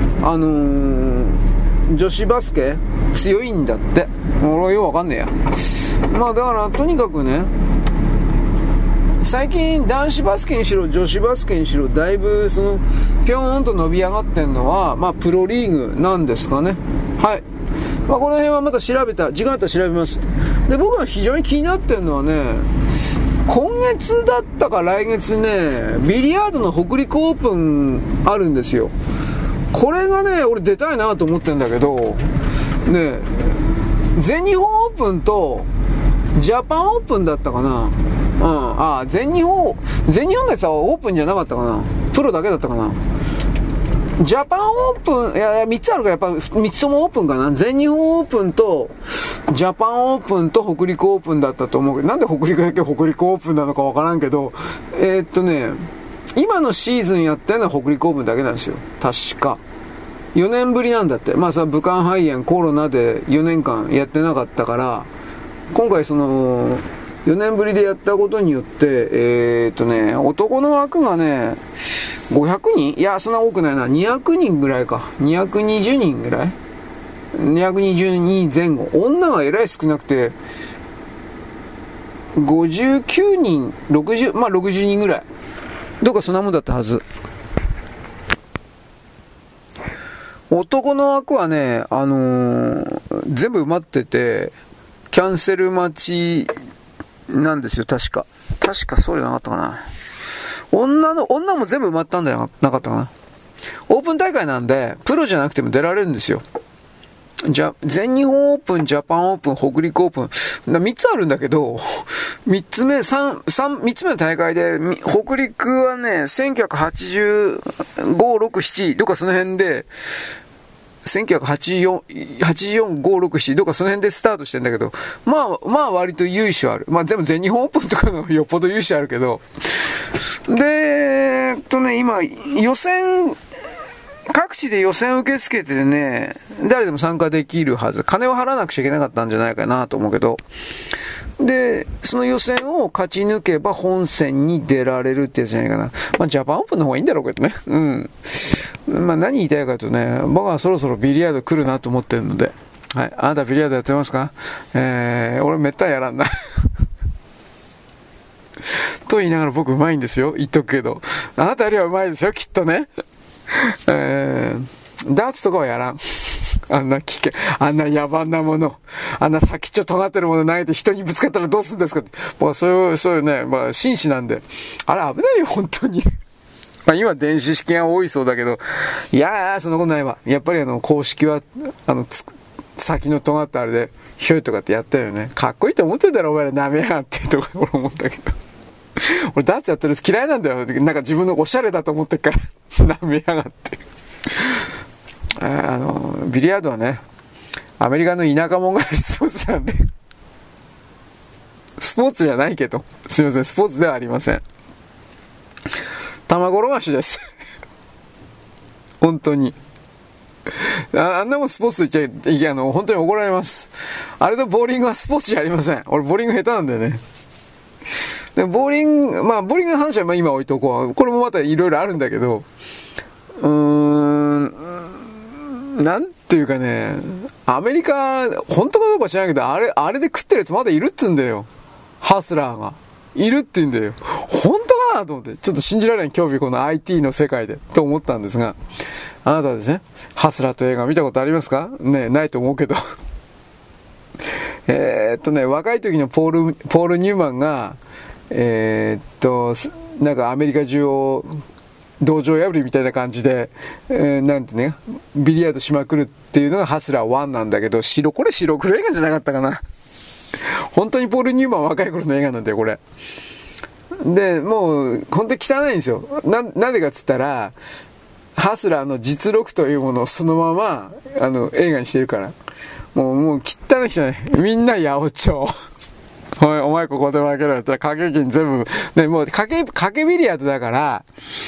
女子バスケ強いんだって。俺はようわかんねえや。まあだからとにかくね、最近男子バスケにしろ女子バスケにしろだいぶそのピョーンと伸び上がってんのはまあプロリーグなんですかね。はい、まあこの辺はまた時間あったら調べます。で僕が非常に気になってるのはね、今月だったか来月ね、ビリヤードの北陸オープンあるんですよ。これがね俺出たいなと思ってんだけどね、全日本オープンとジャパンオープンだったかな。全日本のやつはオープンじゃなかったかな、プロだけだったかな。ジャパンオープン、いや3つあるからやっぱ3つともオープンかな。全日本オープンとジャパンオープンと北陸オープンだったと思うけど、なんで北陸だけ北陸オープンなのかわからんけど、今のシーズンやったのは北陸オープンだけなんですよ。確か。4年ぶりなんだって。まあさ、武漢肺炎、コロナで4年間やってなかったから、今回その、4年ぶりでやったことによって、男の枠がね、500人？いや、そんな多くないな。200人ぐらいか。220人ぐらい ?220 人前後。女がえらい少なくて、59人、60、まあ60人ぐらい。どうかそんなもんだったはず。男の枠はね、全部埋まってて、キャンセル待ちなんですよ、確か。確かそうじゃなかったかな。女も全部埋まったんじゃなかったかな。オープン大会なんで、プロじゃなくても出られるんですよ。全日本オープン、ジャパンオープン、北陸オープン。3つあるんだけど、3つ目の大会で、北陸はね、1985、6、7、どっかその辺で、1984、5、6、7、どっかその辺でスタートしてんだけど、まあ割と由緒ある。まあでも全日本オープンとかのよっぽど由緒あるけど、で、今、各地で予選受け付けてね、誰でも参加できるはず。金を払わなくちゃいけなかったんじゃないかなと思うけど。で、その予選を勝ち抜けば本戦に出られるってやつじゃないかな。まあジャパンオープンの方がいいんだろうけどね。うん。まあ何言いたいかとね、僕はそろそろビリヤード来るなと思ってるので。はい。あなたビリヤードやってますか？俺めったにやらんな。と言いながら僕うまいんですよ。言っとくけど。あなたよりはうまいですよ、きっとね。ダーツとかはやらん。あんな危険、あんな野蛮なもの、あんな先っちょ尖ってるもの投げて人にぶつかったらどうするんですかって。僕はそういうね、まあ紳士なんで。あれ危ないよ、本当に。まあ今電子式が多いそうだけど、いやー、そんなことないわ。やっぱり公式は、先の尖ったあれで、ひょいとかってやったよね。かっこいいと思ってんだろ、お前ら舐めやがってとか俺思ったけど。俺ダーツやってるやつ嫌いなんだよ。なんか自分のおしゃれだと思ってっから。舐めやがって。ビリヤードはね、アメリカの田舎者がやるスポーツなんで。スポーツじゃないけど。すいません、スポーツではありません。玉転がしです。本当に。あんなもんスポーツと言っちゃいけない本当に怒られます。あれとボーリングはスポーツじゃありません。俺ボーリング下手なんだよね。でボーリングの話はまあ今置いとこう。これもまたいろいろあるんだけど、なんていうかね、アメリカ、本当かどうか知らないけど、あれで食ってるやつまだいるって言うんだよ。ハスラーが。いるって言うんだよ。本当かなと思って、ちょっと信じられない興味、この IT の世界で、と思ったんですが、あなたはですね、ハスラーという映画見たことありますか？ね、ないと思うけど。若い時のポール・ニューマンが、なんかアメリカ中を道場破りみたいな感じで、なんてね、ビリヤードしまくるっていうのがハスラー1なんだけど、これ白黒映画じゃなかったかな。本当にポール・ニューマン若い頃の映画なんだよ、これ。で、もう、本当に汚いんですよ。なんでかっつったら、ハスラーの実録というものをそのまま、映画にしてるから。もう汚い。みんな八百長。お前ここで負けろやったら掛け金全部、ね、もう掛けビリヤードだから、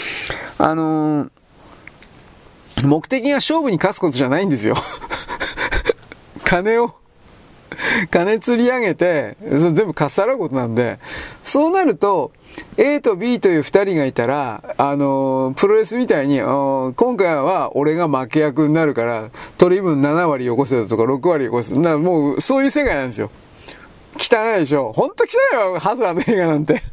目的が勝負に勝つことじゃないんですよ。金釣り上げて、全部かっさらうことなんで、そうなると、A と B という二人がいたら、プロレスみたいに、今回は俺が負け役になるから、取り分7割よこせだとか6割よこせ。もう、そういう世界なんですよ。汚いでしょ。ほんと汚いよ、ハスラーの映画なんて。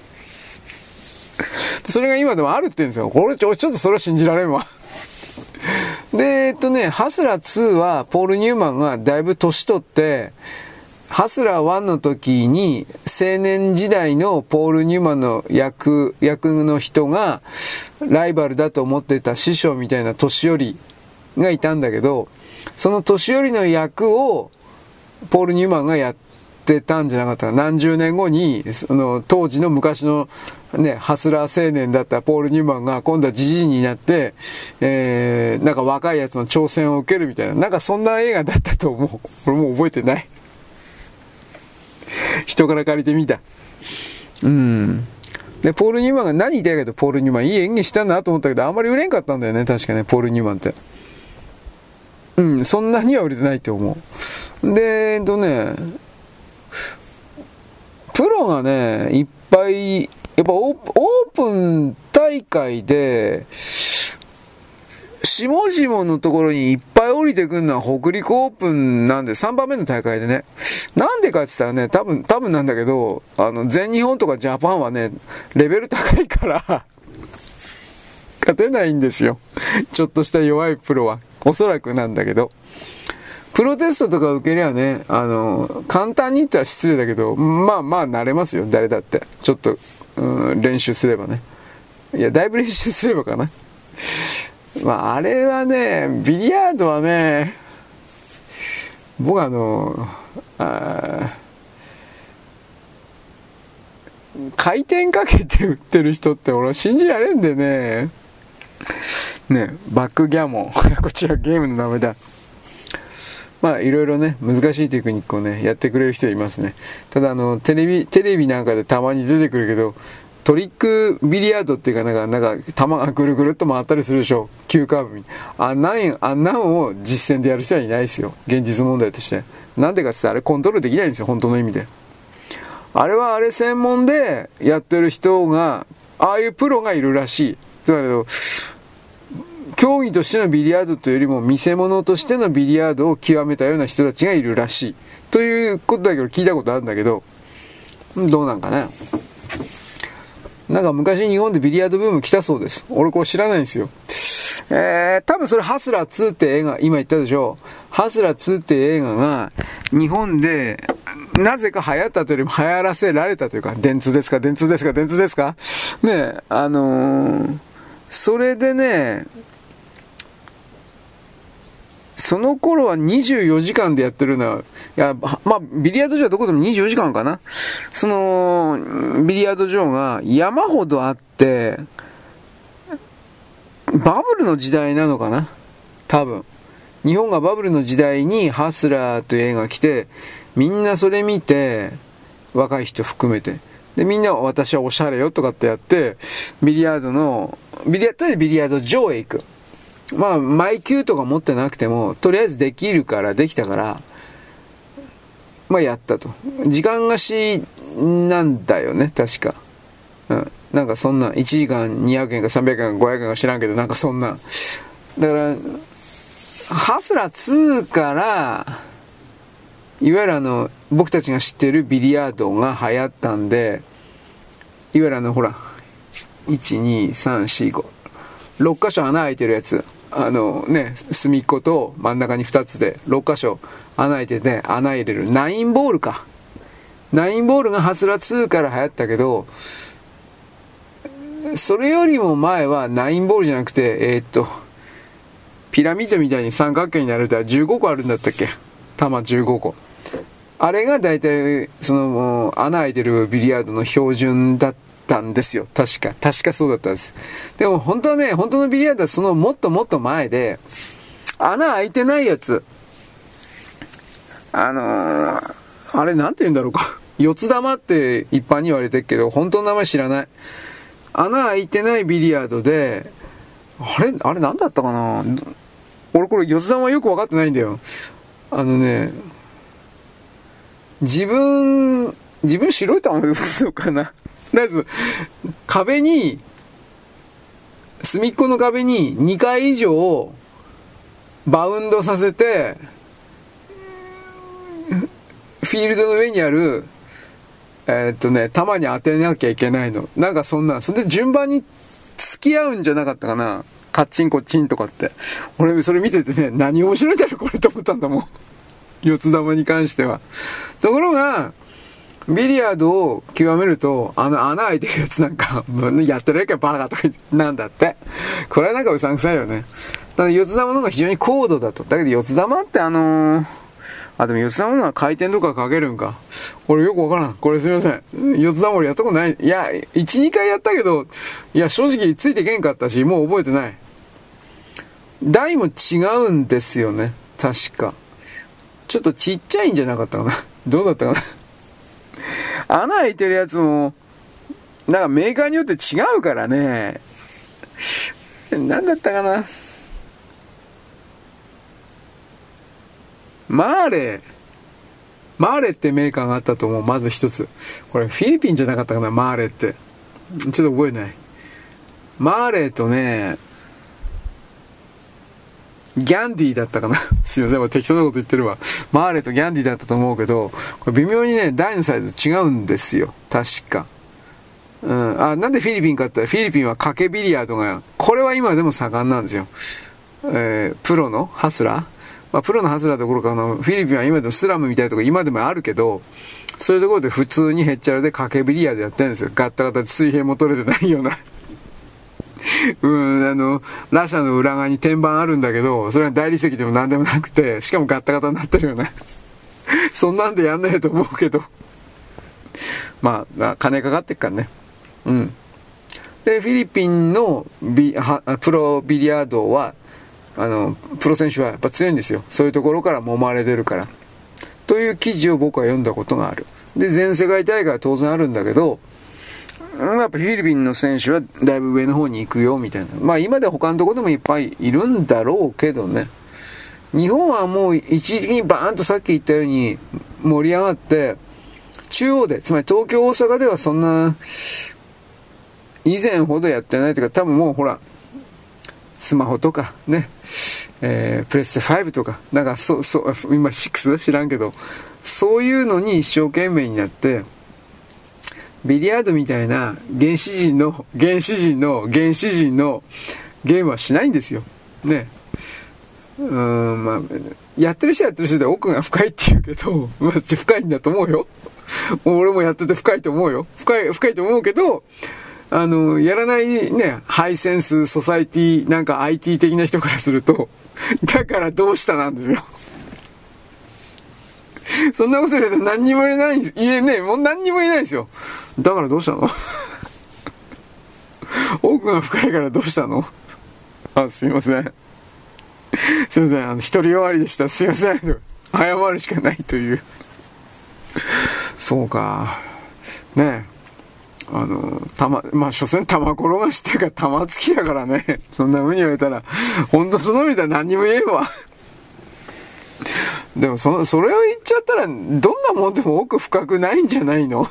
それが今でもあるって言うんですよ。ちょっとそれは信じられんわ。で、ハスラー2は、ポール・ニューマンがだいぶ年取って、ハスラー1の時に、青年時代のポール・ニューマンの役の人が、ライバルだと思ってた師匠みたいな年寄りがいたんだけど、その年寄りの役を、ポール・ニューマンがやってたんじゃなかったか。何十年後に、当時の昔のね、ハスラー青年だったポール・ニューマンが今度はジジイになって、なんか若いやつの挑戦を受けるみたいな、なんかそんな映画だったと思う。俺もう覚えてない。 人から借りてみた。で、ポール・ニューマンが何言いたいかと、ポール・ニューマンいい演技したなと思ったけど、あんまり売れんかったんだよね、確かね、ポール・ニューマンって。そんなには売れてないって思う。で、プロがね、いっぱい、やっぱオープン大会で、下々のところにいっぱい降りてくるのは北陸オープンなんで、3番目の大会でね。なんでかって言ったらね、多分なんだけど、全日本とかジャパンはね、レベル高いから、勝てないんですよ。ちょっとした弱いプロは。おそらくなんだけど。プロテストとか受けりゃね、簡単に言ったら失礼だけど、まあ慣れますよ、誰だって。ちょっと、練習すればね。いや、だいぶ練習すればかな。まあ、あれはね、ビリヤードはね、僕回転かけて打ってる人って俺は信じられんでね。ね、バックギャモン。こっちはゲームの名前だ。まあいろいろね、難しいテクニックをね、やってくれる人いますね。ただテレビなんかでたまに出てくるけど、トリックビリヤードっていうかなんか球がぐるぐるっと回ったりするでしょ。急カーブに。あんなんを実践でやる人はいないですよ。現実問題として。なんでかって言ったらあれコントロールできないんですよ、本当の意味で。あれ専門でやってる人が、ああいうプロがいるらしい。つまり、競技としてのビリヤードというよりも見せ物としてのビリヤードを極めたような人たちがいるらしい。ということだけど聞いたことあるんだけど、どうなんかね。なんか昔日本でビリヤードブーム来たそうです。俺これ知らないんですよ。多分それハスラー2って映画、今言ったでしょ。ハスラー2って映画が日本でなぜか流行ったというよりも流行らせられたというか、電通ですかねそれでね、その頃は24時間でやってるのは、いや、まあ、ビリヤード場はどこでも24時間かな。その、ビリヤード場が山ほどあって、バブルの時代なのかな多分。日本がバブルの時代にハスラーという映画が来て、みんなそれ見て、若い人含めて。で、みんな私はおしゃれよとかってやって、とりあえずビリヤード場へ行く。まあ、マイキューとか持ってなくても、とりあえずできたから、まあやったと。時間貸しなんだよね、確か。なんかそんな、1時間200円か300円か500円か知らんけど、なんかそんな。だから、ハスラー2から、いわゆる僕たちが知ってるビリヤードが流行ったんで、いわゆるほら、1、2、3、4、5、6箇所穴開いてるやつ。隅っこと真ん中に2つで6箇所穴開いてて、穴入れるナインボールか。ナインボールがハスラー2から流行ったけど、それよりも前はナインボールじゃなくて、ピラミッドみたいに三角形になると15個あるんだったっけ？玉15個。あれが大体、穴開いてるビリヤードの標準だったんですよ。確かそうだったんです。でも本当はね、本当のビリヤードはそのもっともっと前で、穴開いてないやつ。あれなんて言うんだろうか。四つ玉って一般に言われてるけど、本当の名前知らない。穴開いてないビリヤードで、あれなんだったかな？俺これ四つ玉よく分かってないんだよ。自分白い玉で打つのかな。とりあえず、隅っこの壁に2回以上バウンドさせて、フィールドの上にある、球に当てなきゃいけないの。なんかそれで順番に付き合うんじゃなかったかな。カッチンコッチンとかって。俺それ見ててね、何面白いんだろこれと思ったんだもん。四つ玉に関しては。ところが、ビリヤードを極めると、穴開いてるやつなんか、やってるやんかバカとかなんだって。これはなんかうさんくさいよね。ただ四つ玉の方が非常に高度だと。だけど四つ玉ってでも四つ玉のは回転とかかけるんか。俺よくわからん。これすみません。四つ玉俺やったことない。いや、1、2回やったけど、いや、正直ついてけんかったし、もう覚えてない。台も違うんですよね。確か。ちょっとちっちゃいんじゃなかったかな。どうだったかな。 穴開いてるやつも、なんかメーカーによって違うからね。なんだったかな。マーレってメーカーがあったと思う。まず一つ。これフィリピンじゃなかったかな、マーレって。ちょっと覚えない。マーレとね、ギャンディだったかな。すいません、適当なこと言ってるわ。マーレとギャンディだったと思うけど、これ微妙にね、台のサイズ違うんですよ。確か。なんでフィリピンかって言ったら、フィリピンは賭けビリヤードが、これは今でも盛んなんですよ。プロのハスラー、プロのハスラーどころか、フィリピンは今でもスラムみたいなとこ今でもあるけど、そういうところで普通にヘッチャラで賭けビリヤードやってるんですよ。ガッタガタで水平も取れてないような。ラシャの裏側に天板あるんだけど、それは大理石でも何でもなくて、しかもガッタガタになってるよね。そんなんでやんないと思うけど。金かかってっからね。で、フィリピンのプロビリヤードは、プロ選手はやっぱ強いんですよ。そういうところから揉まれてるから。という記事を僕は読んだことがある。で、全世界大会は当然あるんだけど、やっぱフィリピンの選手はだいぶ上の方に行くよみたいな。今では他のところでもいっぱいいるんだろうけどね。日本はもう一時的にバーンとさっき言ったように盛り上がって、中央で、つまり東京大阪ではそんな以前ほどやってないというか、多分もうほらスマホとかね、プレステ5とかなんか今6知らんけど、そういうのに一生懸命になってビリヤードみたいな原始人のゲームはしないんですよね。やってる人で奥が深いって言うけど、深いんだと思うよ。俺もやってて深いと思うよ。深いと思うけど、やらないね、ハイセンスソサイティなんか IT 的な人からすると、だからどうしたなんですよ。そんなこと言うと何にも言えないんです。もう何にも言えないんですよ。だからどうしたの？奥が深いからどうしたの？すいません。すいません、独りよがりでした。すいません。謝るしかないという。そうか。ねえ。所詮玉転がしっていうか玉突きだからね。そんな風に言われたら、ほんとその意味では何にも言えんわ。でもそれを言っちゃったら、どんなもんでも奥深くないんじゃないの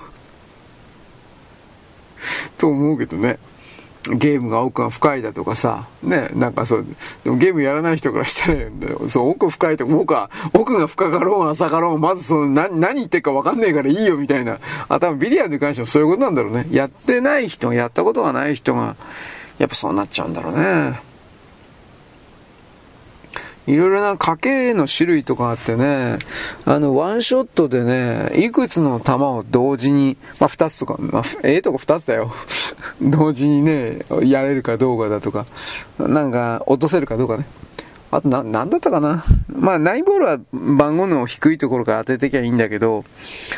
と思うけどね。ゲームが奥が深いだとかさ、ね、なんかそう、でもゲームやらない人からしたら、奥深いとか、僕は奥が深かろうが浅かろうが、まず何言ってるか分かんねえからいいよみたいな。多分ビリヤードに関してもそういうことなんだろうね。やってない人、やったことがない人が、やっぱそうなっちゃうんだろうね。いろいろな賭けの種類とかあってね、ワンショットでね、いくつの球を同時に、2つとか、とこ2つだよ。同時にね、やれるかどうかだとか、なんか落とせるかどうかね。あとなんだったかな。ナインボールは番号の低いところから当ててきゃいいんだけど、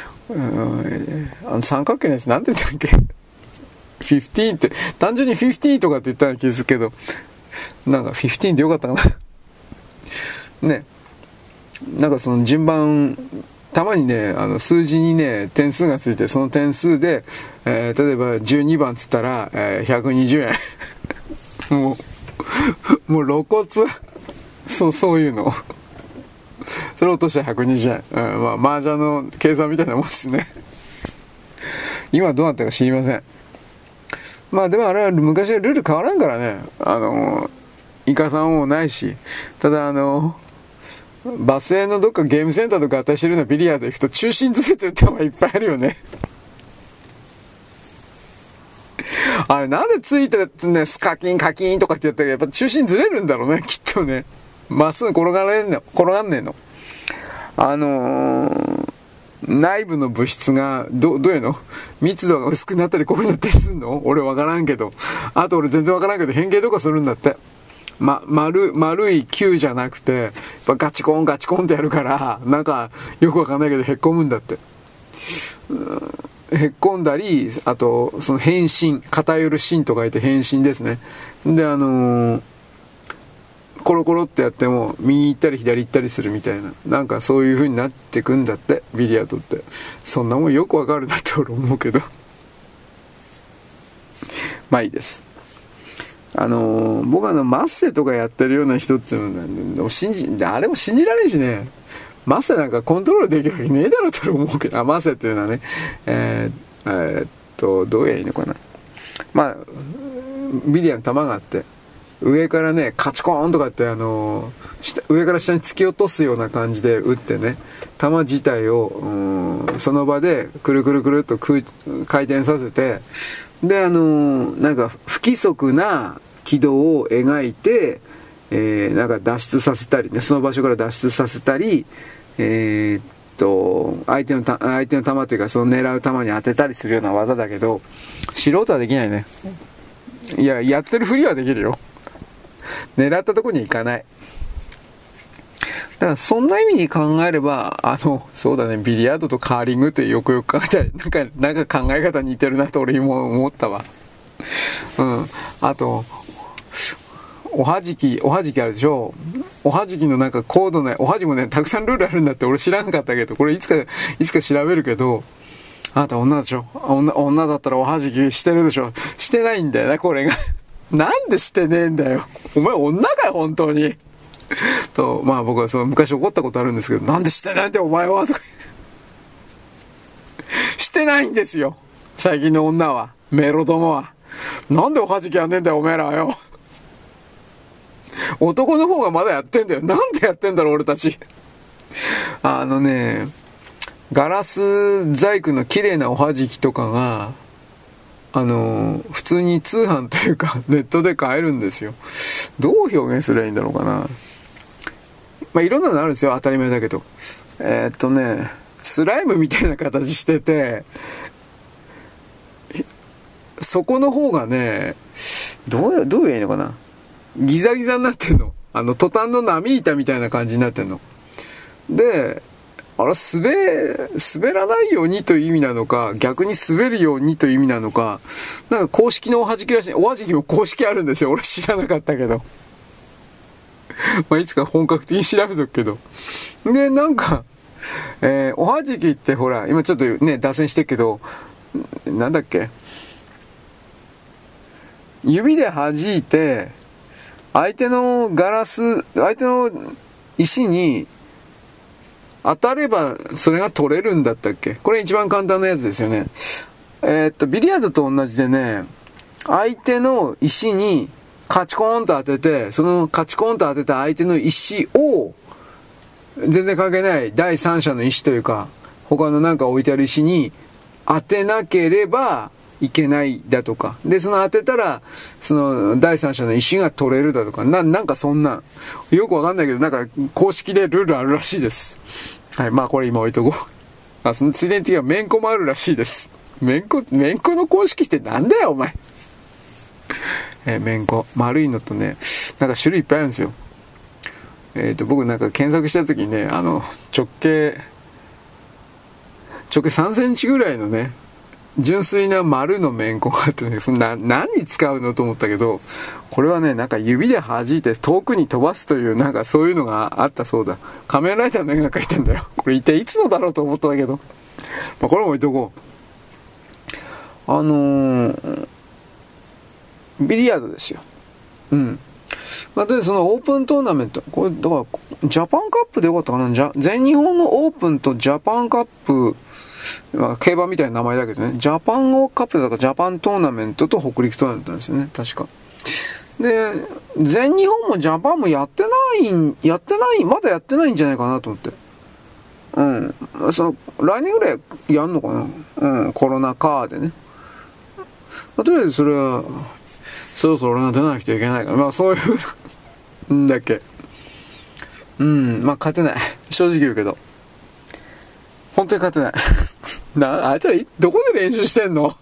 三角形のやつなんて言ったっけ？15って、単純に15とかって言ったような気がするけど、なんか15でよかったかな。ね、なんかその順番、たまにね、数字にね、点数がついて、その点数で、例えば12番つったら、120円。もう露骨。そういうの。それを落としたら120円。麻雀の計算みたいなもんですね。今どうなったか知りません。でもあれは昔はルール変わらんからね。イカさんもないし、ただバス停のどっかゲームセンターとか合体してるようなビリヤード行くと中心ずれてる球いっぱいあるよね。あれなんでついてってね、スカキンカキンとかってやったらやっぱ中心ずれるんだろうね、きっとね。まっすぐ転がんねえの。内部の物質がどういうの密度が薄くなったりこういうのってすんの？俺わからんけど。あと俺全然わからんけど変形とかするんだって。丸い球じゃなくて、やっぱガチコンってやるから、なんかよくわかんないけどへっこむんだって。へっこんだり、あとその変身、偏る芯と書いて変身ですね。でこコロコロってやっても右行ったり左行ったりするみたいな、なんかそういう風になってくんだって、ビリヤードって。そんなもんよくわかるなって俺思うけどまあいいです。僕マッセとかやってるような人っていうのはあれも信じられんしね。マッセなんかコントロールできるわけねえだろうと思うけど、マッセっていうのはね、どうやいいのかな。まあビリヤードの球があって、上からねカチコーンとかって上から下に突き落とすような感じで打ってね、球自体をその場でくるくるくるっと回転させて、でなんか不規則な軌道を描いて、なんか脱出させたりね、その場所から脱出させたり、相手の球というかその狙う球に当てたりするような技だけど、素人はできないね。いや、やってるふりはできるよ。狙ったとこに行かない。だからそんな意味に考えれば、そうだね、ビリヤードとカーリングってよくよく考えたら、なんか考え方似てるなと俺も思ったわ。うん。あと、おはじきあるでしょ。おはじきのなんか高度な、おはじもね、たくさんルールあるんだって俺知らんかったけど、これいつか調べるけど、あなた女でしょ。女だったらおはじきしてるでしょ。してないんだよな、これが。なんでしてねえんだよ。お前女かよ、本当に。と、まあ僕は昔怒ったことあるんですけど、なんでしてないんだよ、お前は。とか。してないんですよ。最近の女は。メロどもは。なんでおはじきやんねえんだよ、お前らはよ。男の方がまだやってんだよ。なんでやってんだろう、俺たち。ガラス細工の綺麗なおはじきとかが、普通に通販というかネットで買えるんですよ。どう表現すればいいんだろうかな。まあいろんなのあるんですよ、当たり前だけど。スライムみたいな形してて、そこの方がね、どう言えばいいのかな。ギザギザになってんの。トタンの波板みたいな感じになってんの。で、滑らないようにという意味なのか、逆に滑るようにという意味なのか、なんか公式のおはじきらしい。おはじきも公式あるんですよ。俺知らなかったけど。まあいつか本格的に調べとくけど。で、なんか、おはじきってほら、今ちょっとね、脱線してるけど、なんだっけ。指で弾いて、相手の石に、当たればそれが取れるんだったっけ。これ一番簡単なやつですよね。ビリヤードと同じでね、相手の石にカチコーンと当てて、そのカチコーンと当てた相手の石を全然関係ない第三者の石というか、他のなんか置いてある石に当てなければいけないだとか、でその当てたらその第三者の石が取れるだとか、なんかそんなよくわかんないけど、なんか公式でルールあるらしいです。はい、まあこれ今置いとこう。そのついでにはめんこもあるらしいです。めんこの公式ってなんだよお前。めんこ丸いのとね、なんか種類いっぱいあるんですよ。僕なんか検索した時にね、直径3センチぐらいのね、純粋な丸のめんこがあってね、何に使うのと思ったけど、これはね、なんか指で弾いて遠くに飛ばすという、なんかそういうのがあったそうだ。仮面ライダーの絵が描いてんだよ。これ一体いつのだろうと思ったんだけど。まあこれも置いとこう。ビリヤードですよ。うん。まあ、で、そのオープントーナメント。これ、だから、ジャパンカップでよかったかな。全日本のオープンとジャパンカップ、まあ、競馬みたいな名前だけどね、ジャパンカップだからジャパントーナメントと北陸トーナメントなんですよね、確か。で、全日本もジャパンもまだやってないんじゃないかなと思って。うん。来年ぐらいやんのかな。うん、コロナ禍でね。まあ、とりあえずそれは、そろそろ俺が出なきゃいけないから、まあそういう、んだっけ。うん、まあ勝てない。正直言うけど。本当に勝てない。あいつらどこで練習してんの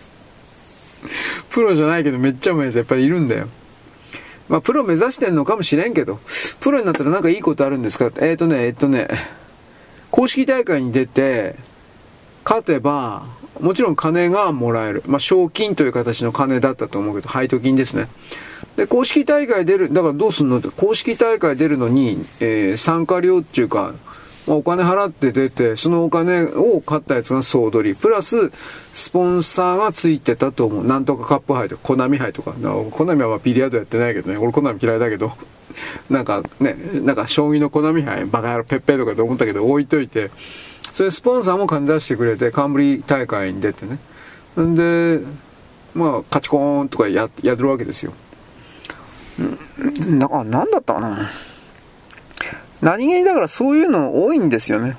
プロじゃないけどめっちゃうまいやつやっぱりいるんだよ。まあプロ目指してんのかもしれんけど、プロになったらなんかいいことあるんですか。公式大会に出て、 勝てば、もちろん金がもらえる。まあ、賞金という形の金だったと思うけど、配当金ですね。で、公式大会出る、だからどうすんのって、公式大会出るのに、参加料っていうか、まあ、お金払って出て、そのお金を買ったやつが総取り。プラス、スポンサーがついてたと思う。なんとかカップ杯とか、コナミ杯とか。コナミはまあビリヤードやってないけどね。俺コナミ嫌いだけど。なんかね、なんか将棋のコナミ杯、バカ野郎ペッペとかと思ったけど置いといて、それスポンサーも金出してくれて、冠大会に出てね。んで、まあ、カチコーンとかやるわけですよ。だから何だったかな。何気にだからそういうの多いんですよね。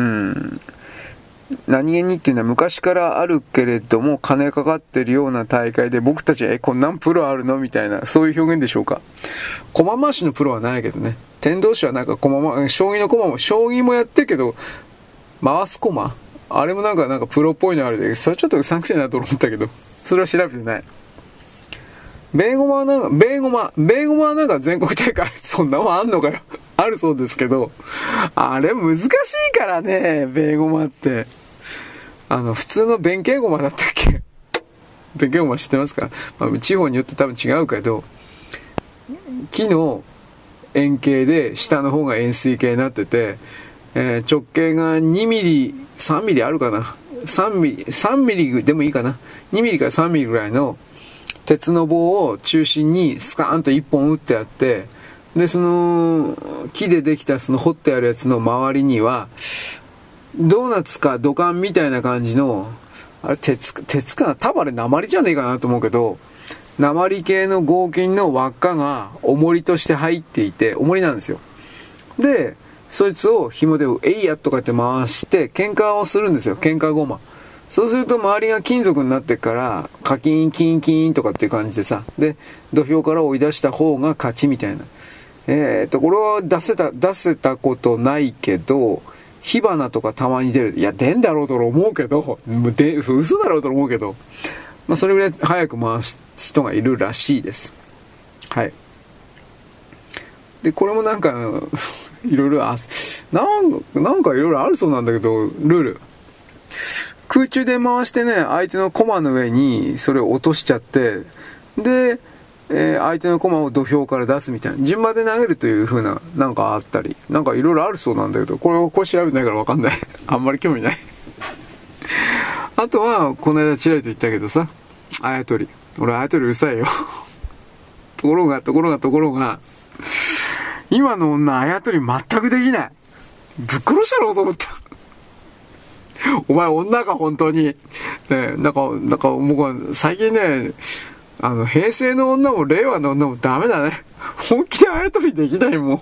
何気にっていうのは昔からあるけれども金かかってるような大会で僕たちはこんなんプロあるのみたいな、そういう表現でしょうか。駒回しのプロはないけどね。天童市はなんか将棋の駒も、将棋もやってるけど、回す駒あれもなんかプロっぽいのあるで、それちょっとうさんくせえなと思ったけど、それは調べてない。ベーゴマはなんか全国大会そんなもんあんのかよ。あるそうですけど、あれ難しいからね、ベーゴマって。普通の弁慶ゴマだったっけ。弁慶ゴマ知ってますか？まあ、地方によって多分違うけど、木の円形で下の方が円錐形になってて、直径が2ミリ、3ミリあるかな。3ミリでもいいかな。2ミリから3ミリぐらいの鉄の棒を中心にスカーンと1本打ってあって、で、その木でできたその掘ってあるやつの周りには、ドーナツか土管みたいな感じの、あれ鉄かな、多分あれ鉛じゃねえかなと思うけど、鉛系の合金の輪っかが重りとして入っていて、重りなんですよ。で、そいつを紐でえいやとかって回して喧嘩をするんですよ。喧嘩ゴマ。そうすると周りが金属になってからカキンキンキンとかっていう感じでさ、で土俵から追い出した方が勝ちみたいな。これは出せたことないけど、火花とかたまに出る。いや出んだろうと思うけど、嘘だろうと思うけど、まあそれぐらい早く回す人がいるらしいです。はい。でこれもなんかいろいろなんかいろいろあるそうなんだけど、ルール。空中で回してね、相手の駒の上にそれを落としちゃって、で、相手の駒を土俵から出すみたいな。順番で投げるという風な、なんかあったり。なんかいろいろあるそうなんだけど、これ調べてないからわかんない。あんまり興味ない。あとは、この間チラリと言ったけどさ、あやとり。俺、あやとりうるさいよ。ところが、今の女、あやとり全くできない。ぶっ殺したろうと思った。お前女か本当に。ね、なんか僕は最近ね、平成の女も令和の女もダメだね。本気であやとりできないもん。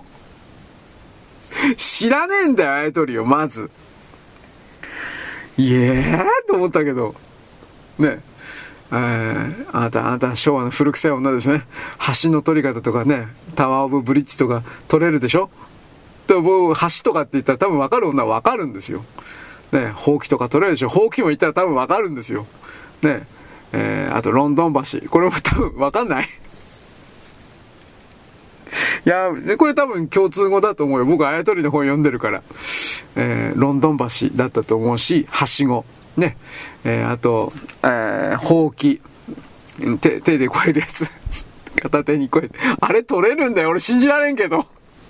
知らねえんだよ、あやとりを、まず。と思ったけど。ね。あなた昭和の古臭い女ですね。橋の取り方とかね、タワーオブブリッジとか取れるでしょ。でも橋とかって言ったら多分分かる女は分かるんですよ。ね、ほうきとか取れるでしょ。ほうきも言ったら多分分かるんですよ。ね、あとロンドン橋、これも多分分かんない。いやこれ多分共通語だと思うよ。僕あやとりの本読んでるから、ロンドン橋だったと思うし、はしごね、あと、ほうき、手でこえるやつ片手にこえて、あれ取れるんだよ。俺信じられんけど。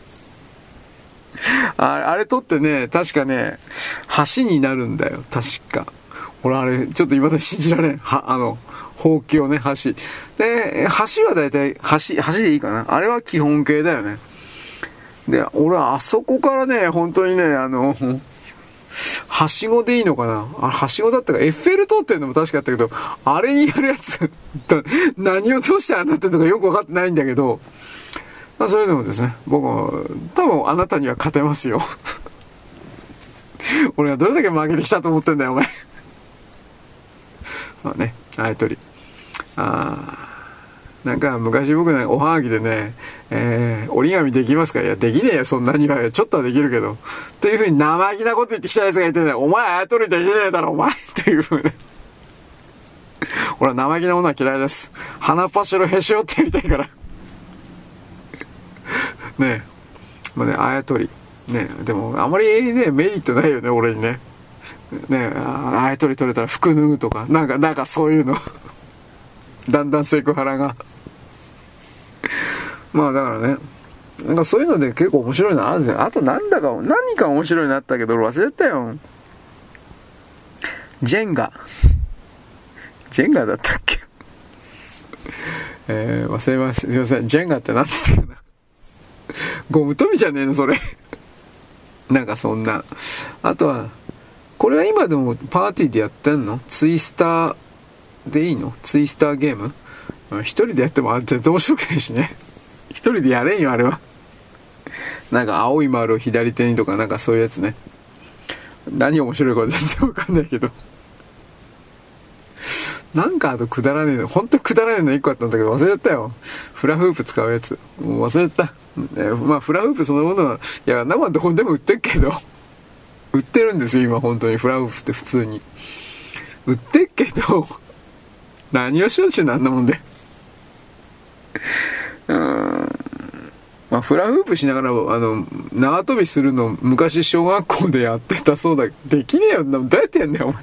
あれ取ってね、確かね、橋になるんだよ、確か。俺あれ、ちょっと未だに信じられん。ほうきをね、橋。で、橋はだいたい、橋でいいかな。あれは基本形だよね。で、俺はあそこからね、本当にね、はしごでいいのかな。はしごだったか、エッフェル塔っていうのも確かあったけど、あれにやるやつ、何をどうしてああなってるのかよく分かってないんだけど、まあ、それでもですね、僕は多分あなたには勝てますよ。俺はどれだけ負けてきたと思ってんだよ、お前。まあね、あやとり。なんか昔僕ね、おはがきでね、折り紙できますか？いや、できねえよ、そんなには。ちょっとはできるけど。っていう風に生意気なこと言ってきたやつがいてね、お前あやとりできねえだろ、お前っていう風ね。俺は生意気なものは嫌いです。鼻っ柱へし折ってやりたいから。ねえ。まあね、あやとり。ねえ、でも、あまりね、メリットないよね、俺にね。 ね、あい取れたら服脱ぐとか、なんかそういうのだんだんセクハラがまあだからね、なんかそういうので結構面白いのあるんですよ。あと何か面白いのあったけど忘れたよ。ジェンガだったっけ忘れます。すいません。ジェンガって何だったかなゴム跳びじゃねえのそれなんかそんな。あとはこれは今でもパーティーでやってんの？ツイスターでいいの？ツイスターゲーム？一人でやっても全然面白くないしね。一人でやれんよあれは。なんか青い丸を左手にとかなんかそういうやつね。何面白いか全然わかんないけど。なんかあとくだらねえの、ほんとくだらねえの1個あったんだけど忘れちゃったよ。フラフープ使うやつ。もう忘れちゃった。まあフラフープそのものは、いや生どこでも売ってるけど、売ってるんですよ今本当にフラフープって普通に。売ってっけど、何をしようちゅうなんなもんで。まあ、フラフープしながら縄跳びするの昔小学校でやってたそうだ。できねえよ。どうやってやんねんお前。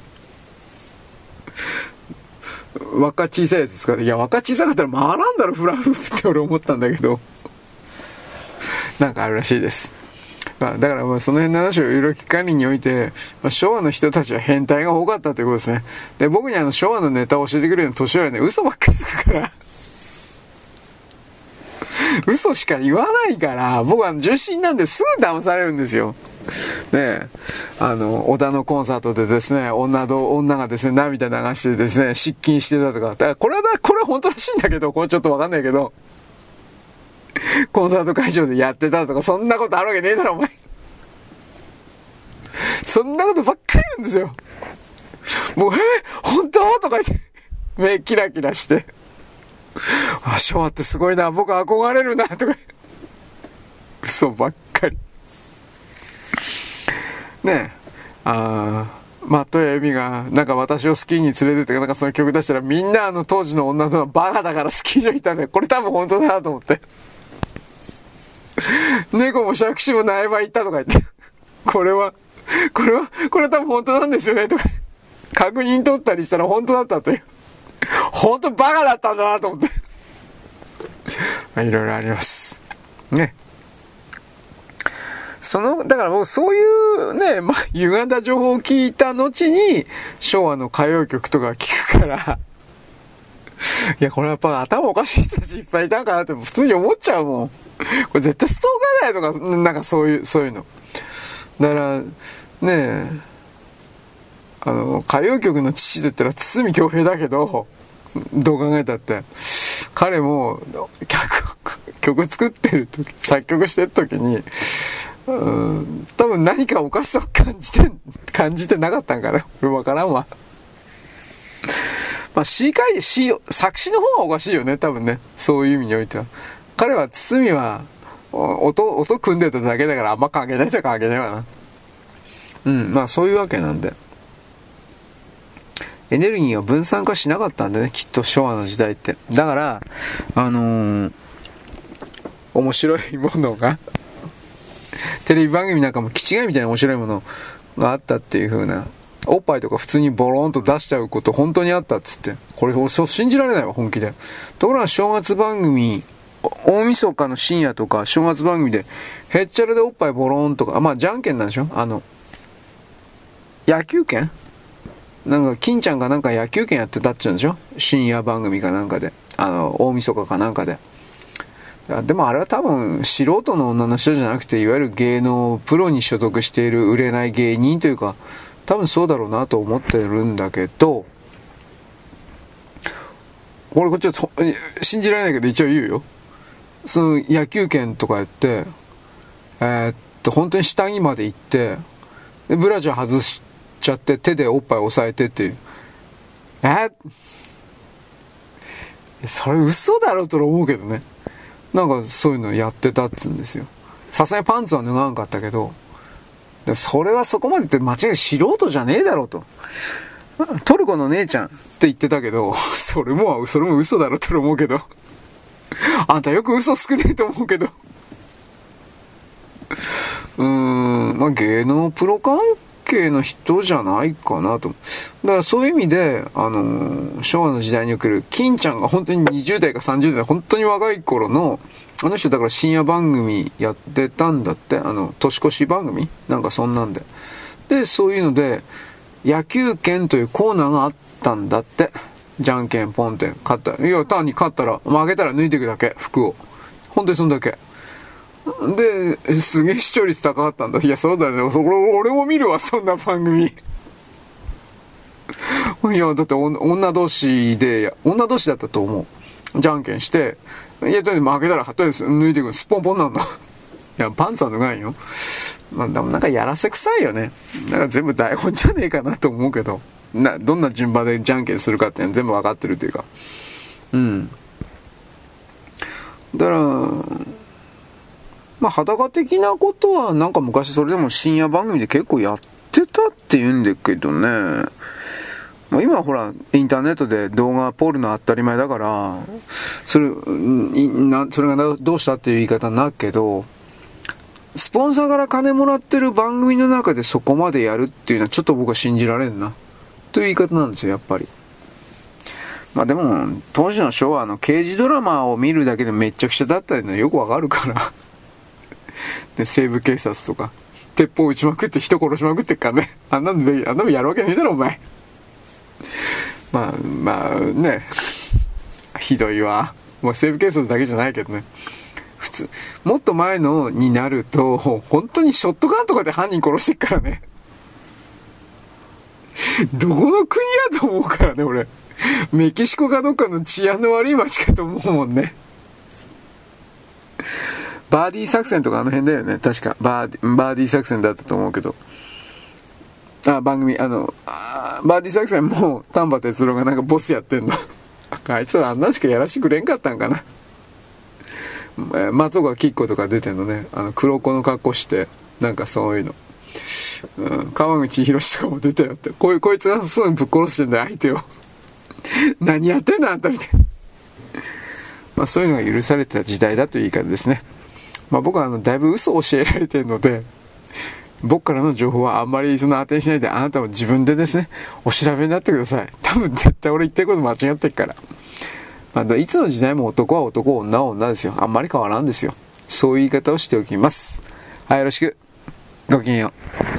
輪っか小さいやつですから。いや輪っか小さかったら回らんだろフラフープって俺思ったんだけどなんかあるらしいです。だからまあその辺の話をいろいろ聞かにおいて、昭和の人たちは変態が多かったということですね。で僕に昭和のネタを教えてくれる年寄りはね嘘ばっかりつくから嘘しか言わないから、僕は受信なんですぐ騙されるんですよ。ね小田のコンサートでですね、女がですね、涙流してですね、失禁してたとか。だからこれは本当らしいんだけど、これちょっとわかんないけど、コンサート会場でやってたとか、そんなことあるわけねえだろ、お前。そんなことばっかり言うんですよ。もう、本当とか言って、目キラキラして。昭和ってすごいな、僕憧れるなとか嘘ばっかりねえ。松任谷由実がなんか私をスキーに連れてってなんかその曲出したらみんな当時の女のバカだからスキー場行ったんだよ。これ多分本当だなと思って猫も杓子も苗場行ったとか言ってこれは多分本当なんですよねとか確認取ったりしたら本当だったという、本当バカだったんだなと思っていろいろありますね。だから僕そういうね、歪んだ情報を聞いた後に昭和の歌謡曲とか聞くからいやこれやっぱ頭おかしい人たちいっぱいいたんかなって普通に思っちゃうもん。これ絶対ストーカーだよとかなんかそういうのだからねえ、歌謡曲の父と言ったら筒美京平だけど、どう考えたって彼も曲作ってる時、作曲してる時に多分何かおかしさを感じてなかったんかな。これ分からんわ。作詞の方がおかしいよね多分ね。そういう意味においては彼は堤は音組んでただけだからあんま関係ないじゃ関係ないわな。そういうわけなんでエネルギーは分散化しなかったんでね、きっと昭和の時代って。だから面白いものがテレビ番組なんかも気違いみたいな面白いものがあったっていう風な、おっぱいとか普通にボローンと出しちゃうこと本当にあったっつって、これ信じられないわ本気で。ところが正月番組、大晦日の深夜とか正月番組でへっちゃらでおっぱいボローンとか、じゃんけんなんでしょ、野球拳なんか金ちゃんがなんか野球拳やってたっちゅうんでしょ、深夜番組かなんかで、大晦日かなんかで。でもあれは多分素人の女の人じゃなくて、いわゆる芸能プロに所属している売れない芸人というか、多分そうだろうなと思ってるんだけど、これちょっと信じられないけど一応言うよ。その野球拳とかやって本当に下着まで行ってでブラジャー外しちゃって手でおっぱい押さえてっていう、それ嘘だろうと思うけどね。なんかそういうのやってたっつうんですよ。さすがにパンツは脱がんかったけど、でもそれはそこまでって間違い素人じゃねえだろうと。トルコの姉ちゃんって言ってたけど、それも嘘だろうと思うけど、あんたよく嘘少ねえと思うけど、芸能プロ関係係の人じゃないかなと。だからそういう意味で、昭和の時代における金ちゃんが本当に20代か30代、本当に若い頃の、あの人だから深夜番組やってたんだって、年越し番組なんかそんなんで。で、そういうので、野球拳というコーナーがあったんだって。じゃんけんポンって勝ったら。いや、単に勝ったら、負けたら抜いていくだけ、服を。本当にそんだけ。で、すげえ視聴率高かったんだ。いや、そうだよね。俺も見るわ、そんな番組。いや、だって女同士だったと思う。じゃんけんして、いや、とにかく負けたら、とりあえず抜いていくの、スポンポンなんだ。いや、パンツは脱がんよ。まあ、でもなんかやらせくさいよね。なんか全部台本じゃねえかなと思うけど。どんな順番でじゃんけんするかっていうの全部わかってるというか。うん。だから、まあ、裸的なことはなんか昔それでも深夜番組で結構やってたって言うんだけどね。今はほら、インターネットで動画ポールの当たり前だから、それがどうしたっていう言い方になるけど、スポンサーから金もらってる番組の中でそこまでやるっていうのはちょっと僕は信じられんな。という言い方なんですよ、やっぱり。まあでも、当時の昭和の刑事ドラマを見るだけでめちゃくちゃだったのはよくわかるから。で、西部警察とか、鉄砲撃ちまくって人殺しまくってっからね。あんなのやるわけねえだろ、お前。まあね、ひどいわ。まあ西部警察だけじゃないけどね。普通、もっと前のになると、本当にショットガンとかで犯人殺してっからね。どこの国やと思うからね、俺。メキシコかどっかの治安の悪い街かと思うもんね。バーディー作戦とかあの辺だよね。確か。バーディー作戦だったと思うけど。番組、バーディー作戦も丹波哲郎がなんかボスやってんの。あいつはあんなしかやらしてくれんかったんかな。松岡吉子とか出てんのね。黒子の格好して、なんかそういうの。川口博とかも出たよって。こいつがすぐぶっ殺してんだよ、相手を。何やってんだ、あんたみたいな。まあそういうのが許されてた時代だという言い方ですね。まあ僕はだいぶ嘘を教えられてるので、僕からの情報はあんまりその当てにしないで、あなたも自分でですね、お調べになってください。多分絶対俺言ってること間違ってるから。まあ、いつの時代も男は男、女は女ですよ。あんまり変わらんですよ。そういう言い方をしておきます。はい、よろしく。ごきげんよう。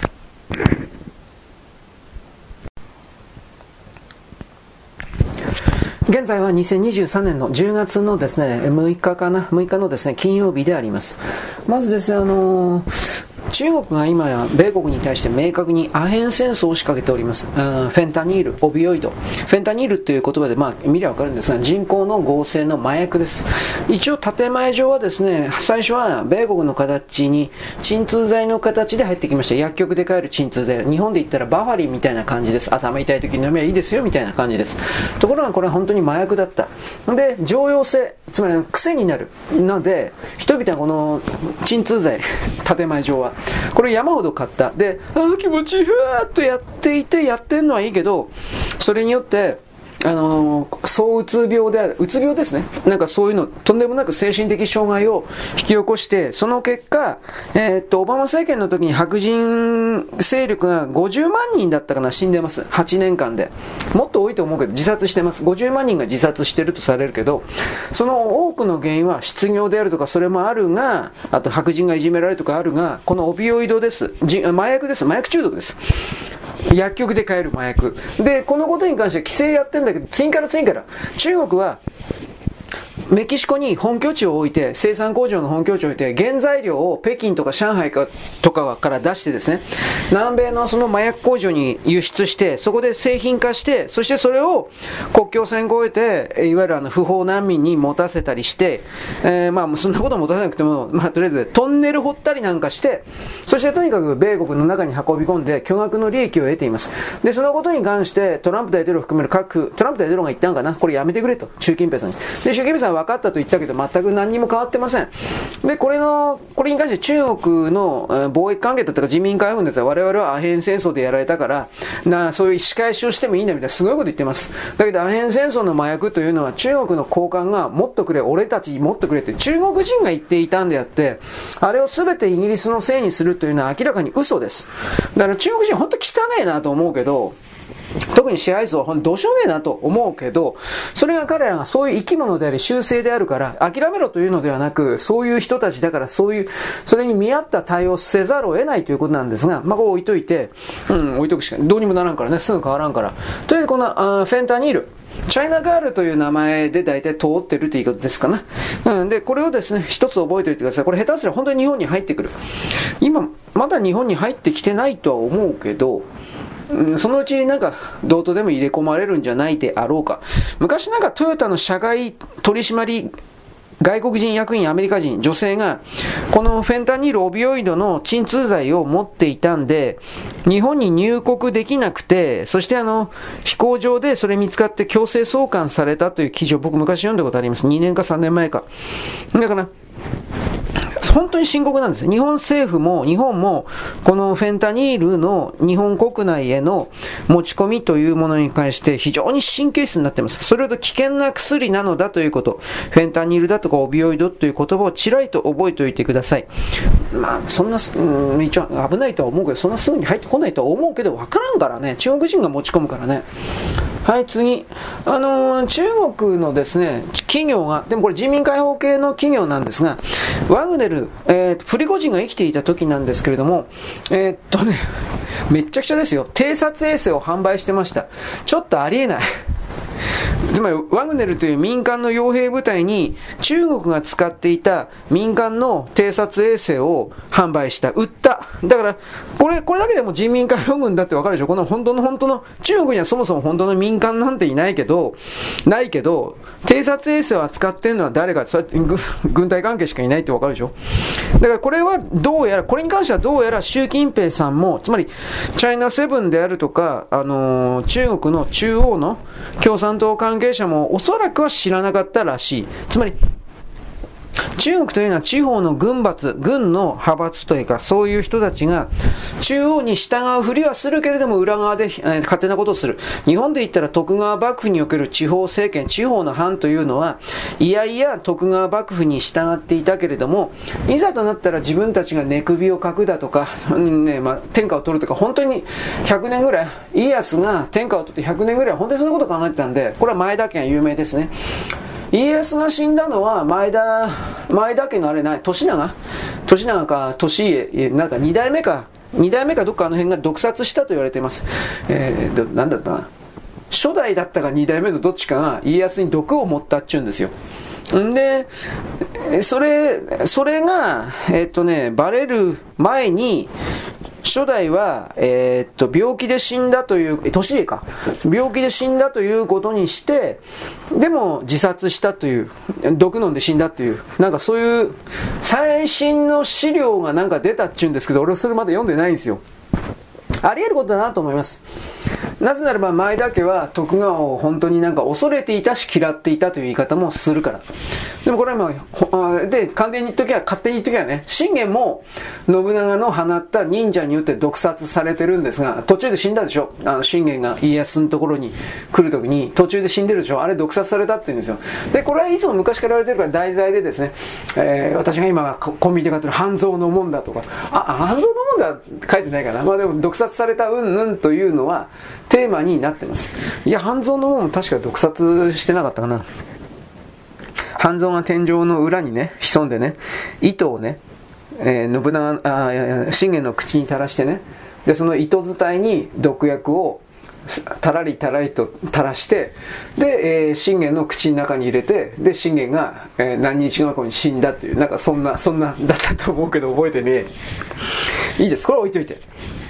現在は2023年の10月のですね、6日のですね、金曜日であります。まずですね、中国が今や米国に対して明確にアヘン戦争を仕掛けております。フェンタニール、オピオイド。フェンタニールという言葉で見ればわかるんですが、人工の合成の麻薬です。一応建前上はですね、最初は米国の形に鎮痛剤の形で入ってきました。薬局で買える鎮痛剤。日本で言ったらバファリンみたいな感じです。頭痛い時に飲めばいいですよみたいな感じです。ところがこれは本当に麻薬だった。で、常用性、つまり癖になる。なので、人々はこの鎮痛剤、建前上はこれ山ほど買った。で、気持ちいい、ふわーっとやっていて、やってんのはいいけど、それによって、躁うつ病である、うつ病ですね。なんかそういうの、とんでもなく精神的障害を引き起こして、その結果、オバマ政権の時に白人勢力が50万人だったかな、死んでます。8年間で。もっと多いと思うけど、自殺してます。50万人が自殺してるとされるけど、その多くの原因は失業であるとか、それもあるが、あと白人がいじめられるとかあるが、このオピオイドです。麻薬です。麻薬中毒です。薬局で買える麻薬。で、このことに関しては規制やってんだけど、次から中国はメキシコに本拠地を置いて、生産工場の本拠地を置いて、原材料を北京とか上海とかから出してですね、南米のその麻薬工場に輸出して、そこで製品化して、そしてそれを国境線越えて、いわゆる不法難民に持たせたりして、まあそんなこと持たせなくても、まあとりあえずトンネル掘ったりなんかして、そしてとにかく米国の中に運び込んで巨額の利益を得ています。で、そのことに関してトランプ大統領を含めるトランプ大統領が言ったのかな、これやめてくれと、習近平さんに。で、習近平さんは分かったと言ったけど、全く何にも変わってません。で、これに関して中国の貿易関係だったか人民解放軍だったら、我々はアヘン戦争でやられたから、そういう仕返しをしてもいいんだみたいな、すごいこと言ってます。だけど、アヘン戦争の麻薬というのは、中国の高官がもっとくれ、俺たちもっとくれって、中国人が言っていたんであって、あれを全てイギリスのせいにするというのは明らかに嘘です。だから中国人は本当汚ねえなと思うけど、特に支配層はどうしようねえなと思うけど、それが彼らがそういう生き物であり習性であるから、諦めろというのではなく、そういう人たちだからそれに見合った対応せざるを得ないということなんですが、こう置いといて、置いとくしかどうにもならんからね、すぐ変わらんから。とりあえずこのフェンタニール。チャイナガールという名前で大体通ってるということですかな。で、これをですね、一つ覚えておいてください。これ下手すりゃ本当に日本に入ってくる。今、まだ日本に入ってきてないとは思うけど、そのうちどうとでも入れ込まれるんじゃないであろうか。昔トヨタの社外取締外国人役員、アメリカ人、女性が、このフェンタニールオピオイドの鎮痛剤を持っていたんで、日本に入国できなくて、そして飛行場でそれ見つかって強制送還されたという記事を僕昔読んだことあります。2年か3年前か。だから、本当に深刻なんです。日本政府も日本もこのフェンタニールの日本国内への持ち込みというものに関して非常に神経質になっています。それほど危険な薬なのだということ、フェンタニールだとかオピオイドという言葉をちらりと覚えておいてください。そんな、一応危ないとは思うけど、そんなすぐに入ってこないとは思うけど、わからんからね、中国人が持ち込むからね。はい、次。中国のですね、企業が、でもこれ人民解放系の企業なんですが、ワグネル、プリゴジンが生きていた時なんですけれども、めっちゃくちゃですよ。偵察衛星を販売してました。ちょっとありえない。つまりワグネルという民間の傭兵部隊に中国が使っていた民間の偵察衛星を販売した、売った。だからこれだけでも人民解放軍だってわかるでしょ。この本当の中国にはそもそも本当の民間なんてないけど偵察衛星を扱っているのは誰か、それ軍隊関係しかいないってわかるでしょ。だからこれに関してはどうやら習近平さんも、つまりチャイナセブンであるとか、中国の中央の共産党関係者もおそらくは知らなかったらしい。つまり中国というのは地方の軍の派閥というか、そういう人たちが中央に従うふりはするけれども裏側で、勝手なことをする。日本で言ったら徳川幕府における地方政権、地方の藩というのはいやいや徳川幕府に従っていたけれども、いざとなったら自分たちが寝首をかくだとか、天下を取るとか、本当に100年ぐらい家康が天下を取って100年ぐらい本当にそんなこと考えてたんで、これは前田家が有名ですね。家康が死んだのは前田家の利長か利家、2代目かどっかどっか毒殺したと言われています。なんだったかな、初代だったか2代目のどっちかが家康に毒を持ったっちゅうんですよ。でそれがバレる前に初代は、病気で死んだという、利家か。病気で死んだということにして、でも自殺したという、毒飲んで死んだという、そういう最新の資料が出たっちゅうんですけど、俺はそれまで読んでないんですよ。あり得ることだなと思います。なぜならば前田家は徳川を本当に恐れていたし嫌っていたという言い方もするから。でもこれはで勝手に言っときゃね、信玄も信長の放った忍者によって毒殺されてるんですが、途中で死んだでしょ。信玄が家康のところに来るときに途中で死んでるでしょ。あれ毒殺されたって言うんですよ。でこれはいつも昔から言われてるから題材でですね、私が今コンビニで買ってる半蔵の門だとか、半蔵の門だ書いてないかな。でも毒殺されたうんぬんというのはテーマになってます。いや、半蔵の門も確か毒殺してなかったかな。半蔵が天井の裏にね潜んでね、糸をね、信玄の口に垂らしてね、でその糸伝いに毒薬をたらりと垂らして、で、信玄の口の中に入れて、で信玄が、何日後に死んだっていう、そんなだったと思うけど覚えてねえ。いいです、これ置いといて。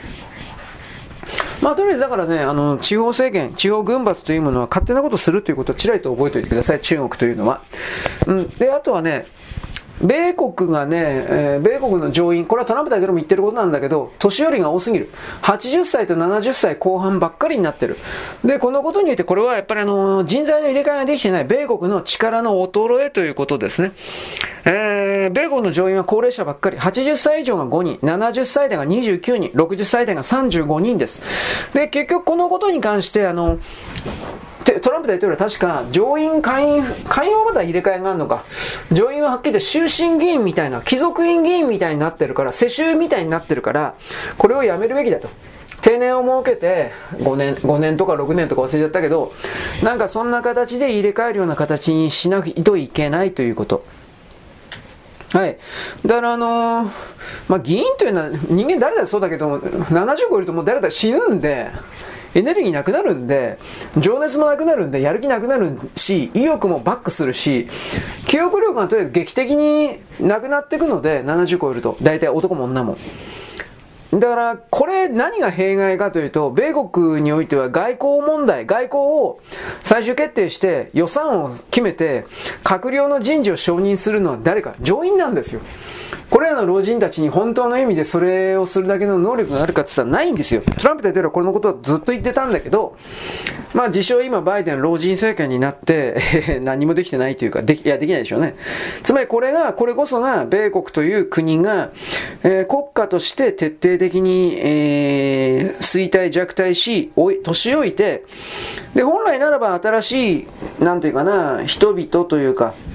とりあえずだからね、地方政権、地方軍閥というものは勝手なことするということをちらりと覚えておいてください、中国というのは。で、あとはね、 米国がね、米国の上院、これはトランプ大統領も言ってることなんだけど、年寄りが多すぎる。80歳と70歳後半ばっかりになってる。で、このことによってこれはやっぱり人材の入れ替えができてない、米国の力の衰えということですね。米国の上院は高齢者ばっかり。80歳以上が5人、70歳代が29人、60歳代が35人です。で、結局このことに関して、トランプ大統領は確か上院下院はまだ入れ替えがあるのか、上院ははっきり言って終身議員みたいな、貴族院議員みたいになってるから、世襲みたいになってるから、これをやめるべきだと。定年を設けて5年とか6年とか忘れちゃったけど、なんかそんな形で入れ替えるような形にしないといけないということ。はい。だから議員というのは人間誰だってそうだけど、70超えるともう誰だ死ぬんで、エネルギーなくなるんで、情熱もなくなるんで、やる気なくなるし、意欲もバックするし、記憶力がとりあえず劇的になくなっていくので、70超えると。大体男も女も。だから、これ何が弊害かというと、米国においては外交問題、外交を最終決定して予算を決めて、閣僚の人事を承認するのは誰か、上院なんですよ。これらの老人たちに本当の意味でそれをするだけの能力があるかって言ったらないんですよ。トランプ大統領はこれのことをずっと言ってたんだけど、自称今バイデン老人政権になって何もできてないというか、できないでしょうね。つまりこれこそが米国という国が、国家として徹底的に、衰退弱体し、年老いて、で、本来ならば新しい、なんていうかな、人々というか、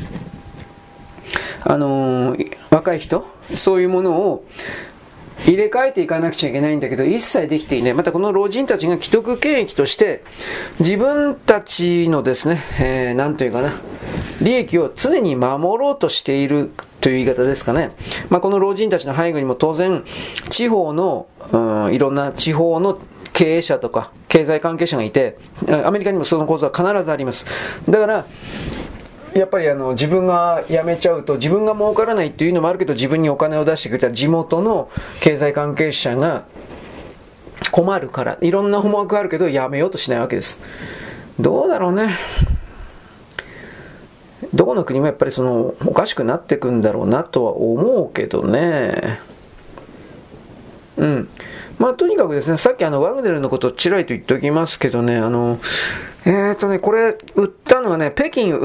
若い人、そういうものを入れ替えていかなくちゃいけないんだけど、一切できていない。またこの老人たちが既得権益として自分たちのですね、なんというかな、利益を常に守ろうとしているという言い方ですかね。この老人たちの背後にも当然地方の、いろんな地方の経営者とか経済関係者がいて、アメリカにもその構造は必ずあります。だからやっぱり自分が辞めちゃうと自分が儲からないっていうのもあるけど、自分にお金を出してくれた地元の経済関係者が困るから、いろんな思惑があるけど辞めようとしないわけです。どうだろうね。どこの国もやっぱりおかしくなってくんだろうなとは思うけどね。とにかくですね、さっきワグネルのことをちらりと言っておきますけどね、これ、売ったのはね、北京、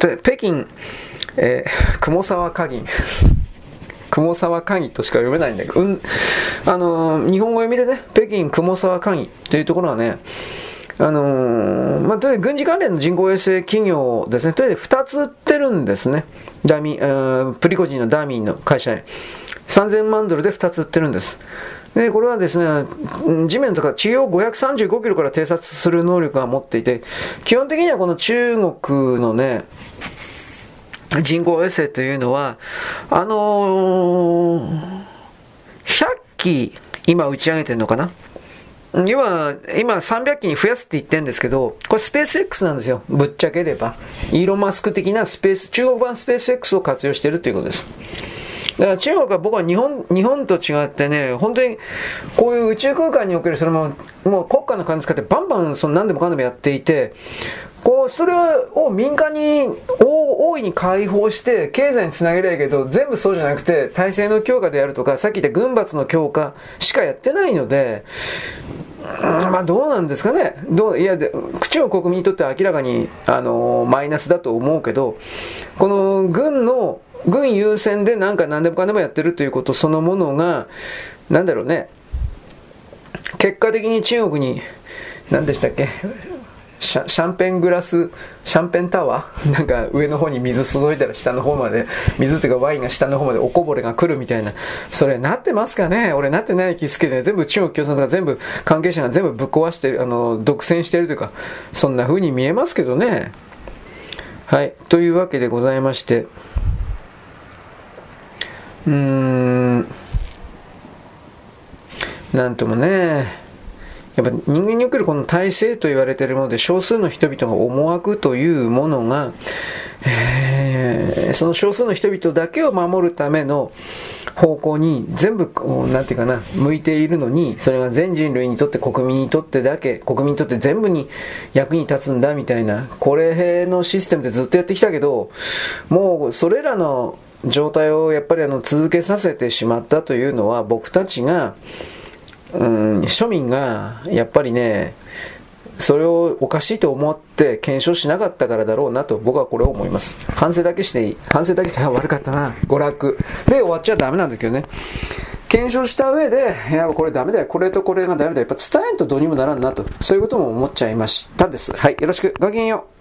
雲沢花銀。雲沢花銀としか読めないんだけど、日本語読みでね、北京雲沢花銀というところはね、とりあえず軍事関連の人工衛星企業ですね、とりあえず2つ売ってるんですね。プリゴジンのダーミンの会社へ。$3000万で2つ売ってるんです。で、これはですね、地面とか地上535キロから偵察する能力が持っていて、基本的にはこの中国のね、人工衛星というのは、100機今打ち上げてるのかな。今300機に増やすって言ってるんですけど、これスペース X なんですよ。ぶっちゃければ。イーロンマスク的な中国版スペース X を活用しているということです。だから中国は僕は日本と違ってね、本当にこういう宇宙空間におけるもう国家の金使ってバンバン何でもかんでもやっていて、それを民間に大いに開放して経済につなげりゃいいけど、全部そうじゃなくて体制の強化であるとか、さっき言った軍閥の強化しかやってないので、どうなんですかね。中国国民にとっては明らかにマイナスだと思うけど、この軍優先で何でもかんでもやってるということそのものが、なんだろうね、結果的に中国に何でしたっけ、シャンペンタワー上の方に水注いだら下の方まで、水っていうかワインが下の方までおこぼれが来るみたいな、それなってますかね。俺なってない気すけどね、全部中国共産党が全部関係者が全部ぶっ壊してる、独占してるというか、そんな風に見えますけどね。はい、というわけでございまして、なんともね、やっぱ人間におけるこの体制と言われているもので、少数の人々が思惑というものが、その少数の人々だけを守るための方向に全部なんていうかな、向いているのに、それが全人類にとって、国民にとって全部に役に立つんだみたいな、これのシステムでずっとやってきたけど、もうそれらの状態をやっぱり続けさせてしまったというのは、僕たちが、庶民がやっぱりね、それをおかしいと思って検証しなかったからだろうなと僕はこれを思います。反省だけしていい。反省だけして、悪かったな、娯楽で終わっちゃダメなんだけどね。検証した上で、いやこれダメだよ、これとこれがダメだよ、やっぱ伝えんとどうにもならんなと、そういうことも思っちゃいましたです。はい、よろしく、ごきげんよう。